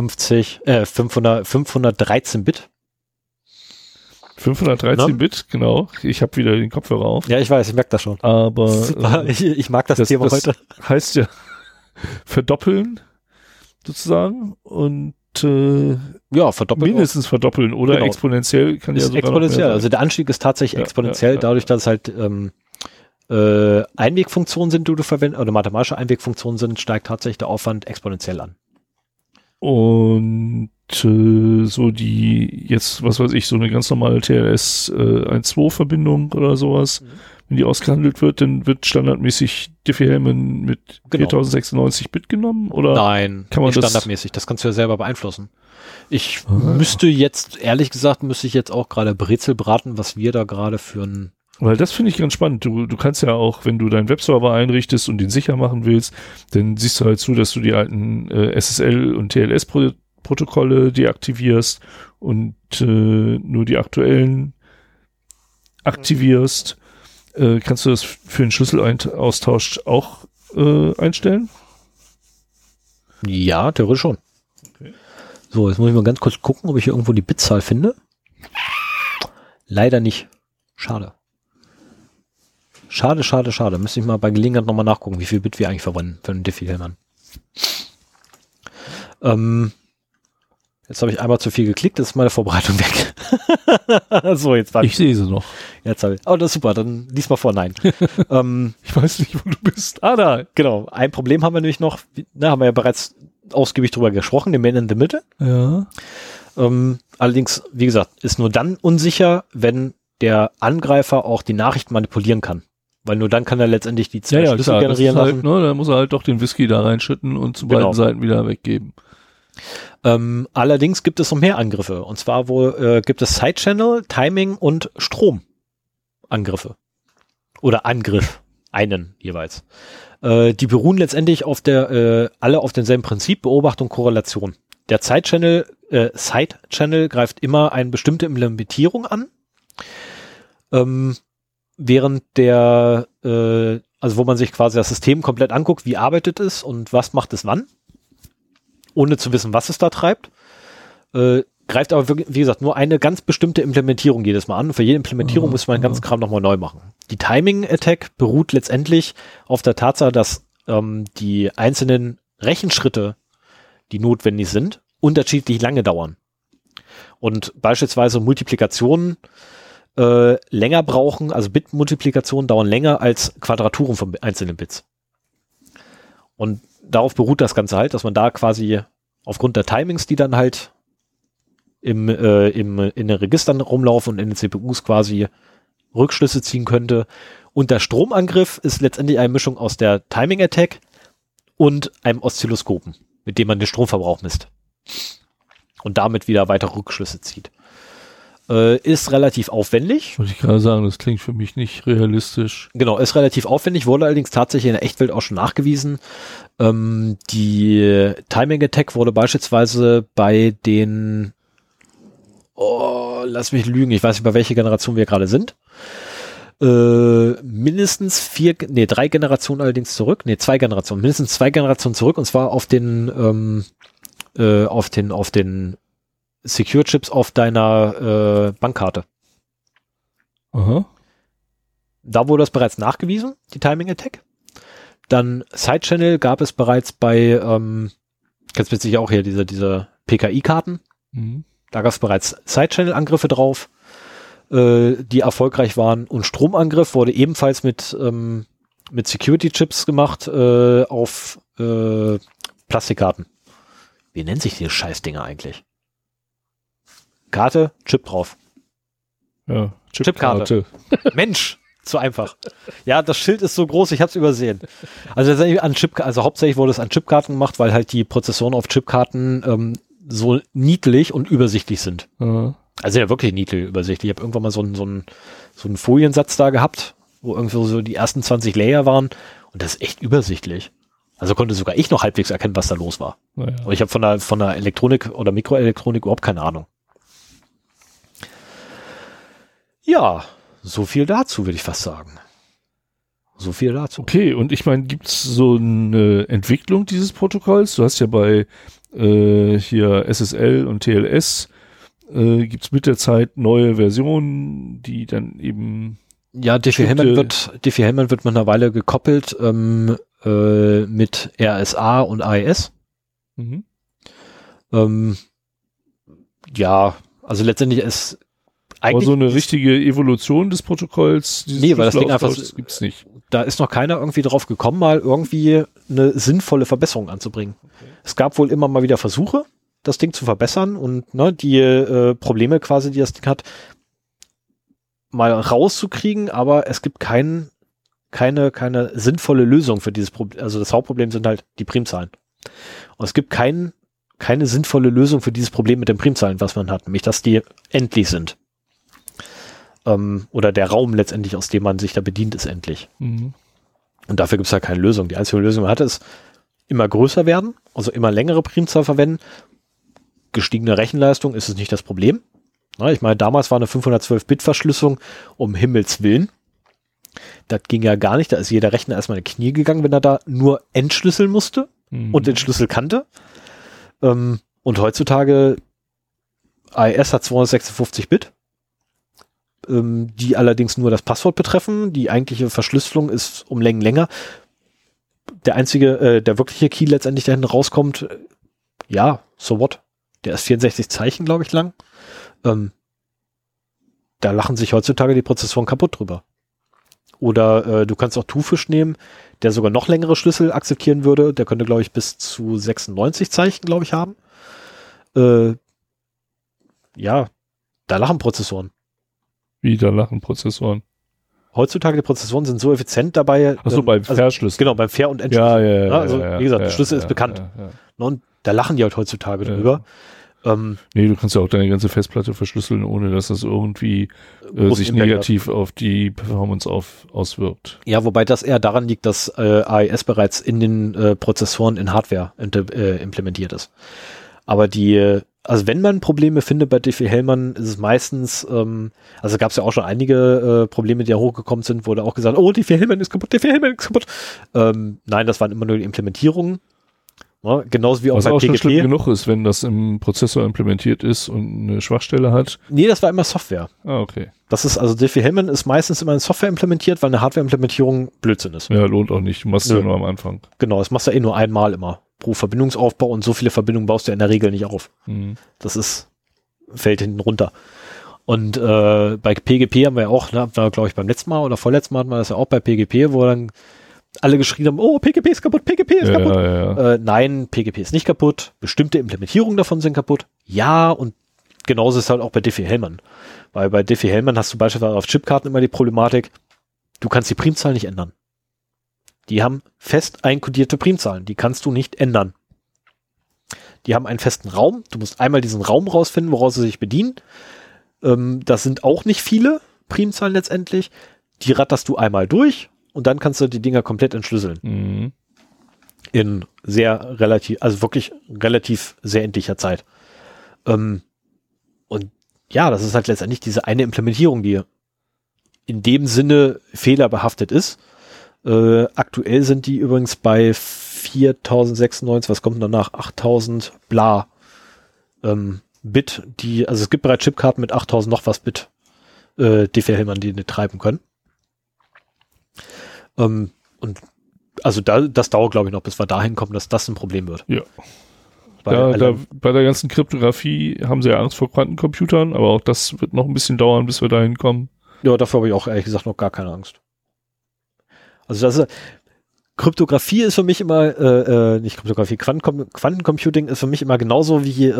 513 Bit. 513 Bit, genau. Ich habe wieder den Kopfhörer auf. Ja, ich weiß, ich merke das schon. Aber ich mag das Thema heute. Heißt ja verdoppeln sozusagen und verdoppeln. Mindestens verdoppeln oder genau. Exponentiell kann ist ja sogar exponentiell. noch mehr sein. Also der Anstieg ist tatsächlich exponentiell, dadurch, dass es halt Einwegfunktionen sind, die du verwendest, oder mathematische Einwegfunktionen sind, steigt tatsächlich der Aufwand exponentiell an. Und so die jetzt, was weiß ich, so eine ganz normale TLS 1.2 Verbindung oder sowas, wenn die ausgehandelt wird, dann wird standardmäßig Diffie-Hellman mit 4096 Bit genommen? Oder nein, kann man nicht standardmäßig. Das kannst du ja selber beeinflussen. Ich müsste jetzt auch gerade Brezel braten, was wir da gerade für ein... Weil das finde ich ganz spannend. Du kannst ja auch, wenn du deinen Webserver einrichtest und den sicher machen willst, dann siehst du halt zu, dass du die alten SSL und TLS-Protokolle deaktivierst und nur die aktuellen aktivierst. Kannst du das für den Schlüsselaustausch auch einstellen? Ja, theoretisch schon. Okay. So, jetzt muss ich mal ganz kurz gucken, ob ich hier irgendwo die Bitzahl finde. Leider nicht. Schade. Schade. Müsste ich mal bei Gelegenheit nochmal nachgucken, wie viel Bit wir eigentlich verwenden für einen Diffie-Hellman. Jetzt habe ich einmal zu viel geklickt, jetzt ist meine Vorbereitung weg. So, jetzt war ich sehe sie noch. Jetzt habe ich. Oh, das ist super, dann lies mal vor, nein. Ich weiß nicht, wo du bist. Ah, da. Genau, ein Problem haben wir nämlich noch, haben wir ja bereits ausgiebig drüber gesprochen, den Man in the Middle. Ja. Allerdings, wie gesagt, ist nur dann unsicher, wenn der Angreifer auch die Nachricht manipulieren kann. Weil nur dann kann er letztendlich die zwei Schlüssel generieren lassen. Halt, ne, da muss er halt doch den Whisky da reinschütten und zu beiden Seiten wieder weggeben. Allerdings gibt es noch mehr Angriffe. Und zwar gibt es Side-Channel, Timing und Stromangriffe. Oder Angriff. Einen jeweils. Die beruhen letztendlich auf alle auf demselben Prinzip, Beobachtung, Korrelation. Der Side-Channel greift immer eine bestimmte Implementierung an. Während also wo man sich quasi das System komplett anguckt, wie arbeitet es und was macht es wann, ohne zu wissen, was es da treibt, greift aber, wie gesagt, nur eine ganz bestimmte Implementierung jedes Mal an. Und für jede Implementierung muss man den ganzen Kram nochmal neu machen. Die Timing-Attack beruht letztendlich auf der Tatsache, dass die einzelnen Rechenschritte, die notwendig sind, unterschiedlich lange dauern. Und beispielsweise Multiplikationen länger brauchen, also Bit-Multiplikationen dauern länger als Quadraturen von einzelnen Bits. Und darauf beruht das Ganze halt, dass man da quasi aufgrund der Timings, die dann halt in den Registern rumlaufen und in den CPUs quasi Rückschlüsse ziehen könnte. Und der Stromangriff ist letztendlich eine Mischung aus der Timing-Attack und einem Oszilloskopen, mit dem man den Stromverbrauch misst. Und damit wieder weiter Rückschlüsse zieht. Ist relativ aufwendig. Wollte ich gerade sagen, das klingt für mich nicht realistisch. Genau, ist relativ aufwendig, wurde allerdings tatsächlich in der Echtwelt auch schon nachgewiesen. Die Timing Attack wurde beispielsweise bei den lass mich lügen, ich weiß nicht, bei welcher Generation wir gerade sind. Mindestens 3 Generationen allerdings zurück. 2 Generationen, mindestens 2 Generationen zurück, und zwar auf den auf den Secure Chips auf deiner Bankkarte. Aha. Da wurde das bereits nachgewiesen, die Timing Attack. Dann Side Channel gab es bereits bei, ganz witzig auch hier, diese PKI-Karten. Mhm. Da gab es bereits Side Channel Angriffe drauf, die erfolgreich waren. Und Stromangriff wurde ebenfalls mit Security Chips gemacht auf Plastikkarten. Wie nennt sich diese Scheißdinger eigentlich? Karte, Chip drauf. Ja, Chipkarte. Mensch, zu einfach. Ja, das Schild ist so groß, ich hab's übersehen. Also hauptsächlich wurde es an Chipkarten gemacht, weil halt die Prozessoren auf Chipkarten so niedlich und übersichtlich sind. Mhm. Also ja, wirklich niedlich übersichtlich. Ich habe irgendwann mal so einen Foliensatz da gehabt, wo irgendwo so die ersten 20 Layer waren und das ist echt übersichtlich. Also konnte sogar ich noch halbwegs erkennen, was da los war. Naja. Und ich habe von der Elektronik oder Mikroelektronik überhaupt keine Ahnung. Ja, so viel dazu, würde ich fast sagen. So viel dazu. Okay, und ich meine, gibt es so eine Entwicklung dieses Protokolls? Du hast ja bei hier SSL und TLS gibt es mit der Zeit neue Versionen, die dann eben ja, Diffie-Hellman wird mittlerweile gekoppelt mit RSA und AES. Mhm. Ja, also letztendlich ist eigentlich... Aber so eine richtige Evolution des Protokolls, nee, weil das Ding einfach... Das gibt's nicht. Da ist noch keiner irgendwie drauf gekommen, mal irgendwie eine sinnvolle Verbesserung anzubringen. Okay. Es gab wohl immer mal wieder Versuche, das Ding zu verbessern und die Probleme quasi, die das Ding hat, mal rauszukriegen, aber es gibt keine sinnvolle Lösung für dieses Problem. Also das Hauptproblem sind halt die Primzahlen. Und es gibt keine sinnvolle Lösung für dieses Problem mit den Primzahlen, was man hat, nämlich dass die endlich sind. Oder der Raum letztendlich, aus dem man sich da bedient, ist endlich. Mhm. Und dafür gibt es ja keine Lösung. Die einzige Lösung, die man hatte, ist immer größer werden, also immer längere Primzahl verwenden. Gestiegene Rechenleistung ist es nicht das Problem. Na, ich meine, damals war eine 512-Bit-Verschlüsselung um Himmels Willen. Das ging ja gar nicht. Da ist jeder Rechner erstmal in die Knie gegangen, wenn er da nur entschlüsseln musste und den Schlüssel kannte. Und heutzutage AES hat 256 Bit, die allerdings nur das Passwort betreffen. Die eigentliche Verschlüsselung ist um Längen länger. Der wirkliche Key letztendlich da hinten rauskommt, ja, so what? Der ist 64 Zeichen, glaube ich, lang. Da lachen sich heutzutage die Prozessoren kaputt drüber. Oder du kannst auch Twofish nehmen, der sogar noch längere Schlüssel akzeptieren würde. Der könnte, glaube ich, bis zu 96 Zeichen, glaube ich, haben. Ja, da lachen Prozessoren. Wie, da lachen Prozessoren? Heutzutage die Prozessoren sind so effizient dabei. Achso, beim Verschlüssel. Genau, beim Ver- und Entschlüsseln. Ja, also, wie gesagt, der Schlüssel ist bekannt. Ja. Und da lachen die halt heutzutage drüber. Nee, du kannst ja auch deine ganze Festplatte verschlüsseln, ohne dass das irgendwie sich negativ auf die Performance auswirkt. Ja, wobei das eher daran liegt, dass AES bereits in den Prozessoren in Hardware implementiert ist. Aber also wenn man Probleme findet bei Diffie-Hellman, ist es meistens, also gab es ja auch schon einige Probleme, die ja hochgekommen sind, wurde auch gesagt, oh, Diffie-Hellman ist kaputt, Diffie-Hellman ist kaputt. Nein, das waren immer nur die Implementierungen. Ja, genauso wie auch was bei auch PGP. schon schlimm genug ist, wenn das im Prozessor implementiert ist und eine Schwachstelle hat. Nee, das war immer Software. Ah, okay. Das ist, also Diffie-Hellman ist meistens immer in Software implementiert, weil eine Hardware-Implementierung Blödsinn ist. Ja, lohnt auch nicht. Du machst ja nur am Anfang. Genau, das machst du nur einmal immer pro Verbindungsaufbau und so viele Verbindungen baust du in der Regel nicht auf. Mhm. Das fällt hinten runter. Und bei PGP haben wir ja auch, glaube ich beim letzten Mal oder vorletzten Mal hatten wir das ja auch bei PGP, wo dann alle geschrien haben, oh, PGP ist kaputt, PGP ist kaputt. Ja. Nein, PGP ist nicht kaputt. Bestimmte Implementierungen davon sind kaputt. Ja, und genauso ist es halt auch bei Diffie-Hellman. Weil bei Diffie-Hellman hast du beispielsweise auf Chipkarten immer die Problematik, du kannst die Primzahl nicht ändern. Die haben fest einkodierte Primzahlen. Die kannst du nicht ändern. Die haben einen festen Raum. Du musst einmal diesen Raum rausfinden, woraus sie sich bedienen. Das sind auch nicht viele Primzahlen letztendlich. Die ratterst du einmal durch. Und dann kannst du die Dinger komplett entschlüsseln. Mhm. In wirklich relativ sehr endlicher Zeit. Und ja, das ist halt letztendlich diese eine Implementierung, die in dem Sinne fehlerbehaftet ist. Aktuell sind die übrigens bei 4096, was kommt danach? 8000 bla Bit, also es gibt bereits Chipkarten mit 8000 noch was Bit DVL-Hämmern, die nicht treiben können. Und also das dauert, glaube ich, noch, bis wir dahin kommen, dass das ein Problem wird. Ja. Bei der ganzen Kryptographie haben sie ja Angst vor Quantencomputern, aber auch das wird noch ein bisschen dauern, bis wir dahin kommen. Ja, dafür habe ich auch ehrlich gesagt noch gar keine Angst. Also Kryptographie ist für mich immer, nicht Kryptographie, Quantencomputing ist für mich immer genauso wie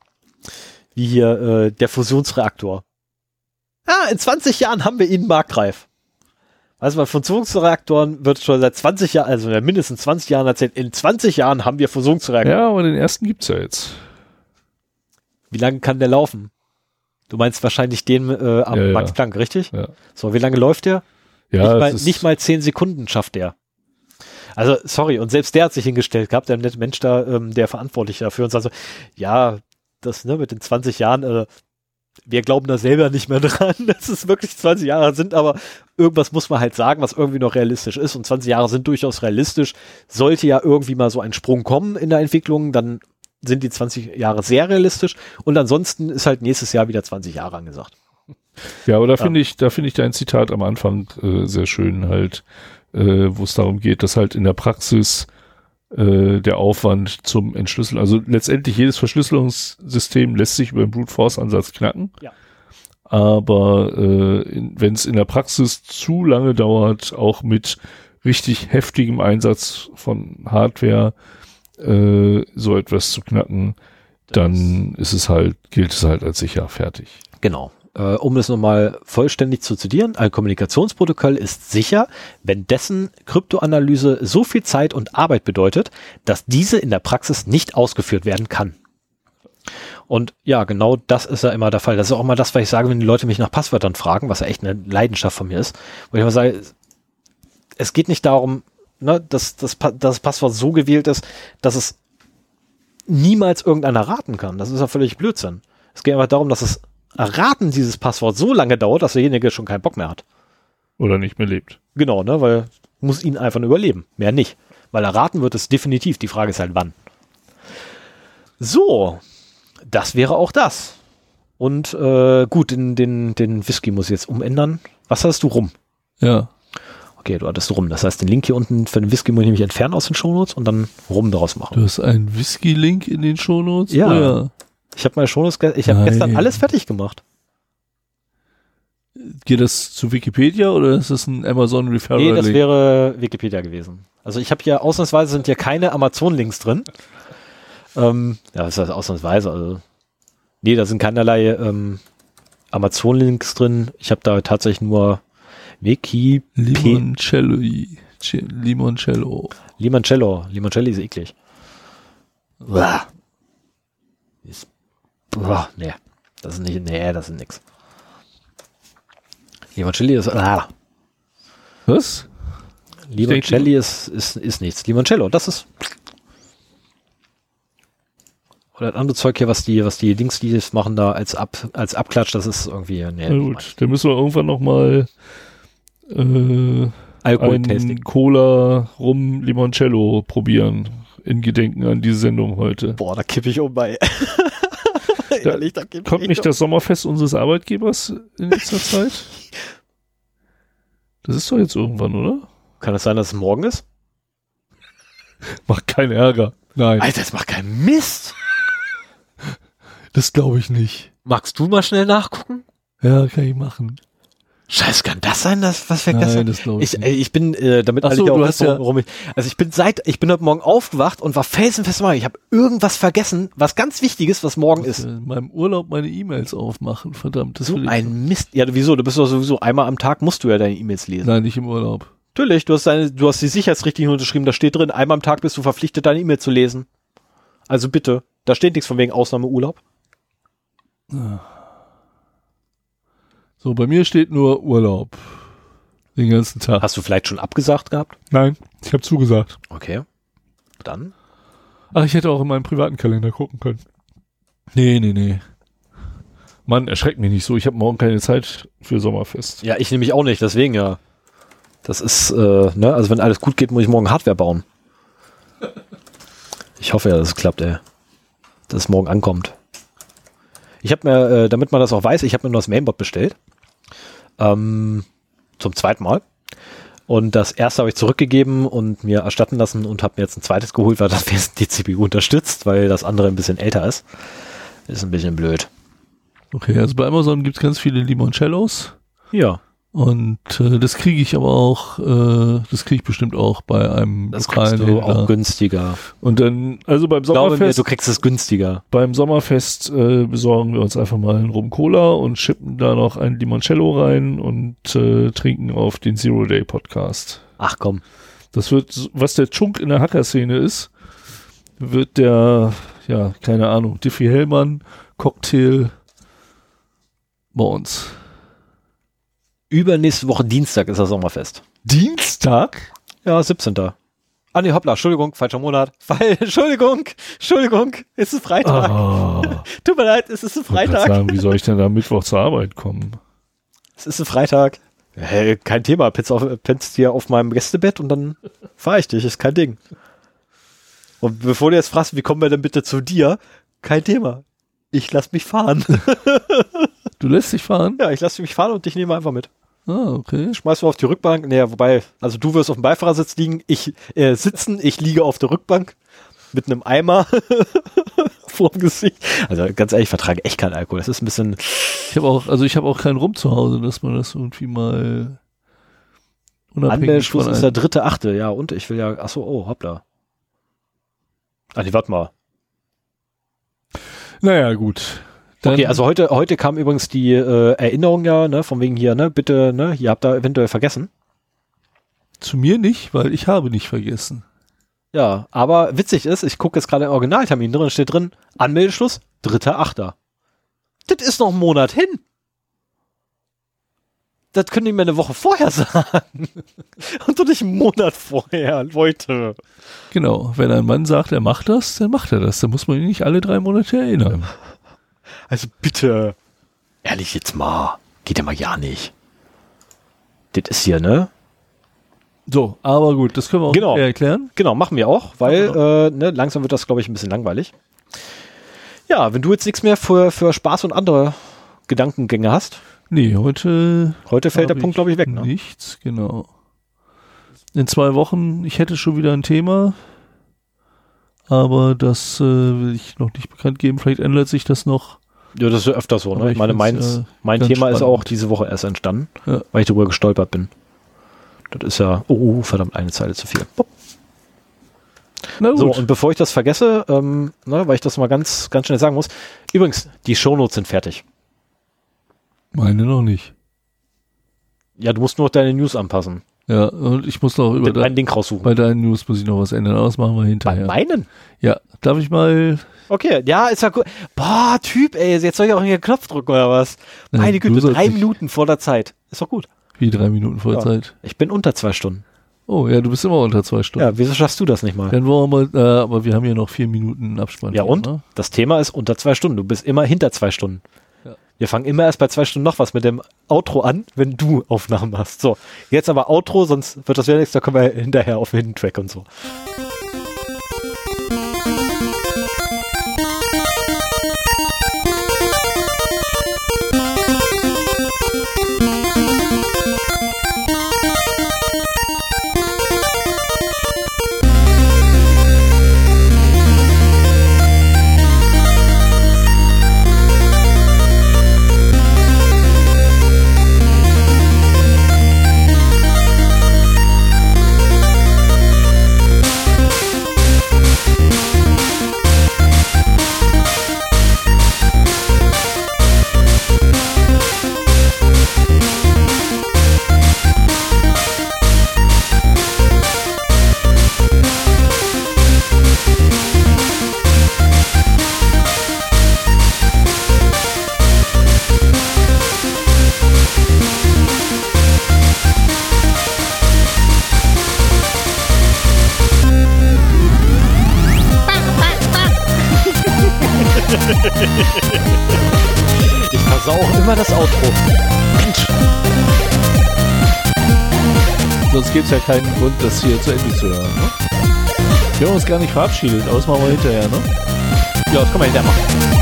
hier der Fusionsreaktor. In 20 Jahren haben wir ihn marktreif. Also bei Fusionsreaktoren wird schon seit 20 Jahren, also mindestens 20 Jahren erzählt, in 20 Jahren haben wir Fusionsreaktoren. Ja, aber den ersten gibt's ja jetzt. Wie lange kann der laufen? Du meinst wahrscheinlich den am Max Planck, richtig? Ja. So, wie lange läuft der? Ja, nicht mal 10 Sekunden schafft der. Also, sorry, und selbst der hat sich hingestellt gehabt, der nette Mensch da, der verantwortlich dafür und sagt so, ja, das, mit den 20 Jahren, wir glauben da selber nicht mehr dran, dass es wirklich 20 Jahre sind, aber irgendwas muss man halt sagen, was irgendwie noch realistisch ist, und 20 Jahre sind durchaus realistisch. Sollte ja irgendwie mal so ein Sprung kommen in der Entwicklung, dann sind die 20 Jahre sehr realistisch, und ansonsten ist halt nächstes Jahr wieder 20 Jahre angesagt. Ja, aber da finde ich dein Zitat am Anfang sehr schön halt, wo es darum geht, dass halt in der Praxis der Aufwand zum Entschlüsseln, also letztendlich jedes Verschlüsselungssystem lässt sich über den Brute Force Ansatz knacken. Ja. Aber wenn es in der Praxis zu lange dauert, auch mit richtig heftigem Einsatz von Hardware so etwas zu knacken, dann gilt es halt als sicher fertig. Genau. Um es nochmal vollständig zu zitieren, ein Kommunikationsprotokoll ist sicher, wenn dessen Kryptoanalyse so viel Zeit und Arbeit bedeutet, dass diese in der Praxis nicht ausgeführt werden kann. Und ja, genau das ist ja immer der Fall. Das ist auch mal das, was ich sage, wenn die Leute mich nach Passwörtern fragen, was ja echt eine Leidenschaft von mir ist, wo ich immer sage, es geht nicht darum, dass das Passwort so gewählt ist, dass es niemals irgendeiner raten kann. Das ist ja völlig Blödsinn. Es geht einfach darum, dass es Erraten dieses Passwort so lange dauert, dass derjenige schon keinen Bock mehr hat. Oder nicht mehr lebt. Genau, weil muss ihn einfach nur überleben. Mehr nicht. Weil erraten wird es definitiv. Die Frage ist halt, wann. So, das wäre auch das. Und gut, den Whisky muss ich jetzt umändern. Was hast du rum? Ja. Okay, du hattest rum. Das heißt, den Link hier unten für den Whisky muss ich nämlich entfernen aus den Shownotes und dann rum daraus machen. Du hast einen Whisky-Link in den Shownotes? Ja. Oder? Ich habe gestern alles fertig gemacht. Geht das zu Wikipedia oder ist das ein Amazon Referral Link? Nee, das wäre Wikipedia gewesen. Also ich habe hier ausnahmsweise sind hier keine Amazon-Links drin. Das heißt ausnahmsweise, also nee, da sind keinerlei Amazon-Links drin. Ich habe da tatsächlich nur Limoncello. Limoncelli ist eklig. Nee, das ist nix. Limoncelli ist, Was? Limoncelli ist nichts. Limoncello, das ist, oder das andere Zeug hier, was die Dings, die das machen da als Abklatsch, das ist irgendwie, nee. Na gut, dann müssen wir irgendwann nochmal einen Cola Rum Limoncello probieren, in Gedenken an diese Sendung heute. Boah, da kippe ich um bei. Kommt nicht das Sommerfest unseres Arbeitgebers in nächster Zeit? Das ist doch jetzt irgendwann, oder? Kann es sein, dass es morgen ist? Macht keinen Ärger. Nein. Alter, das macht keinen Mist. Das glaube ich nicht. Magst du mal schnell nachgucken? Ja, kann ich machen. Scheiße, kann das sein, was wir gestern... Nein, das glaube ich nicht. Ich bin, damit alle auch wissen, warum ich bin heute Morgen aufgewacht und war felsenfest, ich habe irgendwas vergessen, was ganz Wichtiges, was morgen ist. In meinem Urlaub meine E-Mails aufmachen, verdammt. Das so ein Mist. Ja, wieso? Du bist doch sowieso einmal am Tag, musst du ja deine E-Mails lesen. Nein, nicht im Urlaub. Natürlich, du hast die Sicherheitsrichtlinie unterschrieben, da steht drin, einmal am Tag bist du verpflichtet, deine E-Mail zu lesen. Also bitte, da steht nichts von wegen Ausnahmeurlaub. So, bei mir steht nur Urlaub. Den ganzen Tag. Hast du vielleicht schon abgesagt gehabt? Nein, ich habe zugesagt. Okay. Dann? Ach, ich hätte auch in meinem privaten Kalender gucken können. Nee. Mann, erschreckt mich nicht so. Ich habe morgen keine Zeit für Sommerfest. Ja, ich nämlich auch nicht, deswegen ja. Das ist, also wenn alles gut geht, muss ich morgen Hardware bauen. Ich hoffe ja, dass es klappt, dass es morgen ankommt. Ich habe mir, damit man das auch weiß, ich habe mir nur das Mainboard bestellt. Zum zweiten Mal. Und das erste habe ich zurückgegeben und mir erstatten lassen und habe mir jetzt ein zweites geholt, weil das die CPU unterstützt, weil das andere ein bisschen älter ist. Ist ein bisschen blöd. Okay, also bei Amazon gibt es ganz viele Limoncellos. Ja. Und das kriege ich aber auch, das kriege ich bestimmt auch bei einem lokalen Händler. Auch günstiger. Und dann, also beim Sommerfest. Glaube mir, du kriegst es günstiger. Beim Sommerfest besorgen wir uns einfach mal einen Rum Cola und schippen da noch ein Limoncello rein und trinken auf den Zero Day Podcast. Ach komm. Das wird, was der Chunk in der Hacker-Szene ist, wird der, ja, keine Ahnung, Diffie-Hellmann Cocktail bei uns. Übernächste Woche Dienstag ist das Sommerfest. Dienstag? Ja, 17. Ah nee, hoppla, Entschuldigung, falscher Monat. Entschuldigung, es ist Freitag. Oh. Tut mir leid, es ist ein Freitag. Ich sagen, wie soll ich denn da Mittwoch zur Arbeit kommen? Es ist ein Freitag. Hey, kein Thema, pennst hier auf meinem Gästebett und dann fahre ich dich, ist kein Ding. Und bevor du jetzt fragst, wie kommen wir denn bitte zu dir? Kein Thema. Ich lass mich fahren. Du lässt dich fahren? Ja, ich lasse mich fahren und dich nehme einfach mit. Ah, okay. Schmeißt du auf die Rückbank. Naja, wobei, also du wirst auf dem Beifahrersitz liegen, ich liege auf der Rückbank mit einem Eimer vorm Gesicht. Also ganz ehrlich, ich vertrage echt keinen Alkohol. Das ist ein bisschen... Ich habe auch keinen Rum zu Hause, dass man das irgendwie mal unabhängig Anmeldeschluss ist der 3.8. Ja, und ich will ja... Achso, oh, hoppla. Ah, nee, warte mal. Naja, gut. Dann okay, also heute kam übrigens die Erinnerung ja, ne, von wegen hier, ne, bitte, ne, ihr habt da eventuell vergessen. Zu mir nicht, weil ich habe nicht vergessen. Ja, aber witzig ist, ich gucke jetzt gerade den Originaltermin drin, steht drin, Anmeldeschluss 3.8. Das ist noch ein Monat hin. Das können die mir eine Woche vorher sagen. Und doch nicht einen Monat vorher, Leute. Genau, wenn ein Mann sagt, er macht das, dann macht er das. Dann muss man ihn nicht alle 3 Monate erinnern. Also bitte, ehrlich jetzt mal, geht ja mal ja nicht. Das ist hier, ne? So, aber gut, das können wir auch erklären. Genau, machen wir auch, weil langsam wird das, glaube ich, ein bisschen langweilig. Ja, wenn du jetzt nichts mehr für Spaß und andere Gedankengänge hast. Nee, heute fällt der Punkt, glaube ich, weg, ne? Nichts, genau. In 2 Wochen, ich hätte schon wieder ein Thema, aber das will ich noch nicht bekannt geben. Vielleicht ändert sich das noch. Ja, das ist ja öfter so, ne? Ich meine, mein Thema spannend. Ist auch diese Woche erst entstanden, weil ich darüber gestolpert bin. Das ist ja, verdammt, eine Zeile zu viel. Pop. Na gut. So, und bevor ich das vergesse, weil ich das mal ganz, ganz schnell sagen muss, übrigens, die Shownotes sind fertig. Meine noch nicht. Ja, du musst nur deine News anpassen. Ja, und ich muss noch über einen Link raussuchen. Bei deinen News muss ich noch was ändern, aber das machen wir hinterher. Bei meinen? Ja, darf ich mal... Okay, ja, ist ja gut. Boah, Typ, ey, jetzt soll ich auch hier einen Knopf drücken oder was? Meine Güte, 3 Minuten vor der Zeit. Ist doch gut. Wie 3 Minuten vor der Zeit? Ich bin unter 2 Stunden. Oh, ja, du bist immer unter 2 Stunden. Ja, wieso schaffst du das nicht mal? Dann wollen wir mal, aber wir haben hier noch 4 Minuten Abspann. Ja, und? Ne? Das Thema ist unter 2 Stunden. Du bist immer hinter 2 Stunden. Ja. Wir fangen immer erst bei 2 Stunden noch was mit dem Outro an, wenn du Aufnahmen hast. So, jetzt aber Outro, sonst wird das wieder nichts, da kommen wir hinterher auf den Hidden Track und so. Ich versau auch immer das Outro. Mensch. Sonst gibt es ja keinen Grund, das hier zu Ende zu hören, ne? Wir haben uns gar nicht verabschiedet, aber das machen wir hinterher, ne? Ja, das können wir hinterher machen.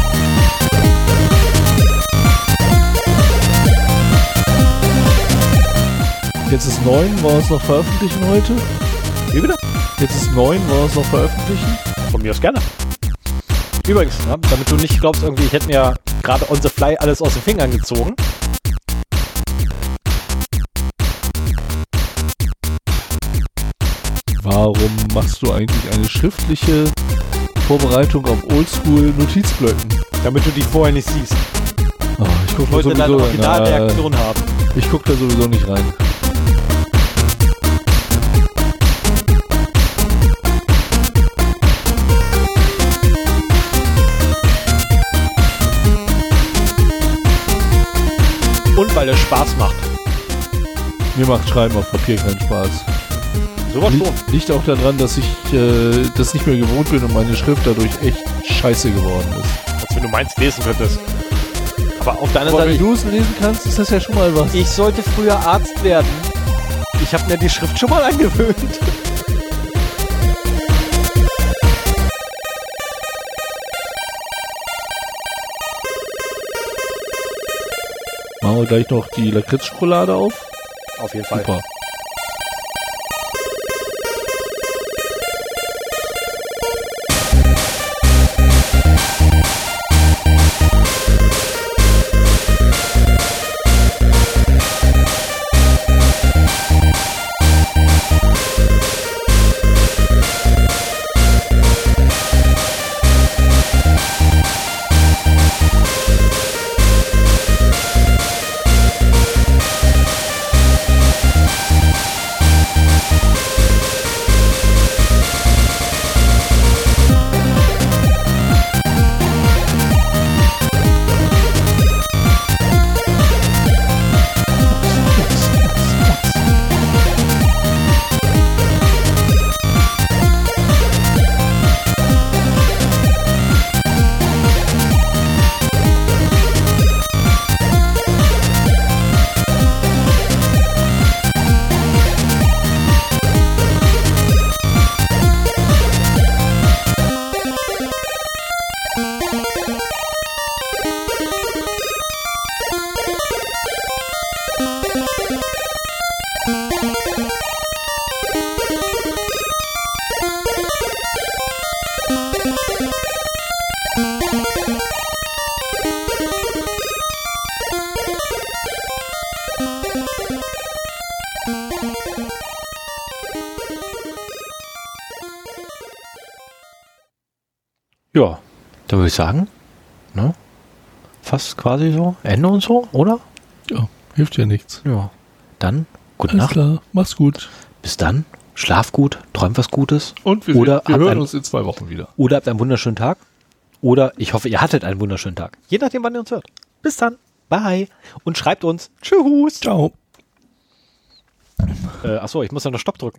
Jetzt ist 9, wollen wir es noch veröffentlichen heute? Wie bitte? Jetzt ist 9, wollen wir es noch veröffentlichen? Von mir aus gerne. Übrigens, ne, damit du nicht glaubst, irgendwie, ich hätte mir gerade on the fly alles aus den Fingern gezogen. Warum machst du eigentlich eine schriftliche Vorbereitung auf Oldschool-Notizblöcken? Damit du die vorher nicht siehst. Oh, ich gucke wollte deine Originalreaktion haben. Ich gucke da sowieso nicht rein. Und weil es Spaß macht. Mir macht Schreiben auf Papier keinen Spaß. Sowas schon. Liegt auch daran, dass ich das nicht mehr gewohnt bin und meine Schrift dadurch echt scheiße geworden ist. Als wenn du meins lesen könntest. Aber auf der anderen Seite... wenn du es lesen kannst, ist das ja schon mal was. Ich sollte früher Arzt werden. Ich habe mir die Schrift schon mal angewöhnt. Machen wir gleich noch die Lakritzschokolade auf. Auf jeden Fall. Super. Ja, dann würde ich sagen, ne? Fast quasi so, Ende und so, oder? Ja, hilft ja nichts. Ja, dann gute Alles Nacht. klar, mach's gut. Bis dann, schlaf gut, träum was Gutes. Und wir hören uns in 2 Wochen wieder. Oder habt einen wunderschönen Tag. Oder ich hoffe, ihr hattet einen wunderschönen Tag. Je nachdem, wann ihr uns hört. Bis dann, bye. Und schreibt uns Tschüss. Ciao. Achso, ich muss ja noch Stopp drücken.